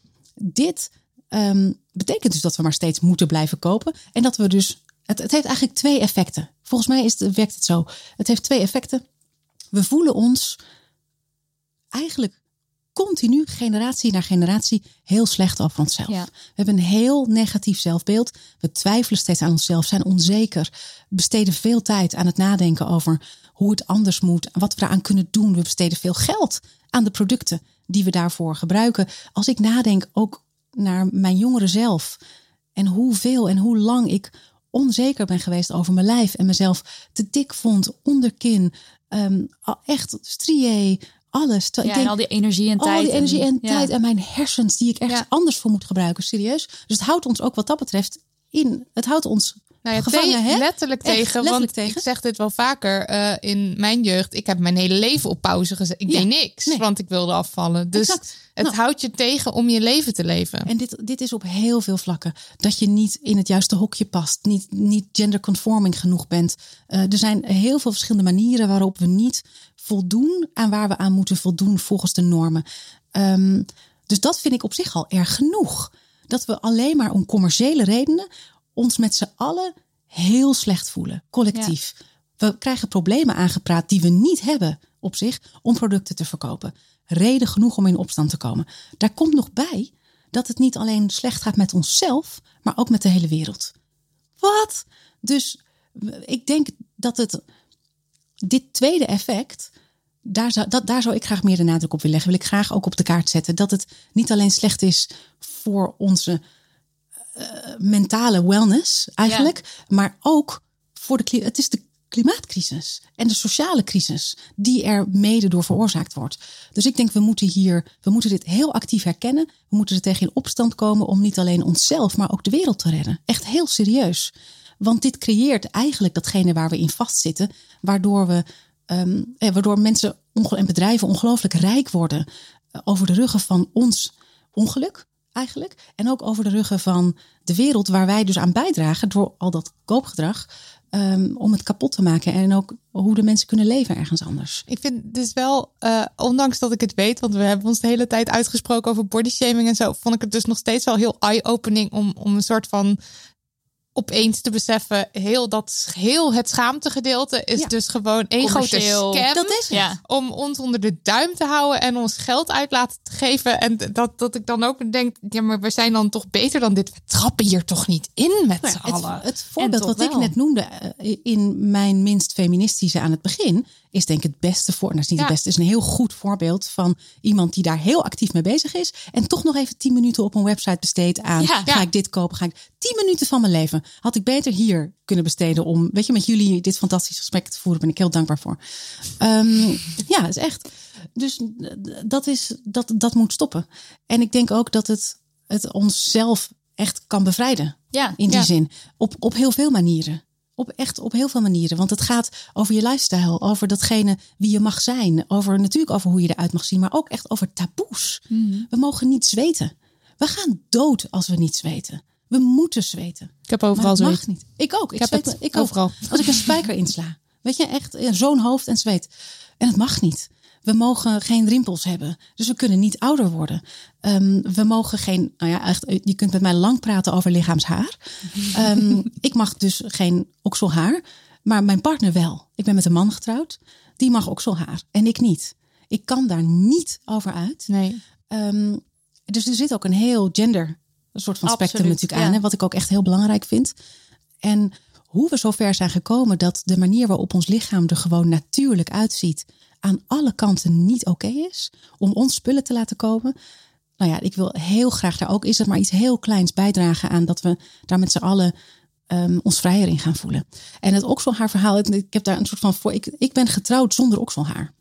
Dit um, betekent dus dat we maar steeds moeten blijven kopen. En dat we dus... Het, het heeft eigenlijk twee effecten. Volgens mij is het, werkt het zo. Het heeft twee effecten. We voelen ons eigenlijk continu, generatie na generatie, heel slecht over onszelf. Ja. We hebben een heel negatief zelfbeeld. We twijfelen steeds aan onszelf, zijn onzeker. Besteden veel tijd aan het nadenken over hoe het anders moet. Wat we eraan kunnen doen. We besteden veel geld aan de producten die we daarvoor gebruiken. Als ik nadenk ook naar mijn jongere zelf. En hoeveel en hoe lang ik onzeker ben geweest over mijn lijf. En mezelf te dik vond, onderkin. Um, echt strié. Alles. Ja, ik en denk, al die energie en tijd. al die energie en, en ja. tijd en mijn hersens die ik ergens Ja. anders voor moet gebruiken. Serieus. Dus het houdt ons ook wat dat betreft in. Het houdt ons Nou ja, gevangen. te- hè? letterlijk Echt, tegen. letterlijk want tegen. ik zeg dit wel vaker. Uh, in mijn jeugd, ik heb mijn hele leven op pauze gezet. Ik Ja. deed niks, Nee. want ik wilde afvallen. Dus Exact. het Nou. houdt je tegen om je leven te leven. En dit, dit is op heel veel vlakken. Dat je niet in het juiste hokje past. Niet, niet genderconforming genoeg bent. Uh, er zijn heel veel verschillende manieren waarop we niet voldoen aan waar we aan moeten voldoen volgens de normen. Um, dus dat vind ik op zich al erg genoeg. Dat we alleen maar om commerciële redenen ons met z'n allen heel slecht voelen. Collectief. Ja. We krijgen problemen aangepraat die we niet hebben op zich om producten te verkopen. Reden genoeg om in opstand te komen. Daar komt nog bij dat het niet alleen slecht gaat met onszelf, maar ook met de hele wereld. Wat? Dus ik denk dat het dit tweede effect, daar zou, dat, daar zou ik graag meer de nadruk op willen leggen. Wil ik graag ook op de kaart zetten. Dat het niet alleen slecht is voor onze uh, mentale wellness eigenlijk, ja. maar ook voor de het is de klimaatcrisis en de sociale crisis die er mede door veroorzaakt wordt. Dus ik denk we moeten hier, we moeten dit heel actief herkennen. We moeten er tegen in opstand komen om niet alleen onszelf, maar ook de wereld te redden. Echt heel serieus. Want dit creëert eigenlijk datgene waar we in vastzitten, waardoor we, um, eh, waardoor mensen en bedrijven ongelooflijk rijk worden uh, over de ruggen van ons ongeluk eigenlijk. En ook over de ruggen van de wereld waar wij dus aan bijdragen door al dat koopgedrag. Um, om het kapot te maken en ook hoe de mensen kunnen leven ergens anders. Ik vind dus wel, uh, ondanks dat ik het weet, want we hebben ons de hele tijd uitgesproken over bodyshaming en zo, vond ik het dus nog steeds wel heel eye-opening om, om een soort van opeens te beseffen, heel dat heel het schaamtegedeelte is ja. dus gewoon één grote scam. Dat is het. Ja. Om ons onder de duim te houden en ons geld uit laten te geven. En dat, dat ik dan ook denk, ja, maar we zijn dan toch beter dan dit. We trappen hier toch niet in met nou z'n ja, allen. Het, het voorbeeld wat wel. ik net noemde in mijn minst feministische aan het begin is denk ik het beste voor. Nou, is niet Ja. het beste, is een heel goed voorbeeld van iemand die daar heel actief mee bezig is. En toch nog even tien minuten op een website besteedt aan. Ja. Ga Ja. ik dit kopen? Ga ik tien minuten van mijn leven had ik beter hier kunnen besteden om, weet je, met jullie dit fantastische gesprek te voeren. Ben ik heel dankbaar voor. Um, ja, dat is echt. Dus dat is dat dat moet stoppen. En ik denk ook dat het het onszelf echt kan bevrijden. Ja. In die Ja. zin. Op, op heel veel manieren. Op echt op heel veel manieren. Want het gaat over je lifestyle. Over datgene wie je mag zijn. Over natuurlijk over hoe je eruit mag zien. Maar ook echt over taboes. Mm. We mogen niet zweten. We gaan dood als we niet zweten. We moeten zweten. Ik heb Maar overal het zo. mag niet. Ik ook. Ik, Ik heb zweet het me- ik ook. overal. Als ik een spijker insla. Weet je, echt ja, zo'n hoofd en zweet. En het mag niet. We mogen geen rimpels hebben. Dus we kunnen niet ouder worden. Um, we mogen geen... Nou ja, echt, je kunt met mij lang praten over lichaamshaar. Um, ik mag dus geen okselhaar. Maar mijn partner wel. Ik ben met een man getrouwd. Die mag okselhaar. En ik niet. Ik kan daar niet over uit. Nee. Um, dus er zit ook een heel gender een soort van spectrum Absoluut, natuurlijk ja. aan. Hè, wat ik ook echt heel belangrijk vind. En hoe we zover zijn gekomen dat de manier waarop ons lichaam er gewoon natuurlijk uitziet aan alle kanten niet oké is. Om ons spullen te laten komen. Nou ja, ik wil heel graag daar ook, is het maar iets heel kleins bijdragen aan dat we daar met z'n allen um, ons vrijer in gaan voelen. En het okselhaarverhaal, ik heb daar een soort van voor. Ik, ik ben getrouwd zonder okselhaar.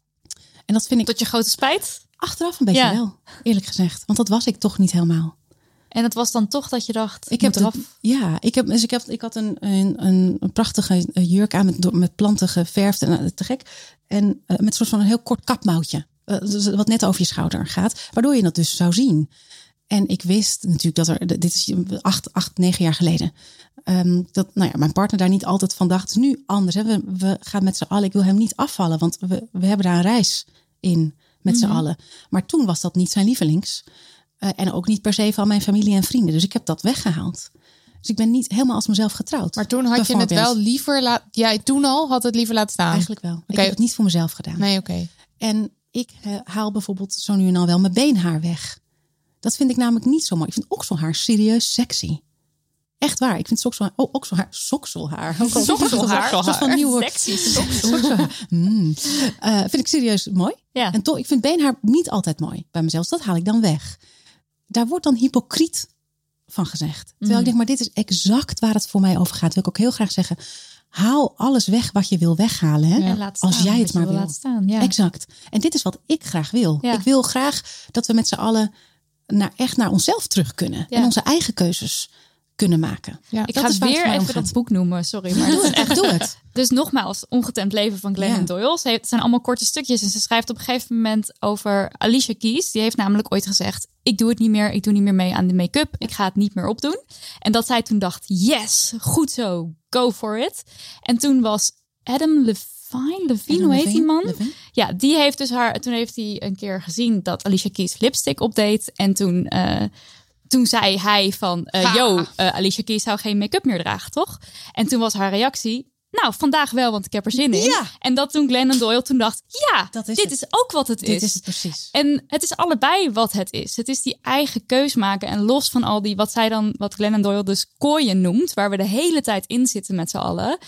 En dat vind ik Tot je grote spijt. achteraf een beetje Ja. wel, eerlijk gezegd. Want dat was ik toch niet helemaal. En het was dan toch dat je dacht, Ik heb moet eraf. het, ja, ik heb, dus ik heb, ik had een, een, een, een prachtige jurk aan met, met planten geverfd en uh, te gek. En uh, met een soort van een heel kort kapmouwtje, uh, dus wat net over je schouder gaat, waardoor je dat dus zou zien. En ik wist natuurlijk dat er, dit is acht, acht negen jaar geleden, um, dat nou ja, mijn partner daar niet altijd van dacht. Het is nu anders. Hè? We, we gaan met z'n allen, ik wil hem niet afvallen, want we, we hebben daar een reis in met mm-hmm. z'n allen. Maar toen was dat niet zijn lievelings. Uh, en ook niet per se van mijn familie en vrienden. Dus ik heb dat weggehaald. Dus ik ben niet helemaal als mezelf getrouwd. Maar toen had je het wel liever laten... Jij toen al had het liever laten staan? Eigenlijk wel. Okay. Ik heb het niet voor mezelf gedaan. Nee, oké. Okay. En ik uh, haal bijvoorbeeld zo nu en dan wel mijn beenhaar weg. Dat vind ik namelijk niet zo mooi. Ik vind okselhaar serieus sexy. Echt waar. Ik vind okselhaar... Oh, okselhaar. Sokselhaar. Sokselhaar. Dat is van nieuw woord. Sexy. Sokselhaar. mm. uh, vind ik serieus mooi. Ja. En toch, ik vind beenhaar niet altijd mooi bij mezelf. Dus dat haal ik dan weg. Daar wordt dan hypocriet van gezegd. Terwijl mm. ik denk, maar dit is exact waar het voor mij over gaat. Wil ik ook heel graag zeggen. Haal alles weg wat je wil weghalen. Hè? Ja, laat staan, als jij het maar wil. wil. Laat staan, ja. Exact. En dit is wat ik graag wil. Ja. Ik wil graag dat we met z'n allen naar, echt naar onszelf terug kunnen. Ja. En onze eigen keuzes kunnen maken. Ja, ik ga weer even omgaat. dat boek noemen. Sorry, maar doe, het, echt... doe het. Dus nogmaals, Ongetemd leven van Glennon ja. Doyle. Ze heeft, het zijn allemaal korte stukjes. En ze schrijft op een gegeven moment over Alicia Keys. Die heeft namelijk ooit gezegd, ik doe het niet meer. Ik doe niet meer mee aan de make-up. Ik ga het niet meer opdoen. En dat zij toen dacht, yes, goed zo. Go for it. En toen was Adam Levine, Levine, hoe heet die man? Levine? Ja, die heeft dus haar, toen heeft hij een keer gezien dat Alicia Keys lipstick opdeed. En toen... Uh, Toen zei hij van, uh, yo, uh, Alicia Keys zou geen make-up meer dragen, toch? En toen was haar reactie, nou, vandaag wel, want ik heb er zin in. Ja. En dat toen Glennon Doyle toen dacht, ja, dat is dit het. is ook wat het dit is. Dit is het precies. En het is allebei wat het is. Het is die eigen keus maken en los van al die, wat zij dan, wat Glennon Doyle dus kooien noemt, waar we de hele tijd in zitten met z'n allen.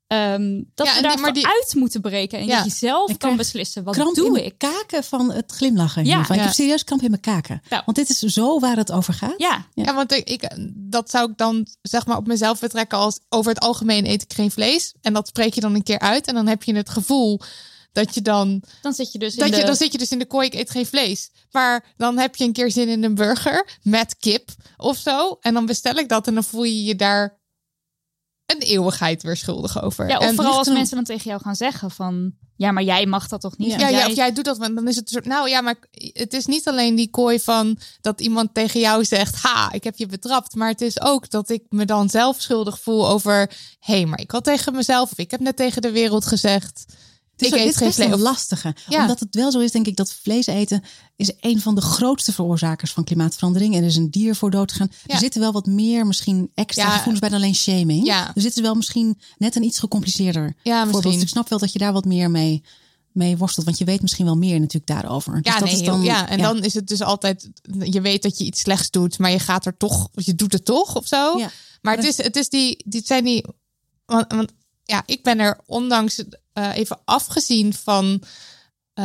Um, dat ja, we daarvoor die... uit moeten breken en ja. dat je zelf ik kan beslissen, wat kramp doe in ik? Kaken van het glimlachen. Ja. Ja. Ik heb serieus kramp in mijn kaken. Ja. Want dit is zo waar het over gaat. Ja, ja. ja want ik, ik, dat zou ik dan zeg maar op mezelf betrekken als over het algemeen eet ik geen vlees. En dat spreek je dan een keer uit. En dan heb je het gevoel dat je dan... Dan zit je dus in dat de... Je, dan zit je dus in de kooi, ik eet geen vlees. Maar dan heb je een keer zin in een burger met kip of zo. En dan bestel ik dat en dan voel je je daar... een eeuwigheid weer schuldig over. Ja, of en vooral als mensen dan tegen jou gaan zeggen van... ja, maar jij mag dat toch niet? Ja, ja, jij... ja of jij doet dat, dan is het een soort... nou ja, maar het is niet alleen die kooi van... dat iemand tegen jou zegt... ha, ik heb je betrapt. Maar het is ook dat ik me dan zelf schuldig voel over... hé, hey, maar ik had tegen mezelf... of ik heb net tegen de wereld gezegd... Dus ik eet geen vlees. Een lastige. Ja. Omdat het wel zo is, denk ik, dat vlees eten is een van de grootste veroorzakers van klimaatverandering. En er is een dier voor dood gegaan. Ja. Er zitten wel wat meer, misschien extra ja. gevoelens bij dan alleen shaming. Ja. Er zitten wel misschien net een iets gecompliceerder ja, voorbeeld. Dus ik snap wel dat je daar wat meer mee, mee worstelt. Want je weet misschien wel meer natuurlijk daarover. Dus ja, dat nee, is dan, ja, en ja. dan is het dus altijd, je weet dat je iets slechts doet, maar je gaat er toch, je doet het toch of zo. Ja. Maar het is, het is die, die zijn die, want, want ja, ik ben er ondanks uh, even afgezien van... Uh,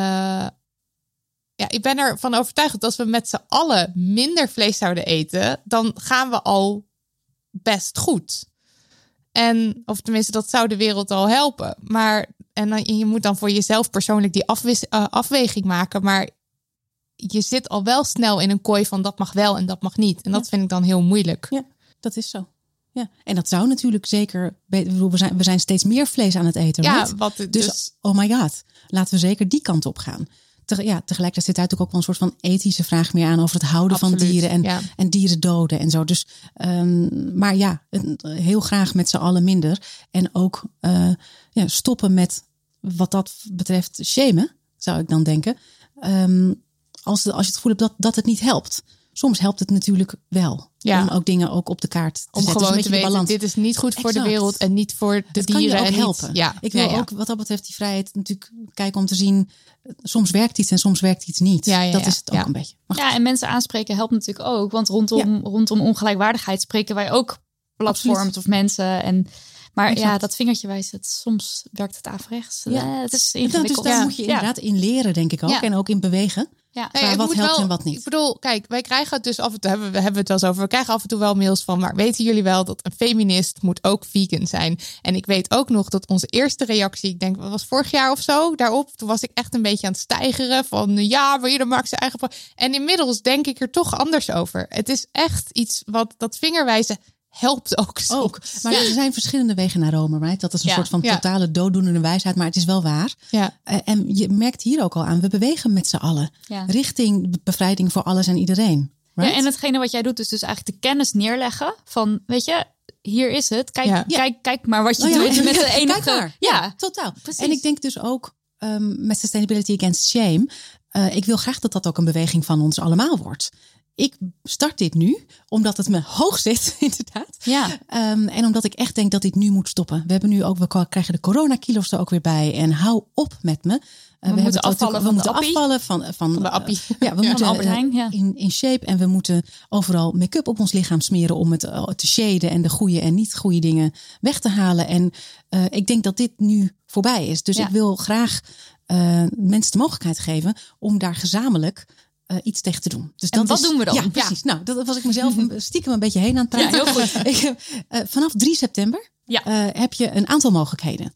ja, ik ben ervan overtuigd dat als we met z'n allen minder vlees zouden eten, dan gaan we al best goed. En, of tenminste, dat zou de wereld al helpen. Maar, en dan, je moet dan voor jezelf persoonlijk die afwis, uh, afweging maken. Maar je zit al wel snel in een kooi van dat mag wel en dat mag niet. En dat ja. vind ik dan heel moeilijk. Ja, dat is zo. Ja, en dat zou natuurlijk zeker... We zijn, we zijn steeds meer vlees aan het eten. Ja, right? wat dus, dus, oh my god, laten we zeker die kant op gaan. Te, ja, tegelijkertijd zit daar natuurlijk ook wel een soort van ethische vraag meer aan over het houden Absoluut, van dieren en, ja. en dieren doden en zo. Dus, um, maar ja, heel graag met z'n allen minder. En ook uh, ja, stoppen met wat dat betreft shamen, zou ik dan denken. Um, als, als je het gevoel hebt dat, dat het niet helpt. Soms helpt het natuurlijk wel. Ja. Om ook dingen ook op de kaart te om zetten. Gewoon dus te weten, balans. dit is niet goed voor exact. de wereld en niet voor de het dieren. Kan je ook en helpen. Niet, ja. Ik wil ja, ja. ook wat dat betreft die vrijheid natuurlijk kijken om te zien. Soms werkt iets en soms werkt iets niet. Ja, ja, dat ja. is het ook ja. een beetje. Maar ja, en mensen aanspreken helpt natuurlijk ook. Want rondom, ja. rondom ongelijkwaardigheid spreken wij ook platforms Absoluut. Of mensen. En, maar exact. ja, dat vingertje wijst het. Soms werkt het averechts. Ja. Het is ingewikkeld. Dus daar ja. moet je inderdaad ja. in leren, denk ik ook. Ja. En ook in bewegen. Ja. Nee, wat helpt wel, en wat niet. Ik bedoel, kijk, wij krijgen het dus af en toe, hebben we hebben het wel eens over. We krijgen af en toe wel mails van, maar weten jullie wel dat een feminist moet ook vegan zijn? En ik weet ook nog dat onze eerste reactie, ik denk, wat was vorig jaar of zo, daarop, toen was ik echt een beetje aan het stijgeren van, ja, maar ieder maakt zijn eigen. En inmiddels denk ik er toch anders over. Het is echt iets wat dat vingerwijzen helpt ook soms. Ook. Maar er zijn verschillende wegen naar Rome, right? Dat is een ja. soort van totale ja. dooddoenende wijsheid, maar het is wel waar. Ja. Uh, en je merkt hier ook al aan, we bewegen met z'n allen ja. richting bevrijding voor alles en iedereen. Right? Ja, en hetgene wat jij doet is dus eigenlijk de kennis neerleggen van, weet je, hier is het. Kijk, ja. kijk, kijk maar wat je oh, ja. doet met de enige. Kijk maar. Ja, ja, totaal. Precies. En ik denk dus ook um, met Sustainability Against Shame, uh, ik wil graag dat dat ook een beweging van ons allemaal wordt. Ik start dit nu, omdat het me hoog zit, inderdaad. Ja. Um, en omdat ik echt denk dat dit nu moet stoppen. We hebben nu ook, we krijgen de coronakilo's er ook weer bij. En hou op met me. Uh, we, we moeten afvallen we van moeten de appie. afvallen van, van, van de appie. Uh, ja, we ja, moeten Albert Heijn, ja. in, in shape en we moeten overal make-up op ons lichaam smeren om het uh, te shaden en de goede en niet goede dingen weg te halen. En uh, ik denk dat dit nu voorbij is. Dus ja. ik wil graag uh, mensen de mogelijkheid geven om daar gezamenlijk Uh, iets tegen te doen. Dus en dat wat is, doen we dan? Ja, precies. Ja. Nou, dat was ik mezelf stiekem een beetje heen aan het praten. Ja, heel goed. ik, uh, vanaf drie september ja. uh, heb je een aantal mogelijkheden.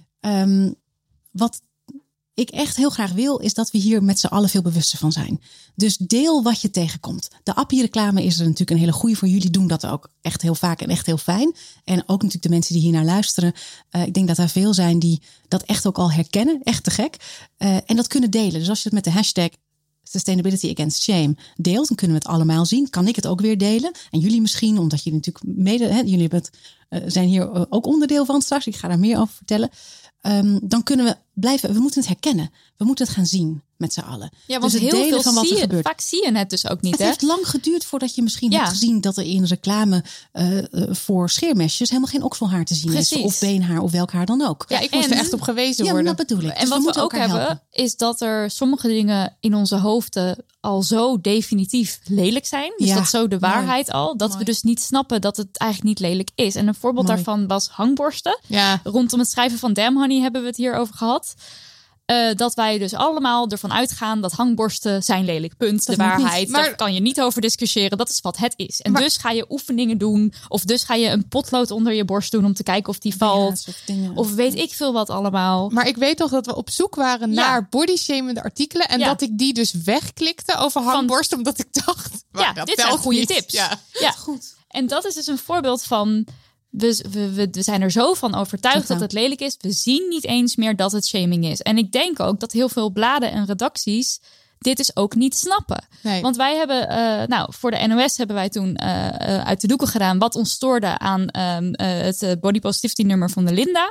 Um, wat ik echt heel graag wil, is dat we hier met z'n allen veel bewuster van zijn. Dus deel wat je tegenkomt. De appie-reclame is er natuurlijk een hele goede voor. Jullie doen dat ook echt heel vaak en echt heel fijn. En ook natuurlijk de mensen die hier naar luisteren. Uh, ik denk dat er veel zijn die dat echt ook al herkennen. Echt te gek. Uh, en dat kunnen delen. Dus als je het met de hashtag Sustainability Against Shame deelt, dan kunnen we het allemaal zien. Kan ik het ook weer delen? En jullie misschien, omdat jullie natuurlijk mede, hè, jullie hebben het, uh, zijn hier ook onderdeel van straks. Ik ga daar meer over vertellen. Um, dan kunnen we blijven, we moeten het herkennen. We moeten het gaan zien met z'n allen. Ja, want dus het heel delen veel van wat zie er je, gebeurt. vaak zie je het dus ook niet. Het hè? heeft lang geduurd voordat je misschien ja. hebt gezien dat er in reclame uh, voor scheermesjes helemaal geen okselhaar te zien Precies. is. Of beenhaar of welk haar dan ook. Ja, ik moest en, er echt op gewezen ja, worden. Ja, dat bedoel ik. En dus wat we, we ook hebben, helpen. is dat er sommige dingen in onze hoofden al zo definitief lelijk zijn. Dus ja, dat is zo de waarheid mooi. al. Dat Mooi. we dus niet snappen dat het eigenlijk niet lelijk is. En een voorbeeld Mooi. daarvan was hangborsten. Ja. Rondom het schrijven van Damn Honey hebben we het hier over gehad. Uh, dat wij dus allemaal ervan uitgaan dat hangborsten zijn lelijk. Punt. Dat de waarheid. Maar, daar kan je niet over discussiëren. Dat is wat het is. En maar, dus ga je oefeningen doen. Of dus ga je een potlood onder je borst doen om te kijken of die valt. Ja, dingen. Of weet ik veel wat allemaal. Maar ik weet toch dat we op zoek waren ja. naar bodyshamende artikelen. En ja. dat ik die dus wegklikte over hangborst. Van, omdat ik dacht, ja, dat dit zijn goede niet. tips. Ja. Ja. Goed. En dat is dus een voorbeeld van... We, we, we, we zijn er zo van overtuigd Totaal. dat het lelijk is. We zien niet eens meer dat het shaming is. En ik denk ook dat heel veel bladen en redacties dit dus ook niet snappen. Nee. Want wij hebben, uh, nou, voor de N O S hebben wij toen uh, uh, uit de doeken gedaan wat ons stoorde aan um, uh, het body positivity nummer van de Linda.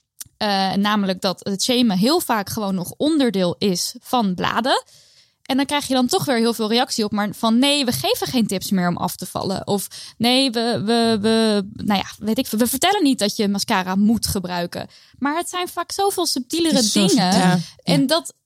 Uh, namelijk dat het shamen heel vaak gewoon nog onderdeel is van bladen. En dan krijg je dan toch weer heel veel reactie op. Maar van nee, we geven geen tips meer om af te vallen. Of nee, we, we, we, nou ja, weet ik, we vertellen niet dat je mascara moet gebruiken. Maar het zijn vaak zoveel subtielere zo dingen. subtiel. En dat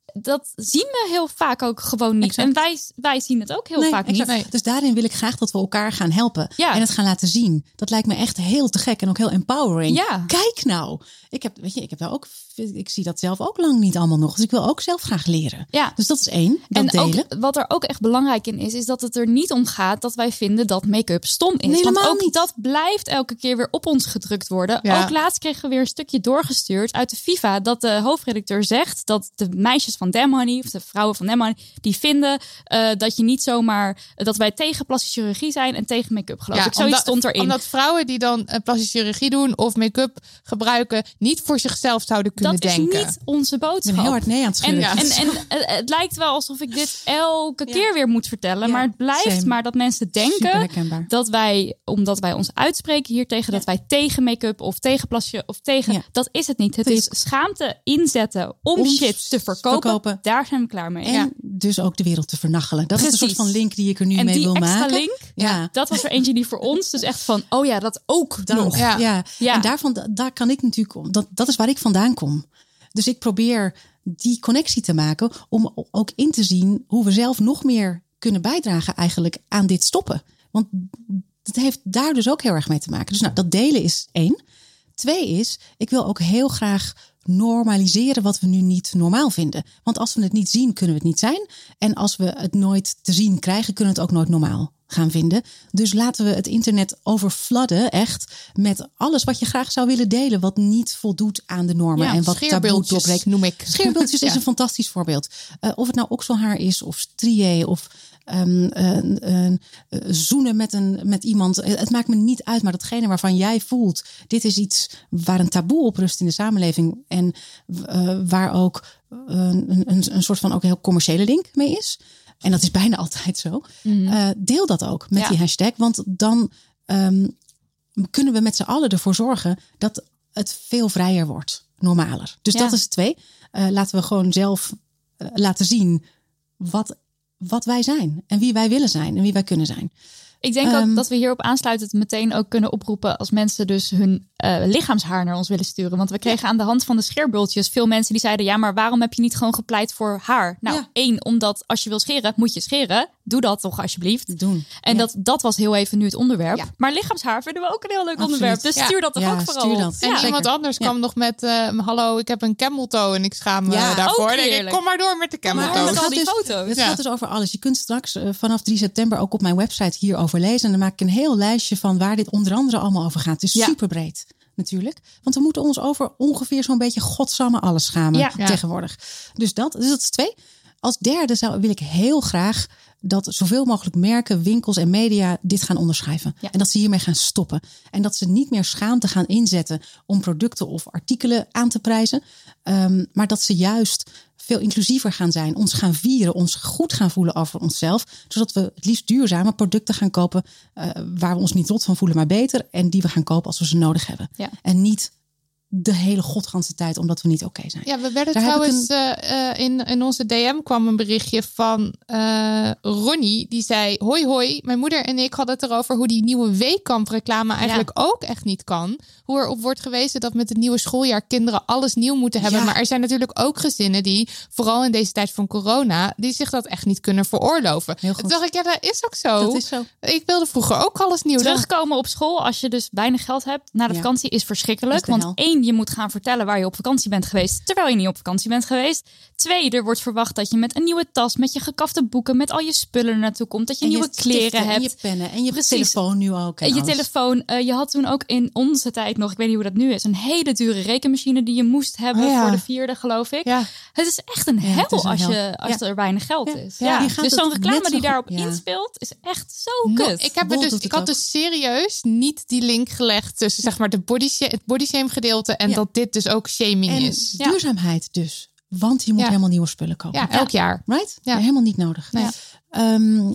dat zien we heel vaak ook gewoon niet. Exact. En wij, wij zien het ook heel Nee, vaak exact. niet. Nee. Dus daarin wil ik graag dat we elkaar gaan helpen. Ja. En het gaan laten zien. Dat lijkt me echt heel te gek en ook heel empowering. Ja. Kijk nou. Ik heb, weet je, ik heb wel ook, ik zie dat zelf ook lang niet allemaal nog. Dus ik wil ook zelf graag leren. Ja. Dus dat is één. Dat En delen. ook, wat er ook echt belangrijk in is, is dat het er niet om gaat dat wij vinden dat make-up stom is. Nee, Want helemaal ook niet. dat blijft elke keer weer op ons gedrukt worden. Ja. Ook laatst kregen we weer een stukje doorgestuurd uit de FIFA dat de hoofdredacteur zegt dat de meisjes van Damn Honey, of de vrouwen van Damn Honey, die vinden uh, dat je niet zomaar, dat wij tegen plastische chirurgie zijn en tegen make-up, geloof ik. Zoiets omdat, stond erin. Omdat vrouwen die dan uh, plastische chirurgie doen of make-up gebruiken, niet voor zichzelf zouden kunnen dat denken. is niet onze Ik boodschap. ben heel hard nee aan het En, schudden. en, en uh, het lijkt wel alsof ik dit elke Ja. keer weer moet vertellen. Ja, Maar het blijft same. maar dat mensen Super denken herkenbaar. dat wij, omdat wij ons uitspreken hier tegen, dat wij tegen make-up of tegen plasje of tegen. Ja. Dat is het niet. Het Het is schaamte inzetten om, Om shit te verkopen. verkopen. Daar zijn we klaar mee. En Ja. dus ook de wereld te vernachelen. Dat Precies. is een soort van link die ik er nu En mee die wil extra maken. link, Ja. dat was er eentje die voor ons dus echt van, oh ja, dat ook Dan, nog. Ja. Ja. Ja. En daarvan, daar kan ik natuurlijk om. Dat, dat is waar ik vandaan kom. Dus ik probeer die connectie te maken om ook in te zien hoe we zelf nog meer kunnen bijdragen eigenlijk aan dit stoppen. Want het heeft daar dus ook heel erg mee te maken. Dus nou, dat delen is één. Twee is, ik wil ook heel graag normaliseren wat we nu niet normaal vinden. Want als we het niet zien, kunnen we het niet zijn. En als we het nooit te zien krijgen, kunnen we het ook nooit normaal gaan vinden. Dus laten we het internet overfladden echt met alles wat je graag zou willen delen, wat niet voldoet aan de normen Ja, en wat taboe scheerbeeldjes doorbreekt. noem ik. Scheerbeeldjes is Ja. een fantastisch voorbeeld. Uh, of het nou okselhaar is of strié of um, uh, uh, uh, zoenen met, een, met iemand. Het maakt me niet uit, maar datgene waarvan jij voelt, dit is iets waar een taboe op rust in de samenleving en uh, waar ook uh, een, een, een soort van ook een heel commerciële link mee is. En dat is bijna altijd zo. Mm-hmm. Uh, deel dat ook met Ja. die hashtag. Want dan um, kunnen we met z'n allen ervoor zorgen dat het veel vrijer wordt. Normaler. Dus Ja. dat is het twee. Uh, laten we gewoon zelf uh, laten zien wat, wat wij zijn. En wie wij willen zijn. En wie wij kunnen zijn. Ik denk ook Um, dat we hierop aansluitend meteen ook kunnen oproepen als mensen dus hun uh, lichaamshaar naar ons willen sturen. Want we kregen aan de hand van de scheerbultjes veel mensen die zeiden, ja, maar waarom heb je niet gewoon gepleit voor haar? Nou, Ja. één, omdat als je wil scheren, moet je scheren. Doe dat toch alsjeblieft. Doen. En Ja. dat, dat was heel even nu het onderwerp. Ja. Maar lichaamshaar vinden we ook een heel leuk Absoluut. onderwerp. Dus Ja. stuur dat toch Ja, ook vooral stuur op. dat. En Ja. zeker. iemand anders Ja. kwam nog met, uh, hallo, ik heb een camel toe en ik schaam me Ja, daarvoor. ook Dan denk ik, heerlijk. kom maar door met de camel Maar toe. met het al gaat die dus- foto's. Het Ja. gaat dus over alles. Je kunt straks uh, vanaf drie september ook op mijn website hierover lezen. En dan maak ik een heel lijstje van waar dit onder andere allemaal over gaat. Het is Ja. super breed natuurlijk. Want we moeten ons over ongeveer zo'n beetje godsamme alles schamen Ja. Ja. tegenwoordig. Dus dat, dus dat is twee. Als derde zou, wil ik heel graag dat zoveel mogelijk merken, winkels en media dit gaan onderschrijven. Ja. En dat ze hiermee gaan stoppen. En dat ze niet meer schaamte gaan inzetten om producten of artikelen aan te prijzen. Um, maar dat ze juist veel inclusiever gaan zijn. Ons gaan vieren, ons goed gaan voelen over onszelf. Zodat we het liefst duurzame producten gaan kopen uh, waar we ons niet rot van voelen, maar beter. En die we gaan kopen als we ze nodig hebben. Ja. En niet de hele godganse tijd omdat we niet oké okay zijn. Ja, we werden Daar heb trouwens ik uh, uh, in, in onze D M kwam een berichtje van uh, Ronnie. Die zei, hoi hoi, mijn moeder en ik hadden het erover hoe die nieuwe Weekamp reclame eigenlijk ja. ook echt niet kan. Hoe erop wordt gewezen dat met het nieuwe schooljaar kinderen alles nieuw moeten hebben. Ja. Maar er zijn natuurlijk ook gezinnen die, vooral in deze tijd van corona, die zich dat echt niet kunnen veroorloven. Heel goed. Toen dacht ik, ja, dat is ook zo. Dat is zo. Ik wilde vroeger ook alles nieuw. Terugkomen op school als je dus weinig geld hebt na de Ja. vakantie is verschrikkelijk. Dat is de Want hel. één, je moet gaan vertellen waar je op vakantie bent geweest, terwijl je niet op vakantie bent geweest. Twee, er wordt verwacht dat je met een nieuwe tas, met je gekafte boeken, met al je spullen er naartoe komt. Dat je En nieuwe kleren stiften hebt. En je pennen en je Precies. telefoon nu ook. En En je alles. telefoon. Uh, je had toen ook in onze tijd nog, ik weet niet hoe dat nu is, een hele dure rekenmachine die je moest hebben Oh ja. voor de vierde, geloof ik. Ja. Het is echt een Ja, hel het is een als, hel. je, als Ja. er weinig geld Ja. is. Ja. Ja. Je gaat Dus zo'n het reclame net zo die goed- daarop ja. inspeelt is echt zo No, kut. ik heb er Bol dus, doet ik het had ook. dus serieus niet die link gelegd tussen zeg maar de body shame, het body shame gedeelte en Ja. dat dit dus ook shaming En is. Ja. duurzaamheid dus. Want je moet Ja. helemaal nieuwe spullen kopen. Ja, elk jaar. Right? Ja. Ja. Helemaal niet nodig. Nee. Um,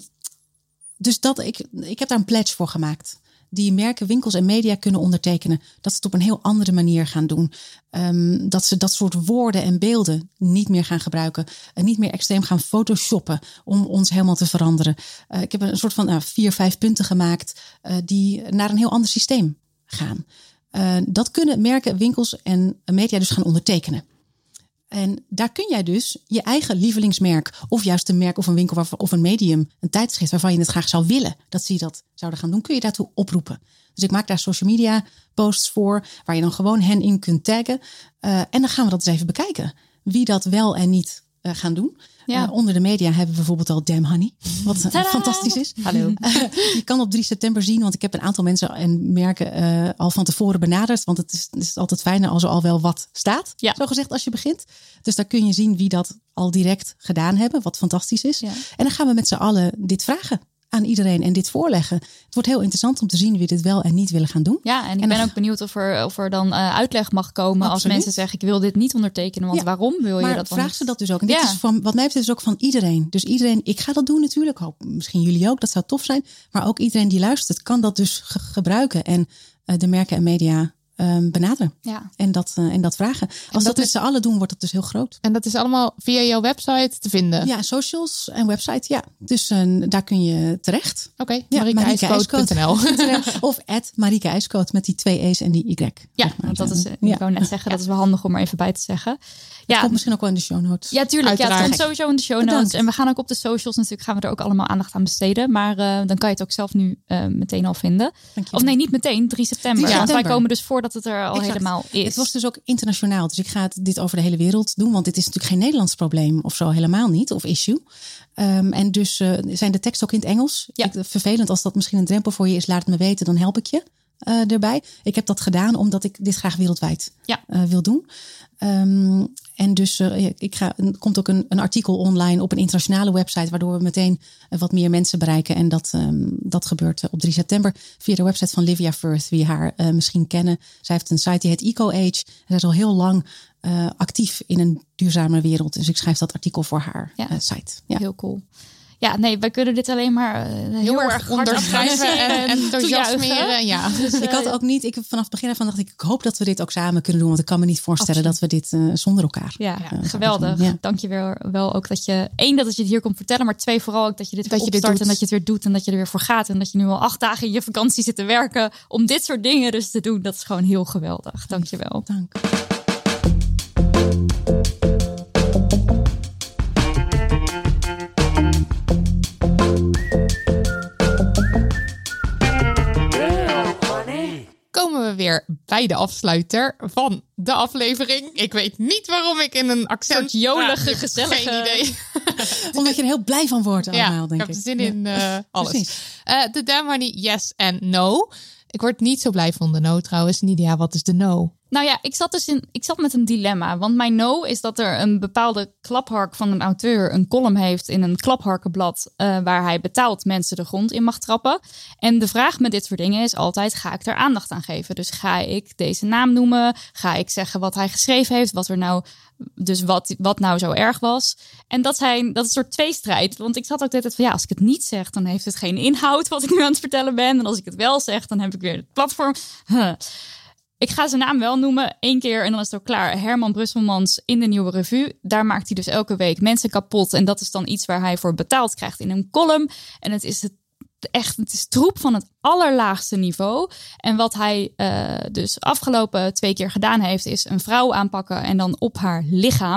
dus dat, ik, ik heb daar een pledge voor gemaakt. Die merken, winkels en media kunnen ondertekenen. Dat ze het op een heel andere manier gaan doen. Um, dat ze dat soort woorden en beelden niet meer gaan gebruiken. En niet meer extreem gaan photoshoppen om ons helemaal te veranderen. Uh, ik heb een soort van uh, vier, vijf punten gemaakt uh, die naar een heel ander systeem gaan. Uh, dat kunnen merken, winkels en media dus gaan ondertekenen. En daar kun jij dus je eigen lievelingsmerk... of juist een merk of een winkel waarvan, of een medium... een tijdschrift waarvan je het graag zou willen... dat ze dat zouden gaan doen, kun je daartoe oproepen. Dus ik maak daar social media posts voor... waar je dan gewoon hen in kunt taggen. Uh, en dan gaan we dat eens even bekijken. Wie dat wel en niet uh, gaan doen... Ja. Uh, onder de media hebben we bijvoorbeeld al Damn Honey. Wat uh, fantastisch is. Hallo. Uh, je kan op drie september zien. Want ik heb een aantal mensen en merken uh, al van tevoren benaderd. Want het is, het is altijd fijner als er al wel wat staat. Ja. Zo gezegd als je begint. Dus daar kun je zien wie dat al direct gedaan hebben. Wat fantastisch is. Ja. En dan gaan we met z'n allen dit vragen aan iedereen en dit voorleggen. Het wordt heel interessant om te zien wie dit wel en niet willen gaan doen. Ja, en ik en ben dan... ook benieuwd of er, of er dan uh, uitleg mag komen. Absoluut. Als mensen zeggen, ik wil dit niet ondertekenen. Want ja. waarom wil maar je dat dan vraag niet? ze dat dus ook. En dit ja. is van, wat mij betreft is ook van iedereen. Dus iedereen, ik ga dat doen natuurlijk. Hoop, misschien jullie ook, dat zou tof zijn. Maar ook iedereen die luistert kan dat dus ge- gebruiken. En uh, de merken en media um, benaderen. Ja. En, dat, uh, en dat vragen. Als en dat, dat met is... z'n allen doen, wordt het dus heel groot. En dat is allemaal via jouw website te vinden? Ja, socials en website, ja. Dus uh, daar kun je terecht. Oké, okay, ja, marieke ijskoot punt n l Of at Marieke IJskoot met die twee E's en die Y. Ja, want dat is, ik ja. wou net zeggen, dat is wel handig om er even bij te zeggen. Ja, komt misschien ook wel in de show notes. Ja, tuurlijk. Uiteraard. Ja, het komt sowieso in de show notes. Bedankt. En we gaan ook op de socials natuurlijk, gaan we er ook allemaal aandacht aan besteden. Maar uh, dan kan je het ook zelf nu uh, meteen al vinden. Of nee, niet meteen, drie september. Ja, want wij komen dus voordat het er al exact. helemaal is. Het was dus ook internationaal. Dus ik ga het dit over de hele wereld doen. Want dit is natuurlijk geen Nederlands probleem of zo, helemaal niet. Of issue. Um, en dus uh, zijn de teksten ook in het Engels. Ja. Ik, vervelend als dat misschien een drempel voor je is, laat het me weten, dan help ik je. Uh, erbij. Ik heb dat gedaan omdat ik dit graag wereldwijd ja. uh, wil doen. Um, en dus uh, ik ga, er komt ook een, een artikel online op een internationale website, waardoor we meteen uh, wat meer mensen bereiken. En dat, um, dat gebeurt uh, op drie september via de website van Livia Firth, wie haar uh, misschien kennen. Zij heeft een site die heet EcoAge. Zij is al heel lang uh, actief in een duurzame wereld. Dus ik schrijf dat artikel voor haar ja. uh, site. Ja. Heel cool. Ja, nee, wij kunnen dit alleen maar uh, heel, heel erg onderschrijven en enthousiasmeren. Ja. Dus, uh, ik had ook niet, ik vanaf het begin ervan dacht ik, ik hoop dat we dit ook samen kunnen doen. Want ik kan me niet voorstellen Absoluut. dat we dit uh, zonder elkaar. Ja, ja uh, geweldig. Ja. Dank je wel, wel ook dat je, één, dat je het hier komt vertellen. Maar twee, vooral ook dat je dit dat je opstart dit en dat je het weer doet. En dat je er weer voor gaat. En dat je nu al acht dagen in je vakantie zit te werken om dit soort dingen dus te doen. Dat is gewoon heel geweldig. Dank je wel. Dank. Komen we weer bij de afsluiter van de aflevering. Ik weet niet waarom ik in een accent... Een jolige, ah, gezellige... Geen idee. Omdat je er heel blij van wordt allemaal, ja, denk ik. ik. heb zin in uh, alles. Uh, de Damn Honey, yes en no. Ik word niet zo blij van de no trouwens. Nidia, wat is de no? Nou ja, ik zat dus in, ik zat met een dilemma. Want mijn no is dat er een bepaalde klaphark van een auteur een column heeft in een klapharkenblad uh, waar hij betaald mensen de grond in mag trappen. En de vraag met dit soort dingen is altijd, ga ik er aandacht aan geven? Dus ga ik deze naam noemen? Ga ik zeggen wat hij geschreven heeft? Wat er nou, dus wat, wat nou zo erg was? En dat, zijn, dat is een soort tweestrijd. Want ik zat ook altijd van, ja, als ik het niet zeg, dan heeft het geen inhoud wat ik nu aan het vertellen ben. En als ik het wel zeg, dan heb ik weer het platform. Huh. Ik ga zijn naam wel noemen, één keer en dan is het ook klaar. Herman Brusselmans in de Nieuwe Revue. Daar maakt hij dus elke week mensen kapot. En dat is dan iets waar hij voor betaald krijgt in een column. En het is het echt, het is troep van het allerlaagste niveau. En wat hij uh, dus afgelopen twee keer gedaan heeft, is een vrouw aanpakken en dan op haar lichaam.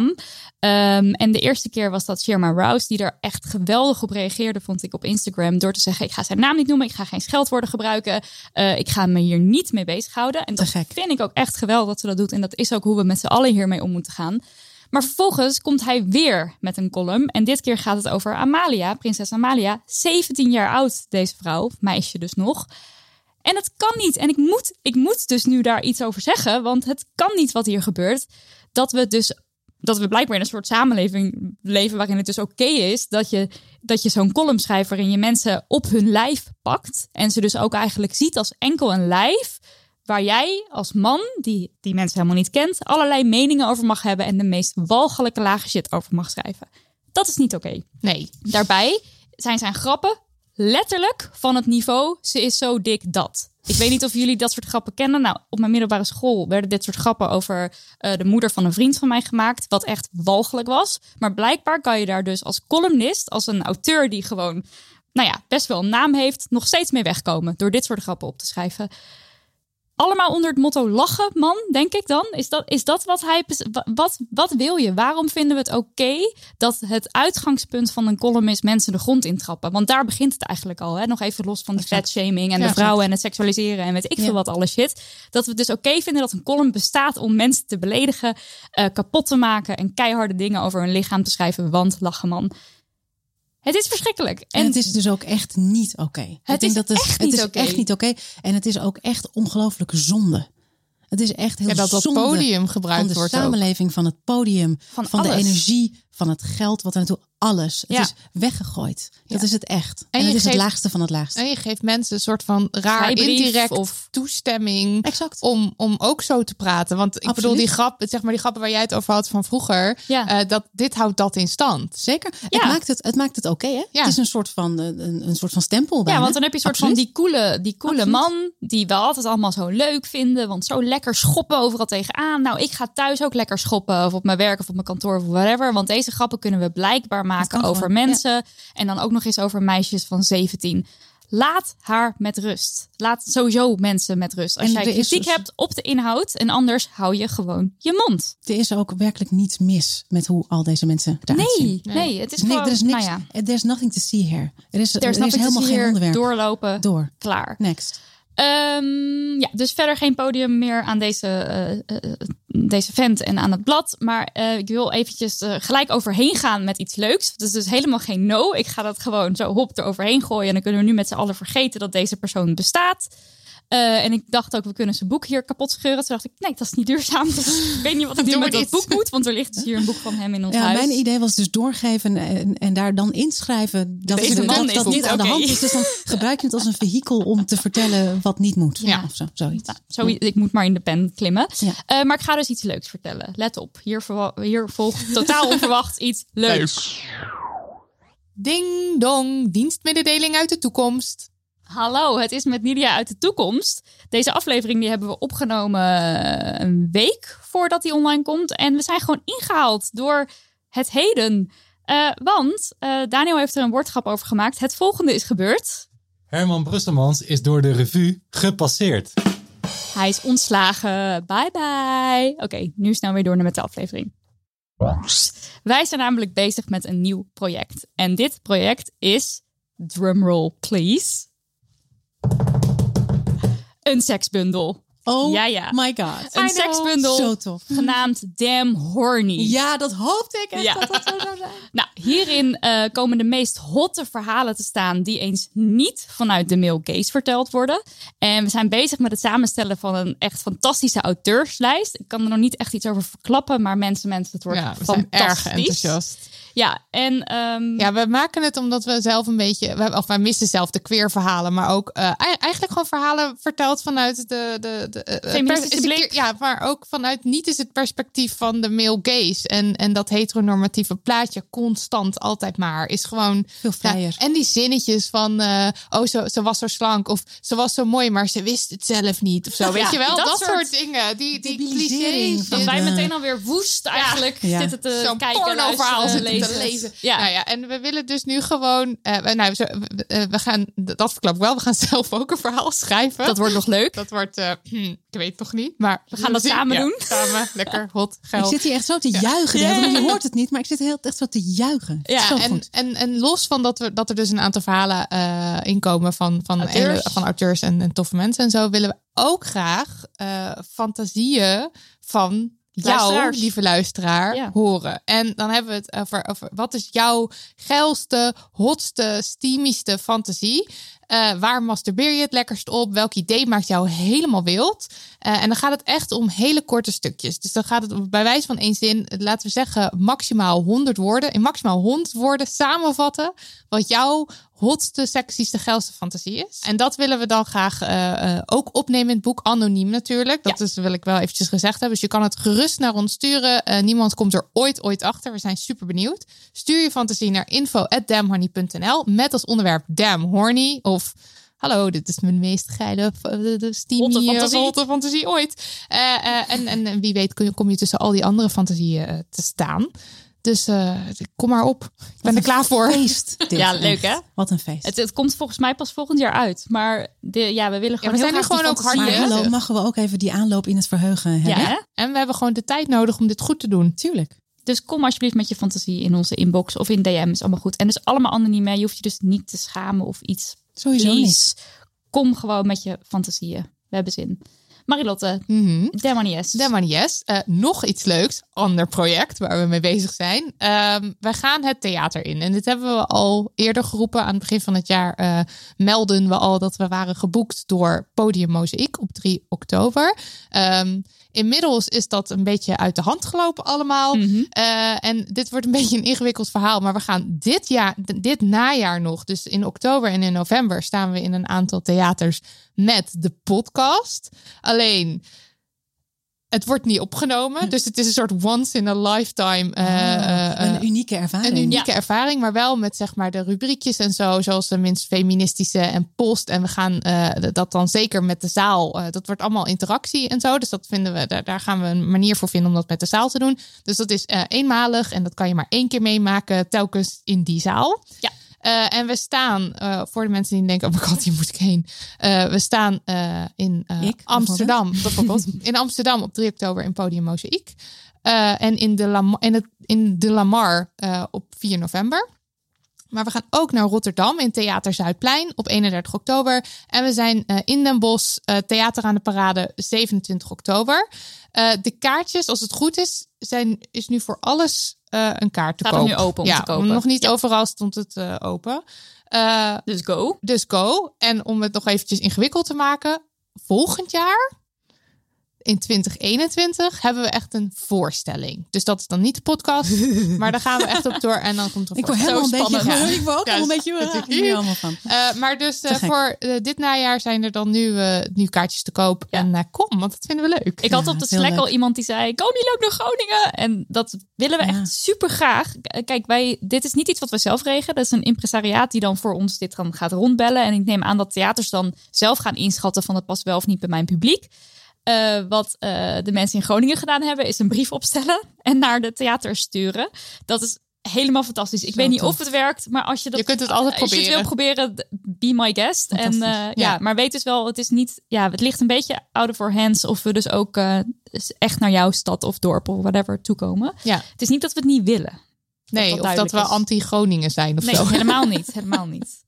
Um, en de eerste keer was dat Shirma Rouse, die er echt geweldig op reageerde, vond ik op Instagram, door te zeggen, ik ga zijn naam niet noemen, ik ga geen scheldwoorden gebruiken, uh, ik ga me hier niet mee bezighouden. En dat vind ik ook echt geweldig dat ze dat doet. En dat is ook hoe we met z'n allen hiermee om moeten gaan. Maar vervolgens komt hij weer met een column. En dit keer gaat het over Amalia, prinses Amalia. zeventien jaar oud, deze vrouw, meisje dus nog. En het kan niet. En ik moet, ik moet dus nu daar iets over zeggen. Want het kan niet wat hier gebeurt. Dat we dus, dat we blijkbaar in een soort samenleving leven waarin het dus oké okay is dat je, dat je zo'n columnschrijver en je mensen op hun lijf pakt. En ze dus ook eigenlijk ziet als enkel een lijf, waar jij als man, die die mensen helemaal niet kent, allerlei meningen over mag hebben en de meest walgelijke lage shit over mag schrijven. Dat is niet oké. Okay. Nee. Daarbij zijn zijn grappen letterlijk van het niveau, ze is zo dik dat. Ik weet niet of jullie dat soort grappen kennen. Nou, op mijn middelbare school werden dit soort grappen over uh, de moeder van een vriend van mij gemaakt, wat echt walgelijk was. Maar blijkbaar kan je daar dus als columnist, als een auteur die gewoon, nou ja, best wel een naam heeft, nog steeds mee wegkomen door dit soort grappen op te schrijven. allemaal onder het motto lachen, man, denk ik dan. Is dat, is dat wat hij... Wat, wat wil je? Waarom vinden we het oké okay dat het uitgangspunt van een column is mensen de grond intrappen? Want daar begint het eigenlijk al. Hè? Nog even los van de fatshaming en ja, de vrouwen en het seksualiseren en weet ik ja. veel wat alles shit. Dat we het dus oké okay vinden dat een column bestaat om mensen te beledigen, uh, kapot te maken en keiharde dingen over hun lichaam te schrijven. Want lachen, man. Het is verschrikkelijk. En, en het is dus ook echt niet oké. Okay. Het is dat het, echt het niet is oké. Okay. echt niet oké. Okay. En het is ook echt ongelooflijke zonde. Het is echt heel ja, dat zonde dat podium gebruikt van de wordt samenleving, ook. van het podium, van, van de energie, van het geld wat er naartoe alles. Het ja. is weggegooid. Dat ja. is het echt. En, en het is geeft, het laagste van het laagste. En je geeft mensen een soort van raar Vrijbrief indirect of toestemming exact. Om, om ook zo te praten. Want ik Absoluut. bedoel, die grap, zeg maar die grappen waar jij het over had van vroeger, ja. uh, dat dit houdt dat in stand. Zeker. Ja. Het maakt het, het maakt het oké, okay, hè? Ja. Het is een soort van een, een soort van stempel bijna. Ja, want dan heb je een soort Absoluut. van die coole, die coole man die we altijd allemaal zo leuk vinden, want zo lekker schoppen overal tegenaan. Nou, ik ga thuis ook lekker schoppen of op mijn werk of op mijn kantoor of whatever, want deze grappen kunnen we blijkbaar maken over gewoon. mensen ja. en dan ook nog eens over meisjes van zeventien. Laat haar met rust. Laat sowieso mensen met rust. Als en jij kritiek dus... hebt op de inhoud en anders hou je gewoon je mond. Er is ook werkelijk niets mis met hoe al deze mensen eruit nee, zien. Nee, nee, het is nee, gewoon... Er is niks, nou ja. There's nothing to see here. Er is, er is, er is helemaal geen onderwerp. Doorlopen, Door. Klaar. Next. Um, ja, dus verder geen podium meer aan deze, uh, uh, deze vent en aan het blad. Maar uh, ik wil eventjes uh, gelijk overheen gaan met iets leuks. Dat is dus helemaal geen no. Ik ga dat gewoon zo hop eroverheen gooien. En dan kunnen we nu met z'n allen vergeten dat deze persoon bestaat. Uh, en ik dacht ook, we kunnen zijn boek hier kapot scheuren. Toen dacht ik, nee, dat is niet duurzaam. Dus ik weet niet wat ik nu met dat boek moet. Want er ligt dus hier een boek van hem in ons ja, huis. Mijn idee was dus doorgeven en, en daar dan inschrijven dat Deze de, man dat, is dat niet niet aan okay. de hand is. Dus dan gebruik je het als een vehikel om te vertellen wat niet moet. Ja. Of zo, zoiets. Nou, zo, ik moet maar in de pen klimmen. Ja. Uh, maar ik ga dus iets leuks vertellen. Let op, hier, hier volgt totaal onverwacht iets leuks. Ding dong, dienstmededeling uit de toekomst. Hallo, het is met Nidia uit de toekomst. Deze aflevering die hebben we opgenomen een week voordat die online komt. En we zijn gewoon ingehaald door het heden. Uh, want uh, Daniel heeft er een woordgrap over gemaakt. Het volgende is gebeurd. Herman Brusselmans is door de revue gepasseerd. Hij is ontslagen. Bye bye. Oké, okay, nu snel weer door met de aflevering. Wij zijn namelijk bezig met een nieuw project. En dit project is, drumroll please, een seksbundel. Oh ja, ja. my god. Een seksbundel Zo tof. genaamd Damn Horny. Ja, dat hoopte ik echt ja. dat dat zo zou zijn. Nou, hierin uh, komen de meest hotte verhalen te staan die eens niet vanuit de male gaze verteld worden. En we zijn bezig met het samenstellen van een echt fantastische auteurslijst. Ik kan er nog niet echt iets over verklappen, maar mensen, mensen, het wordt ja, we fantastisch. zijn erg enthousiast. Ja, en um... ja, we maken het omdat we zelf een beetje, of wij missen zelf de queer verhalen, maar ook uh, eigenlijk gewoon verhalen verteld vanuit de, de, de uh, feministische blik. Keer, ja, maar ook vanuit niet is het perspectief van de male gaze en en dat heteronormatieve plaatje constant altijd maar is gewoon veel vrijer. Ja, en die zinnetjes van, uh, oh, ze, ze was zo slank of ze was zo mooi, maar ze wist het zelf niet of zo, weet ja, je wel, dat, dat soort, soort dingen, die die clichés, dat wij meteen alweer woest eigenlijk ja. zitten te Zo'n kijken, pornoverhaal zitten lezen. te lezen. Ja. Nou ja, en we willen dus nu gewoon, uh, nou, we, uh, we gaan, dat verklap ik wel, we gaan zelf ook een verhaal schrijven. Dat wordt nog leuk. Dat wordt, uh, ik weet het nog niet, maar we gaan dat samen ja, doen. Samen, lekker, hot, geil. Ik zit hier echt zo te juichen. Ja. Ja. Je hoort het niet, maar ik zit heel echt zo te juichen. Ja, zo en, goed. En, en los van dat, we, dat er dus een aantal verhalen uh, inkomen van, van, auteurs. Hele, van auteurs en, en toffe mensen en zo, willen we ook graag uh, fantasieën van jou, lieve luisteraar, ja. horen. En dan hebben we het over, over wat is jouw geilste, hotste, steamigste fantasie? Uh, waar masturbeer je het lekkerst op? Welk idee maakt jou helemaal wild? Uh, en dan gaat het echt om hele korte stukjes. Dus dan gaat het bij wijze van één zin, laten we zeggen, maximaal honderd woorden. In maximaal honderd woorden samenvatten wat jouw hotste, sexieste, geilste fantasie is. En dat willen we dan graag uh, uh, ook opnemen in het boek. Anoniem natuurlijk. Dat ja. is, wil ik wel eventjes gezegd hebben. Dus je kan het gerust naar ons sturen. Uh, niemand komt er ooit, ooit achter. We zijn super benieuwd. Stuur je fantasie naar info at damnhorny punt n l met als onderwerp damn horny. Of hallo, dit is mijn meest geile, de, de steamy, fantasie. Hotte fantasie ooit. Uh, uh, en, en wie weet kom je tussen al die andere fantasieën uh, te staan. Dus uh, kom maar op. Ik ben er klaar voor. Feest, dit. Ja, leuk hè? Wat een feest. Het, het komt volgens mij pas volgend jaar uit. Maar de, ja, we willen gewoon ja, we heel zijn er gewoon ook hard. Maar hallo, mogen we ook even die aanloop in het verheugen hebben? Ja, hè? En we hebben gewoon de tijd nodig om dit goed te doen. Tuurlijk. Dus kom alsjeblieft met je fantasie in onze inbox of in D M's. Allemaal goed. En dus allemaal anoniem. Je hoeft je dus niet te schamen of iets. Sowieso Please. niet. Kom gewoon met je fantasieën. We hebben zin. Marilotte, Mm-hmm. Demonies. Demonies. Uh, nog iets leuks. Ander project waar we mee bezig zijn. Um, wij gaan het theater in. En dit hebben we al eerder geroepen. Aan het begin van het jaar uh, melden we al dat we waren geboekt door Podium Mozaïek op drie oktober. Um, Inmiddels is dat een beetje uit de hand gelopen allemaal. Mm-hmm. Uh, en dit wordt een beetje een ingewikkeld verhaal. Maar we gaan dit jaar, dit najaar nog, dus in oktober en in november, staan we in een aantal theaters met de podcast. Alleen, het wordt niet opgenomen. Dus het is een soort once in a lifetime. Uh, uh, een unieke ervaring. Een unieke ja. ervaring, maar wel met zeg maar de rubriekjes en zo. Zoals de minst feministische en post. En we gaan uh, dat dan zeker met de zaal. Uh, dat wordt allemaal interactie en zo. Dus dat vinden we, daar, daar gaan we een manier voor vinden om dat met de zaal te doen. Dus dat is uh, eenmalig en dat kan je maar één keer meemaken. Telkens in die zaal. Ja. Uh, en we staan, uh, voor de mensen die denken, oh my god, hier moet ik heen. Uh, we staan uh, in uh, ik, Amsterdam, bijvoorbeeld. In Amsterdam op drie oktober in Podium Mozaïek. Uh, en in de, Lam- in, het, in de Lamar uh, op vier november. Maar we gaan ook naar Rotterdam in Theater Zuidplein op eenendertig oktober. En we zijn uh, in Den Bosch, uh, Theater aan de Parade, zevenentwintig oktober. Uh, de kaartjes, als het goed is, zijn, is nu voor alles uh, een kaart te Staat er koop. nu open om ja, te kopen. Nog niet Ja. overal stond het uh, open. Uh, Dus go. dus go. En om het nog eventjes ingewikkeld te maken, volgend jaar, in twintig eenentwintig, hebben we echt een voorstelling. Dus dat is dan niet de podcast, maar daar gaan we echt op door. En dan komt er Ik word helemaal een beetje... Ja. Ik word ook Ja, helemaal een beetje... dus- Ik ben er allemaal van. Uh, maar dus uh, Te gek. voor uh, dit najaar zijn er dan nu, uh, nu kaartjes te koop. Ja. En uh, kom, want dat vinden we leuk. Ik had Ja, op de heel Slack leuk. al iemand die zei, kom niet leuk naar Groningen. En dat willen we Ja. echt super graag. Kijk, wij, dit is niet iets wat we zelf regelen. Dat is een impresariaat die dan voor ons dit dan gaat rondbellen. En ik neem aan dat theaters dan zelf gaan inschatten van het past wel of niet bij mijn publiek. Uh, wat uh, de mensen in Groningen gedaan hebben, is een brief opstellen en naar de theaters sturen. Dat is helemaal fantastisch. Ik Zo weet niet tof. of het werkt, maar als je dat Je kunt het altijd als je het wil proberen, be my guest. En uh, ja. Ja. maar weet dus wel, het is niet, ja, het ligt een beetje out of our hands of we dus ook uh, echt naar jouw stad of dorp of whatever toekomen. Ja. Het is niet dat we het niet willen. Nee, dat of dat duidelijk we is. anti-Groningen zijn of Nee, zo. helemaal niet. Helemaal niet.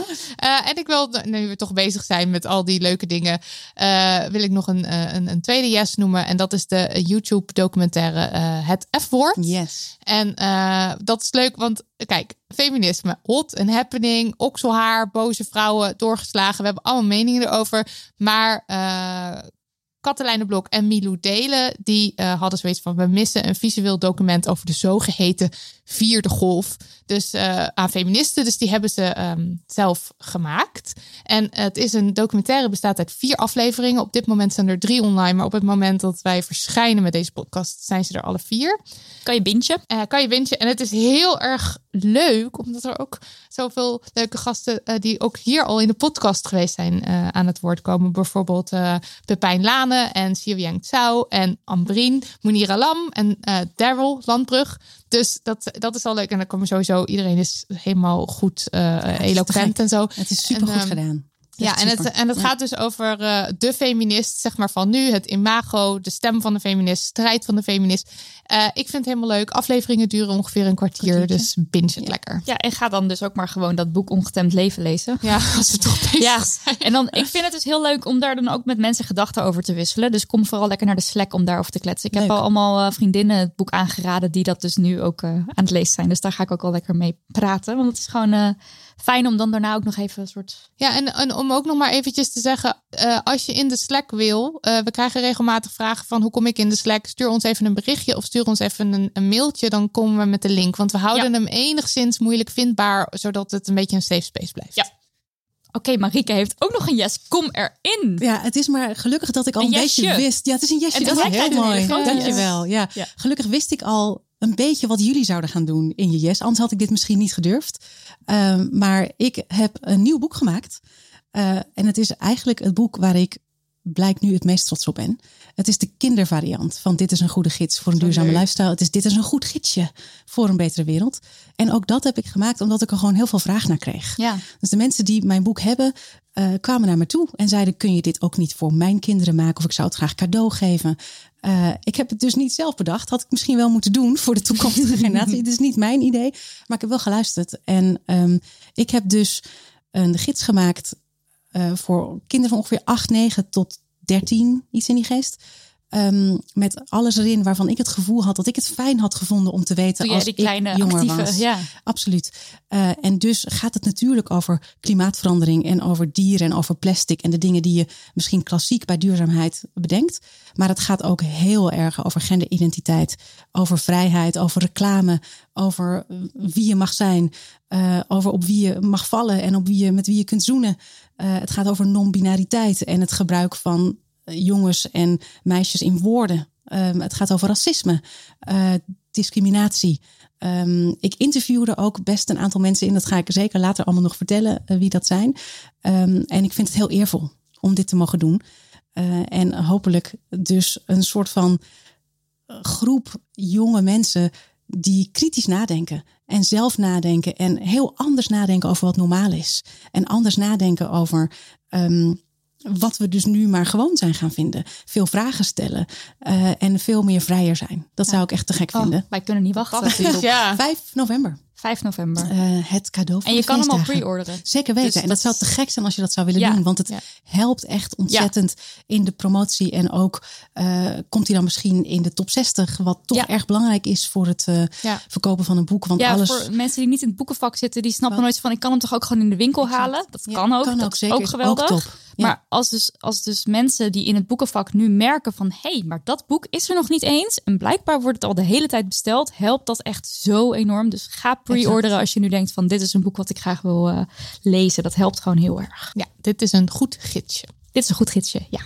Uh, en ik wil, nu we toch bezig zijn met al die leuke dingen, uh, wil ik nog een, uh, een, een tweede yes noemen. En dat is de uh, YouTube documentaire uh, Het F-woord. Yes. En uh, dat is leuk, want kijk, feminisme, hot en happening, okselhaar, boze vrouwen, doorgeslagen. We hebben allemaal meningen erover. Maar uh, Katelijne Blok en Milou Delen, die uh, hadden zoiets van, we missen een visueel document over de zogeheten vierde golf. Dus uh, aan feministen, dus die hebben ze um, zelf gemaakt. En uh, het is een documentaire, bestaat uit vier afleveringen. Op dit moment zijn er drie online, maar op het moment dat wij verschijnen met deze podcast, zijn ze er alle vier. Kan je bintje? Uh, kan je bintje. En het is heel erg leuk, omdat er ook zoveel leuke gasten uh, die ook hier al in de podcast geweest zijn uh, aan het woord komen. Bijvoorbeeld uh, Pepijn Lane en Xiaoyang Tsao en Ambrien, Munira Lam en uh, Daryl Landbrug. Dus dat, dat is al leuk. En dan komen sowieso, iedereen is helemaal goed uh, ja, eloquent en zo. Het is super goed um, gedaan. Ja, en het, en het gaat dus over uh, de feminist, zeg maar van nu. Het imago, de stem van de feminist, strijd van de feminist. Uh, ik vind het helemaal leuk. Afleveringen duren ongeveer een kwartier, Kwartiertje. Dus binge het ja. lekker. Ja, en ga dan dus ook maar gewoon dat boek Ongetemd Leven lezen. Ja, als we toch bezig ja. zijn. En dan, ik vind het dus heel leuk om daar dan ook met mensen gedachten over te wisselen. Dus kom vooral lekker naar de Slack om daarover te kletsen. Ik leuk. heb al allemaal uh, vriendinnen het boek aangeraden die dat dus nu ook uh, aan het lezen zijn. Dus daar ga ik ook al lekker mee praten. Want het is gewoon uh, fijn om dan daarna ook nog even een soort... Ja, en, en om ook nog maar eventjes te zeggen, uh, als je in de Slack wil, uh, we krijgen regelmatig vragen van hoe kom ik in de Slack? Stuur ons even een berichtje of stuur ons even een, een mailtje, dan komen we met de link. Want we houden ja. hem enigszins moeilijk vindbaar, zodat het een beetje een safe space blijft. Ja. Oké, okay, Marieke heeft ook nog een yes. Kom erin. Ja, het is maar gelukkig dat ik al een, een beetje wist. Ja, het is een yesje. En dat is heel mooi. Dankjewel. Yes. Ja. Ja. Gelukkig wist ik al een beetje wat jullie zouden gaan doen in je yes. Anders had ik dit misschien niet gedurfd. Um, maar ik heb een nieuw boek gemaakt. Uh, en het is eigenlijk het boek waar ik blijkt nu het meest trots op ben. Het is de kindervariant van Dit is een goede gids voor een Zo duurzame leuk. lifestyle. Het is Dit is een goed gidsje voor een betere wereld. En ook dat heb ik gemaakt omdat ik er gewoon heel veel vraag naar kreeg. Ja. Dus de mensen die mijn boek hebben, uh, kwamen naar me toe en zeiden: kun je dit ook niet voor mijn kinderen maken? Of ik zou het graag cadeau geven. Uh, ik heb het dus niet zelf bedacht. Had ik misschien wel moeten doen voor de toekomstige generatie. Het is niet mijn idee, maar ik heb wel geluisterd. En um, ik heb dus een gids gemaakt uh, voor kinderen van ongeveer acht, negen tot dertien, iets in die geest. Um, met alles erin waarvan ik het gevoel had dat ik het fijn had gevonden om te weten als die kleine ik jonger actieve, was. Ja. Absoluut. Uh, en dus gaat het natuurlijk over klimaatverandering en over dieren en over plastic en de dingen die je misschien klassiek bij duurzaamheid bedenkt. Maar het gaat ook heel erg over genderidentiteit, over vrijheid, over reclame, over wie je mag zijn, uh, over op wie je mag vallen en op wie je, met wie je kunt zoenen. Uh, het gaat over non-binariteit en het gebruik van jongens en meisjes in woorden. Um, het gaat over racisme, uh, discriminatie. Um, ik interviewde ook best een aantal mensen in. Dat ga ik zeker later allemaal nog vertellen uh, wie dat zijn. Um, en ik vind het heel eervol om dit te mogen doen. Uh, en hopelijk dus een soort van groep jonge mensen die kritisch nadenken en zelf nadenken en heel anders nadenken over wat normaal is. En anders nadenken over Um, wat we dus nu maar gewoon zijn gaan vinden. Veel vragen stellen uh, en veel meer vrijer zijn. Dat ja. zou ik echt te gek oh, vinden. Wij kunnen niet wachten. Ja. vijf november. vijf november. Uh, het cadeau van En je de kan hem al feestdagen. pre-orderen. Zeker weten. Dus en dat, dat zou te gek zijn als je dat zou willen ja. doen. Want het ja. helpt echt ontzettend ja. in de promotie. En ook uh, komt hij dan misschien in de top zestig. Wat toch ja. erg belangrijk is voor het uh, ja. verkopen van een boek. Want ja, alles... voor mensen die niet in het boekenvak zitten. Die snappen wat? nooit van, ik kan hem toch ook gewoon in de winkel exact. halen. Dat ja, kan ook. Kan dat ook, zeker. Ook geweldig. Ook top. Ja. Maar als dus, als dus mensen die in het boekenvak nu merken van, hé, hey, maar dat boek is er nog niet eens. En blijkbaar wordt het al de hele tijd besteld. Helpt dat echt zo enorm. Dus ga pre-orderen exact. Als je nu denkt van, dit is een boek wat ik graag wil uh, lezen. Dat helpt gewoon heel erg. Ja, dit is een goed gidsje. Dit is een goed gidsje, ja.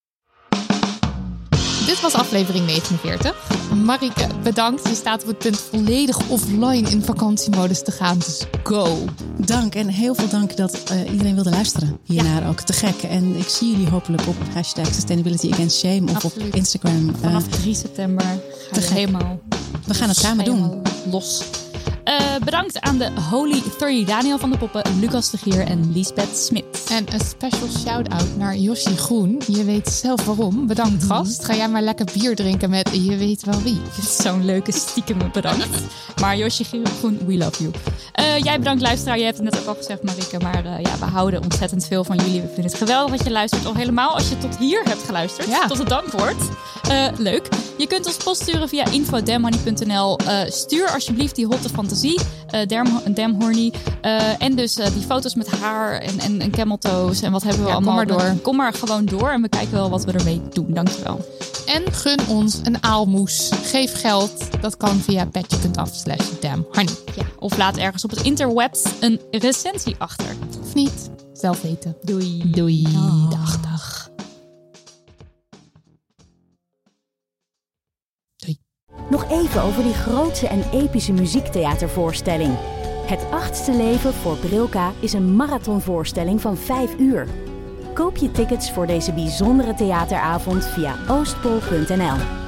Dit was aflevering negenenveertig. Marike, bedankt. Je staat op het punt volledig offline in vakantiemodus te gaan. Dus go! Dank en heel veel dank dat uh, iedereen wilde luisteren hiernaar ja. ook. Te gek. En ik zie jullie hopelijk op hashtag Sustainability Against Shame of Absoluut. Op Instagram. Uh, Vanaf drie september gaan we helemaal... We gaan het samen doen. Los. Uh, bedankt aan de Holy Three, Daniel van de Poppen, Lucas de Gier en Liesbeth Smit. En een special shout-out naar Yoshi Groen. Je weet zelf waarom. Bedankt, gast. Ga jij maar lekker bier drinken met je weet wel wie. Zo'n leuke stiekem bedankt. Maar Yoshi Groen, we love you. Uh, jij bedankt, luisteraar. Je hebt het net ook al gezegd, Marike. Maar uh, ja, we houden ontzettend veel van jullie. We vinden het geweldig dat je luistert. Al helemaal als je tot hier hebt geluisterd. Ja. Tot het dankwoord. Uh, leuk. Je kunt ons post sturen via info at damn honey punt n l. Uh, stuur alsjeblieft die hotte fantasie. Uh, damn, damn horny. Uh, en dus uh, die foto's met haar en, en, en camel toes. En wat hebben we ja, allemaal. Kom maar door. Kom maar gewoon door. En we kijken wel wat we ermee doen. Dankjewel. En gun ons een aalmoes. Geef geld. Dat kan via petje punt af slash damn honey. Ja, of laat ergens op het interwebs een recensie achter. Of niet. Zelf weten. Doei. Doei. Oh. Dag, dag. Nog even over die grootse en epische muziektheatervoorstelling. Het achtste leven voor Brilka is een marathonvoorstelling van vijf uur. Koop je tickets voor deze bijzondere theateravond via oostpol punt n l.